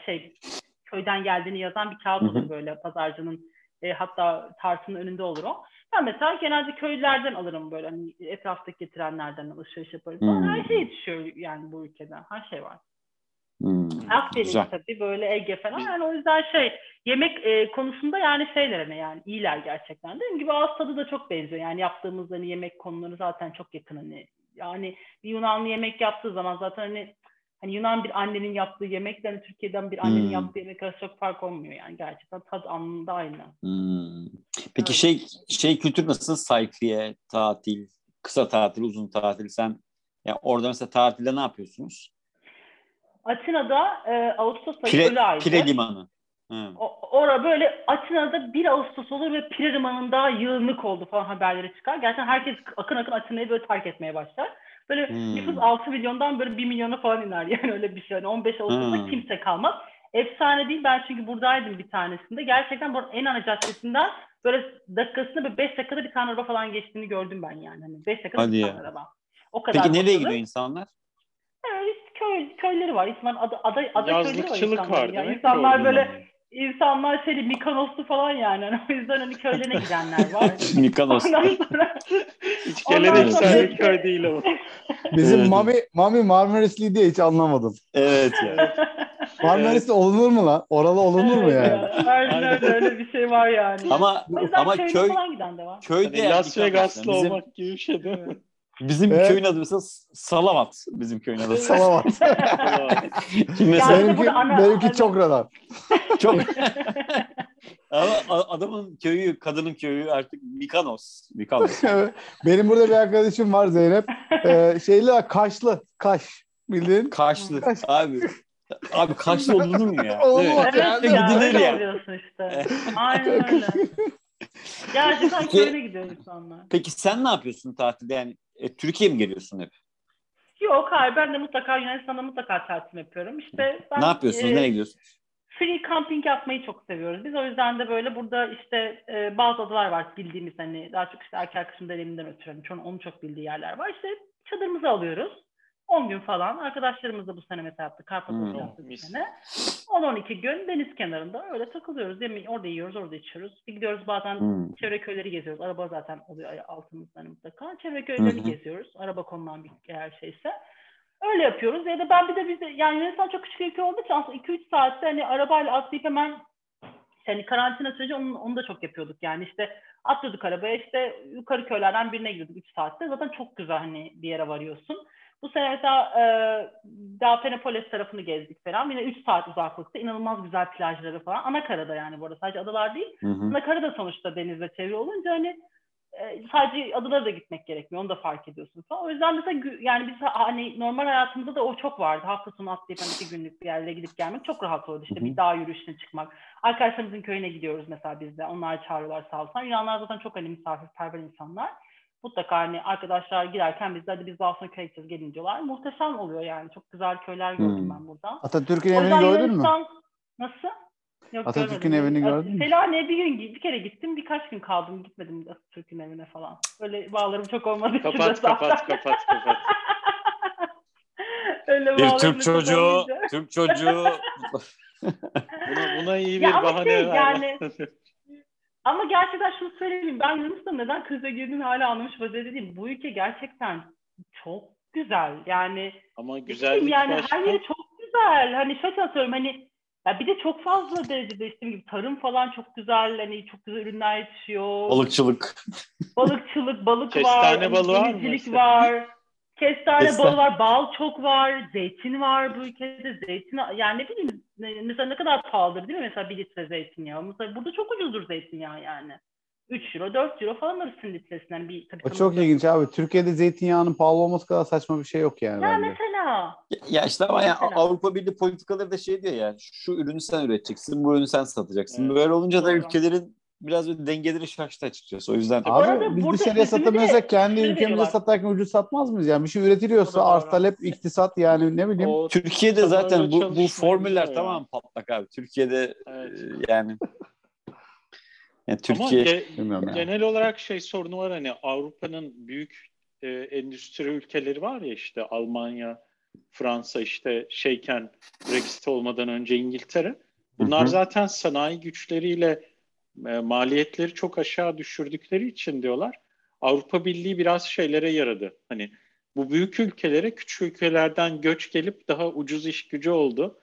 köyden geldiğini yazan bir kağıt olur böyle pazarcının hatta tartının önünde olur o. Ben mesela genelde köylülerden alırım böyle hani etraftaki getirenlerden alışveriş yaparız. Her şey yetişiyor yani bu ülkede. Her şey var. Akdeniz tabii böyle Ege falan yani o yüzden yemek konusunda yani yani iyiler gerçekten. Dediğim gibi ağız tadı da çok benziyor. Yani yaptığımız hani yemek konuları zaten çok yakın hani. Yani bir Yunanlı yemek yaptığı zaman zaten hani Yunan bir annenin yaptığı yemekle hani Türkiye'den bir annenin yaptığı yemek arasında çok fark olmuyor yani gerçekten tad anlamında aynı. Peki evet. Kültür nasıl? Sayfiye, tatil, kısa tatil, uzun tatil sen yani orada mesela tatilde ne yapıyorsunuz? Atina'da Ağustos ayı ölü aydı. Pire limanı. Orada böyle Atina'da 1 Ağustos olur ve Pire limanında yığınlık oldu falan haberleri çıkar. Gerçekten herkes akın Atina'yı böyle terk etmeye başlar. Böyle nüfus 6 milyondan böyle 1 milyona falan iner yani öyle bir şey. Yani 15 Ağustos'ta kimse kalmaz. Efsane değil. Ben çünkü buradaydım bir tanesinde. Gerçekten bu en ana caddesinden böyle dakikasında 5 dakikada bir tane araba falan geçtiğini gördüm ben yani. Hani 5 dakikada bir tane araba. O kadar. Peki nereye gidiyor insanlar? Köyleri var. İnsanlar ada yazlıkçılık var yani İnsanlar böyle İnsanlar Mikonos'tu falan yani. O yüzden hani köylerine gidenler var. Mikonos. Hiç geleneksel bir köy değil ama. Bizim Mami Marmarisli diye hiç anlamadım. Evet ya. Marmarisli olunur mu lan? Oralı olunur mu yani? Aynen öyle bir şey var yani. Ama köy falan giden de var. Köyde hani Las Vegas'lı olmak gibi bir şey değil mi? Bizim Evet. köyün adı mesela Salavat. Bizim köyün adı. Salavat. Şimdi mesela Yani burada benimki çok radar. çok ama adamın köyü, kadının köyü artık Mikanos. Mikanos. Benim burada bir arkadaşım var Zeynep. Şeyli var, Kaş. Bildiğin? Kaşlı. Kaş. Abi Kaşlı olunur mu ya? Olmaz Değil mi? Evet yani. ya, Gidilir öyle ya. oluyorsun işte. Aynen öyle. Gerçekten Peki- köyüne gidiyor insanlar. Peki sen ne yapıyorsun tatilde? Yani Türkiye'ye mi geliyorsun hep? Yok hayır, ben de mutlaka Yunanistan'da mutlaka tatil yapıyorum. İşte ben Ne yapıyorsunuz? Nereye gidiyorsunuz? free camping yapmayı çok seviyoruz. Biz o yüzden de böyle burada işte bazı adalar var bildiğimiz, hani daha çok işte erkek arkadaşım deneyiminden ötürü hani onu çok bildiği yerler var. İşte çadırımızı alıyoruz. 10 gün falan. Arkadaşlarımız da bu sene mesela yaptı. Karpados yaptı bu sene. 10-12 gün deniz kenarında öyle takılıyoruz. Yemeği orada yiyoruz, orada içiyoruz. Gidiyoruz bazen çevre köyleri geziyoruz. Araba zaten oluyor altımızda mutlaka. Çevre köylerini geziyoruz. Araba konulan bir eğer şeyse. Öyle yapıyoruz. Ya da ben bir de yani Yunanistan çok küçük bir ülke olduğu için aslında 2-3 saatte hani arabayla atlayıp hemen hani karantina süreci onu da çok yapıyorduk. Yani işte atlıyorduk arabaya, işte yukarı köylerden birine gidiyorduk 3 saatte. Zaten çok güzel hani bir yere varıyorsun. Bu sene mesela Dafenopolis tarafını gezdik falan. Yine 3 saat uzaklıkta inanılmaz güzel plajları falan. Anakara'da yani bu arada, sadece adalar değil. Anakara'da sonuçta denizle çevre olunca hani sadece adalara da gitmek gerekmiyor. Onu da fark ediyorsun falan. O yüzden mesela yani biz hani normal hayatımızda da o çok vardı. Hafta sonu atlayıp hani 2 günlük bir yerlere gidip gelmek çok rahat oldu. İşte bir dağ yürüyüşüne çıkmak. Arkadaşlarımızın köyüne gidiyoruz mesela biz de. Onlar çağırıyorlar sağ olsun. Yunanlar zaten çok hani misafirperver insanlar. Mutlaka hani arkadaşlar girerken biz de hadi biz daha sonra köye gideceğiz gelin diyorlar. Muhteşem oluyor yani. Çok güzel köyler gördüm ben burada. Atatürk'ün O evini yüzden gördün mü? Yunanistan nasıl? Yok, Atatürk'ün görmedim. evini gördün mü? Selanik'e bir kere gittim, birkaç gün kaldım, gitmedim Atatürk'ün evine falan. Öyle bağlarım çok olmadı. Kapat. Öyle Bir bağlarım Türk çok çocuğu, olmayınca. Türk çocuğu. Buna iyi Ya bir ama bahane şey, ver. yani ama gerçekten şunu söyleyeyim, ben Yunanistan'ın neden krize girdiğini hala anlamış vaziyette değilim. Bu ülke gerçekten çok güzel. Yani Ama güzellik yani başka. her yeri çok güzel. Hani şöyle söylüyorum, hani ya bir de çok fazla derecede işte gibi tarım falan çok güzel. Hani çok güzel ürünler yetişiyor. Balıkçılık. Balıkçılık, balık Kestane var, balı var mı denizcilik mesela? var. Kestane balı var, bal çok var, zeytin var bu ülkede. Zeytin, yani ne bileyim mesela ne kadar pahalıdır değil mi mesela 1 litre zeytinyağı. Mesela burada çok ucuzdur zeytinyağı yani. 3 euro, 4 euro falan alırsın litresinden. O çok ilginç abi. Türkiye'de zeytinyağının pahalı olması kadar saçma bir şey yok yani Ya bence. mesela. Ya işte ama yani Mesela. Avrupa Birliği politikaları da şey diyor yani, şu ürünü sen üreteceksin, bu ürünü sen satacaksın. Evet. Böyle olunca da Doğru. ülkelerin biraz böyle dengeleri şaştı açıkçası. O yüzden Bu arada Abi biz burada dışarıya üzümü de satamıyorsak kendi şöyle ülkemize veriyorlar. satarken ucuz satmaz mıyız? Yani bir şey O üretiliyorsa da arz doğru. talep iktisat yani ne bileyim. O Türkiye'de tam zaten öyle bu çalışmayabiliyor formüller ya. tamam patlak abi. Türkiye'de Evet. yani Ama Türkiye Bilmiyorum yani. genel olarak şey sorunu var, hani Avrupa'nın büyük endüstri ülkeleri var ya, işte Almanya, Fransa, işte şeyken Brexit olmadan önce İngiltere. Bunlar zaten sanayi güçleriyle maliyetleri çok aşağı düşürdükleri için diyorlar. Avrupa Birliği biraz şeylere yaradı. Hani bu büyük ülkelere küçük ülkelerden göç gelip daha ucuz iş gücü oldu.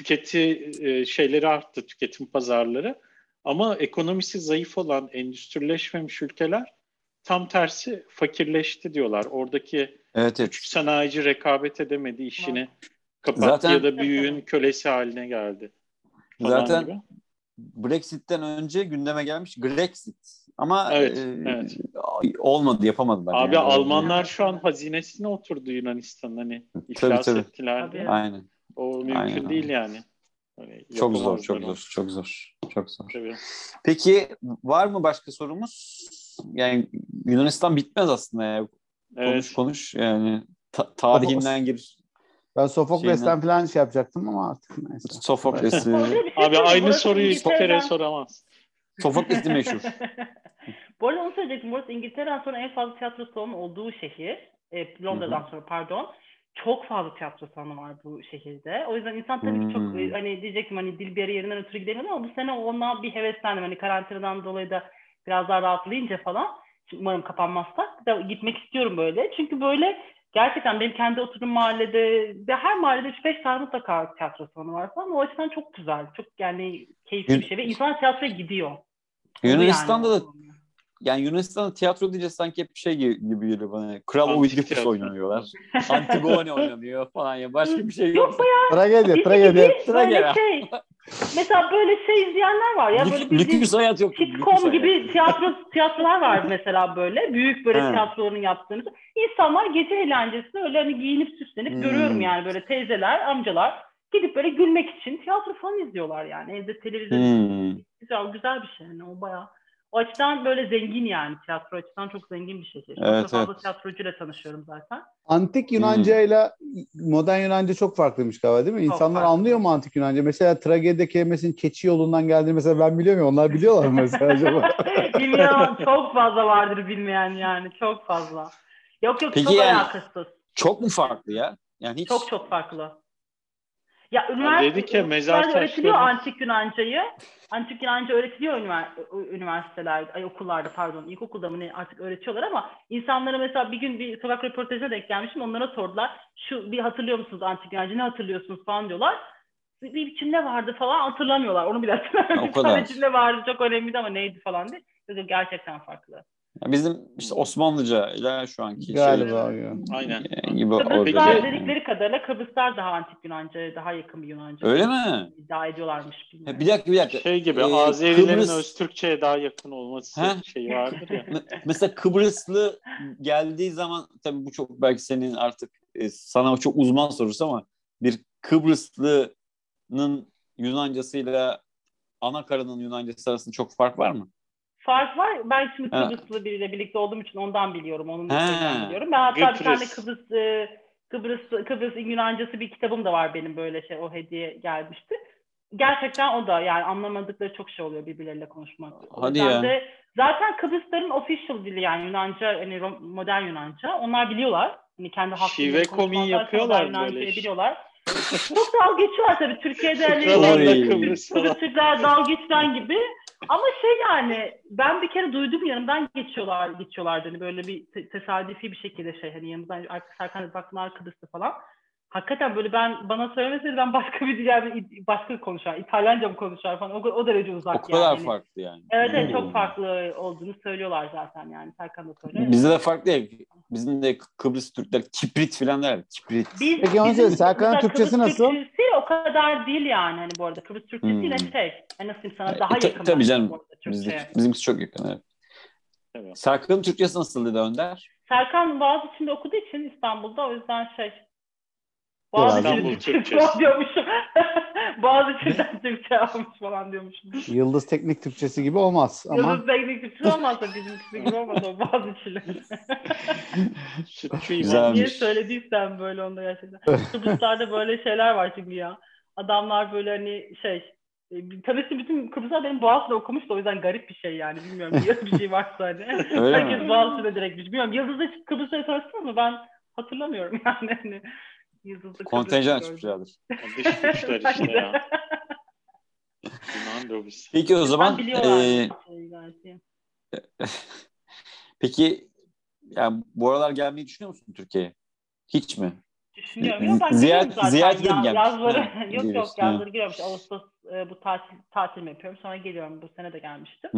Şeyleri arttı, tüketim pazarları. Ama ekonomisi zayıf olan endüstrileşmemiş ülkeler tam tersi fakirleşti diyorlar. Oradaki evet. küçük sanayici rekabet edemedi, işini kapattı Zaten- ya da büyüğün kölesi haline geldi falan Zaten gibi. Brexit'ten önce gündeme gelmiş Grexit. Ama Evet. olmadı, yapamadılar Abi yani. Almanlar şu an hazinesine oturdu Yunanistan'ın, hani iflas Tabii. ettiler Tabii. diye. Aynen. O mümkün Aynen. değil yani. Hani Çok zor, yapamazlar çok onu. zor, çok zor, çok zor. Tabii. Peki var mı başka sorumuz? Yani Yunanistan bitmez aslında ya. Evet. Konuş yani tarihinden gir. Ben Sofokles'ten falan şey yapacaktım ama artık neyse. Sofokles'i. Orada bir şey Abi söyleyeyim. aynı Burası soruyu iki kere İngiltere'den. soramaz. Sofokles'i meşhur. Bu arada onu söyleyecektim. Burası İngiltere'den sonra en fazla tiyatro salonu olduğu şehir. Londra'dan sonra pardon. Çok fazla tiyatro salonu var bu şehirde. O yüzden insan tabii ki çok hani diyecektim hani dil bariyerinden ötürü gidelim ama bu sene ona bir heveslendim. Hani karantinadan dolayı da biraz daha rahatlayınca falan. Şimdi umarım kapanmazsak da gitmek istiyorum böyle. Çünkü böyle gerçekten benim kendi oturduğum mahallede ve her mahallede 3-5 tane mutlaka tiyatro salonu var falan. O açıdan çok güzel. Çok yani keyifli bir şey ve insan tiyatroya gidiyor. Yunanistan'da da yani Yunanistan'da tiyatro deyince sanki hep şey gibi geliyor bana. Kral Antik Oidipus tiyatro. oynanıyorlar. Antigone oynanıyor falan ya. Başka bir şey yok. Yok bayağı Tragedya, dizi tragedya. gibi böyle Tragedya. şey. Mesela böyle şey izleyenler var ya, böyle bildiğin Lüküs hayat yok. sitcom gibi tiyatrolar var mesela böyle. Büyük böyle He. tiyatroların yaptığınız. İnsanlar gece eğlencesinde öyle hani giyinip süslenip görüyorum yani, böyle teyzeler, amcalar gidip böyle gülmek için tiyatro falan izliyorlar yani. Evde televizyon güzel bir şey yani, o bayağı. O açıdan böyle zengin yani, tiyatro açıdan çok zengin bir şey. Çok fazla tiyatrocuyla tanışıyorum zaten. Antik Yunanca ile modern Yunanca çok farklıymış galiba, değil mi? Çok İnsanlar farklı. anlıyor mu Antik Yunanca? Mesela tragedi kelimesinin keçi yolundan geldiğini mesela ben biliyor muyum? Onlar biliyorlar mı mesela acaba? Bilmiyorum, çok fazla vardır bilmeyen yani, çok fazla. Yok Peki çok yani, alakasız. çok mu farklı ya? Yani hiç... Çok farklı. Ya dedik ya, mezar öğretiliyor taşları. Antik Yunancayı. Antik Yunanca öğretiliyor üniversiteler, okullarda pardon, ilkokulda mı ne artık öğretiyorlar, ama insanlara mesela bir gün bir sokak röportajına denk gelmişim, onlara sordular. Bir hatırlıyor musunuz Antik Yunanca, ne hatırlıyorsunuz falan diyorlar. Bir cümle vardı falan, hatırlamıyorlar. Onu bile hatırlamıyorum. O kadar. Bir tane cümle vardı, çok önemliydi ama neydi falan diye. Gerçekten farklı. Bizim işte Osmanlıca ile şu anki Galiba. Aynen. gibi Kıbrıslar orada. dedikleri kadarıyla Kıbrıslar daha Antik Yunanca'ya daha yakın bir Yunanca. Öyle mi? İddia ediyorlarmış. Bilmiyorum. Bir dakika. Şey gibi Azerilerin Kıbrıs... Öztürkçe'ye daha yakın olması şeyi vardır ya. Mesela Kıbrıslı geldiği zaman, tabii bu çok belki senin artık sana çok uzman sorusu, ama bir Kıbrıslı'nın Yunancasıyla Anakara'nın Yunancası arasında çok fark var mı? Fark var. Ben şimdi Kıbrıslı biriyle birlikte olduğum için ondan biliyorum. Onun şeyden biliyorum. Ben hatta Kıbrıs. bir tane Kıbrıs Yunancası bir kitabım da var benim, böyle o hediye gelmişti. Gerçekten o da yani, anlamadıkları çok şey oluyor birbirleriyle konuşmak. Hadi ya. De, zaten Kıbrısların official dili yani Yunanca, hani modern Yunanca. Onlar biliyorlar. Hani kendi Şive komiği yapıyorlar böyle. Biliyorlar. Çok dalga geçiyorlar tabii. Türkiye'de hani Kıbrıs Türkler dalga geçen gibi. Ama yani ben bir kere duydum, yanımdan geçiyorlardı. Hani böyle bir tesadüfi bir şekilde hani yanımdan Serkan baktım, arkadaştı falan. Hakikaten böyle bana söylemeseydi ben başka bir başka konuşan, İtalyanca mı konuşar falan, o derece uzak yani. O kadar farklı yani. Evet, çok farklı olduğunu söylüyorlar zaten yani. Serkan da söylüyor. Bizde de farklı ya. Bizim de Kıbrıs Türkler kibrit falan der. Kibrit. Peki onu söyle. Serkan'ın Türkçesi nasıl? Türkçesi o kadar değil yani, hani bu arada. Kıbrıs Türkçesi yine nasıl diyeyim sana, daha yakın. Tabii canım. Bizimkisi çok yakın, evet. Serkan'ın Türkçesi nasıl dedi Önder? Serkan Boğaziçi'nde okuduğu için İstanbul'da, o yüzden İstanbul Türkçesi diyormuşum. Boğaziçi'nden Türkçe almış falan diyormuşum. Yıldız Teknik Türkçesi gibi olmaz ama. Yıldız Teknik Türkçesi olmaz da bizimkisi gibi olmaz o Boğaziçi'li. Niye söylediysem böyle onda gerçekten. Kıbrıslarda böyle şeyler var çünkü ya. Adamlar böyle hani tabii bütün Kıbrıslar benim Boğaziçi'de okumuş da, o yüzden garip bir şey yani, bilmiyorum. Bir şey varsa hani. Herkes Boğaziçi'de direktmiş. Bilmiyorum, Yıldız'da Kıbrıs'ta tanıştınız mı? Ben hatırlamıyorum yani. Hani Yıldız'da kontenjan açmışlardır. Dış güçler işte ya. Yunan lobisi. Peki o zaman peki yani bu aralar gelmeyi düşünüyor musun Türkiye'ye? Hiç mi? Düşünüyorum. Yok, ben geliyorum zaten. Ziyaret gelmiş. Yazları yazları geliyorum. Ağustos bu tatilimi yapıyorum. Sonra geliyorum. Bu sene de gelmiştim.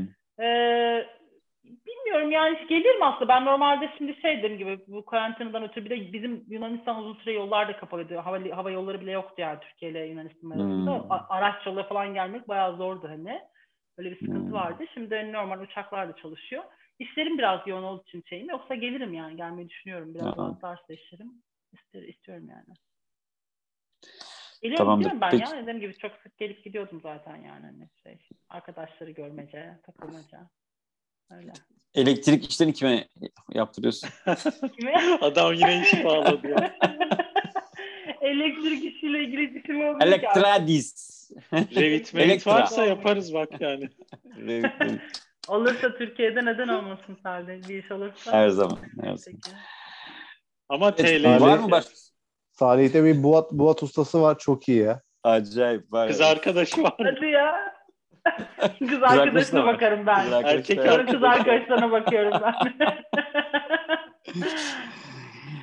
Bilmiyorum yani, gelirim aslında. Ben normalde şimdi dediğim gibi bu karantinadan ötürü, bir de bizim Yunanistan uzun süre yollar da kapalıydı. Hava yolları bile yoktu yani Türkiye ile Yunanistan arasında. Araç yoluyla falan gelmek bayağı zordu hani. Öyle bir sıkıntı vardı. Şimdi normal uçaklar da çalışıyor. İşlerim biraz yoğun olduğu için yoksa gelirim yani, gelmeyi düşünüyorum. Biraz rahatlarsa işlerim. İstiyorum yani. Gidiyorum ben ya. Dediğim gibi çok sık gelip gidiyordum zaten yani. Hani arkadaşları görmece, takılmaca. Öyle. Elektrik işlerini kime yaptırıyorsun? Kime? Adam yine iş bağladı ya. Elektrik işiyle ilgili işim olmuyor. Elektradis. Revit varsa yaparız bak yani. Olursa Türkiye'de neden olmasın sadece, bir iş olursa. Her zaman. Ama TL var mı başka? Salih'te bir Buat ustası var, çok iyi ya. Acayip var. Kız arkadaşı var. Hadi ya. Kız arkadaşına bakarım ben. Erkek kız arkadaşlarına bakıyorum ben.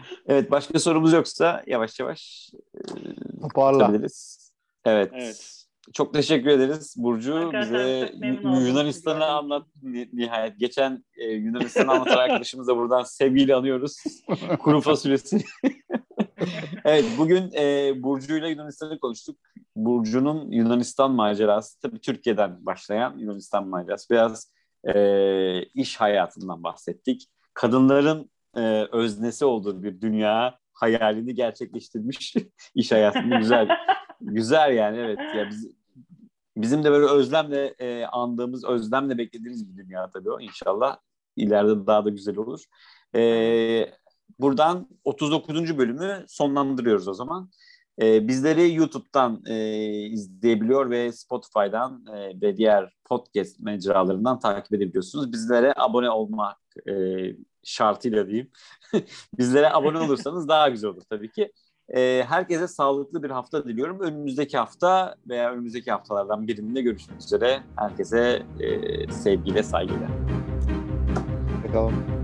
Evet, başka sorumuz yoksa yavaş yavaş toparla. Evet. Çok teşekkür ederiz Burcu. Arkadaşlar, Bize çok memnun oldum. Yunanistan'ı anlat nihayet. Geçen Yunanistan'ı anlatan arkadaşımızı da buradan sevgiyle anıyoruz. Kuru fasulyesi. Evet, bugün Burcu'yla Yunanistan'ı konuştuk. Burcu'nun Yunanistan macerası, tabii Türkiye'den başlayan Yunanistan macerası. Biraz iş hayatından bahsettik. Kadınların öznesi olduğu bir dünya hayalini gerçekleştirmiş iş hayatında. Güzel yani, evet. Ya bizim de böyle özlemle andığımız, özlemle beklediğimiz bir dünya tabii o. İnşallah ileride daha da güzel olur. Buradan 39. bölümü sonlandırıyoruz o zaman. Bizleri YouTube'dan izleyebiliyor ve Spotify'dan ve diğer podcast mecralarından takip edebiliyorsunuz. Bizlere abone olmak şartıyla diyeyim. Bizlere abone olursanız daha güzel olur tabii ki. Herkese sağlıklı bir hafta diliyorum. Önümüzdeki hafta veya önümüzdeki haftalardan birinde görüşmek üzere. Herkese sevgiyle, saygıyla. Bakalım.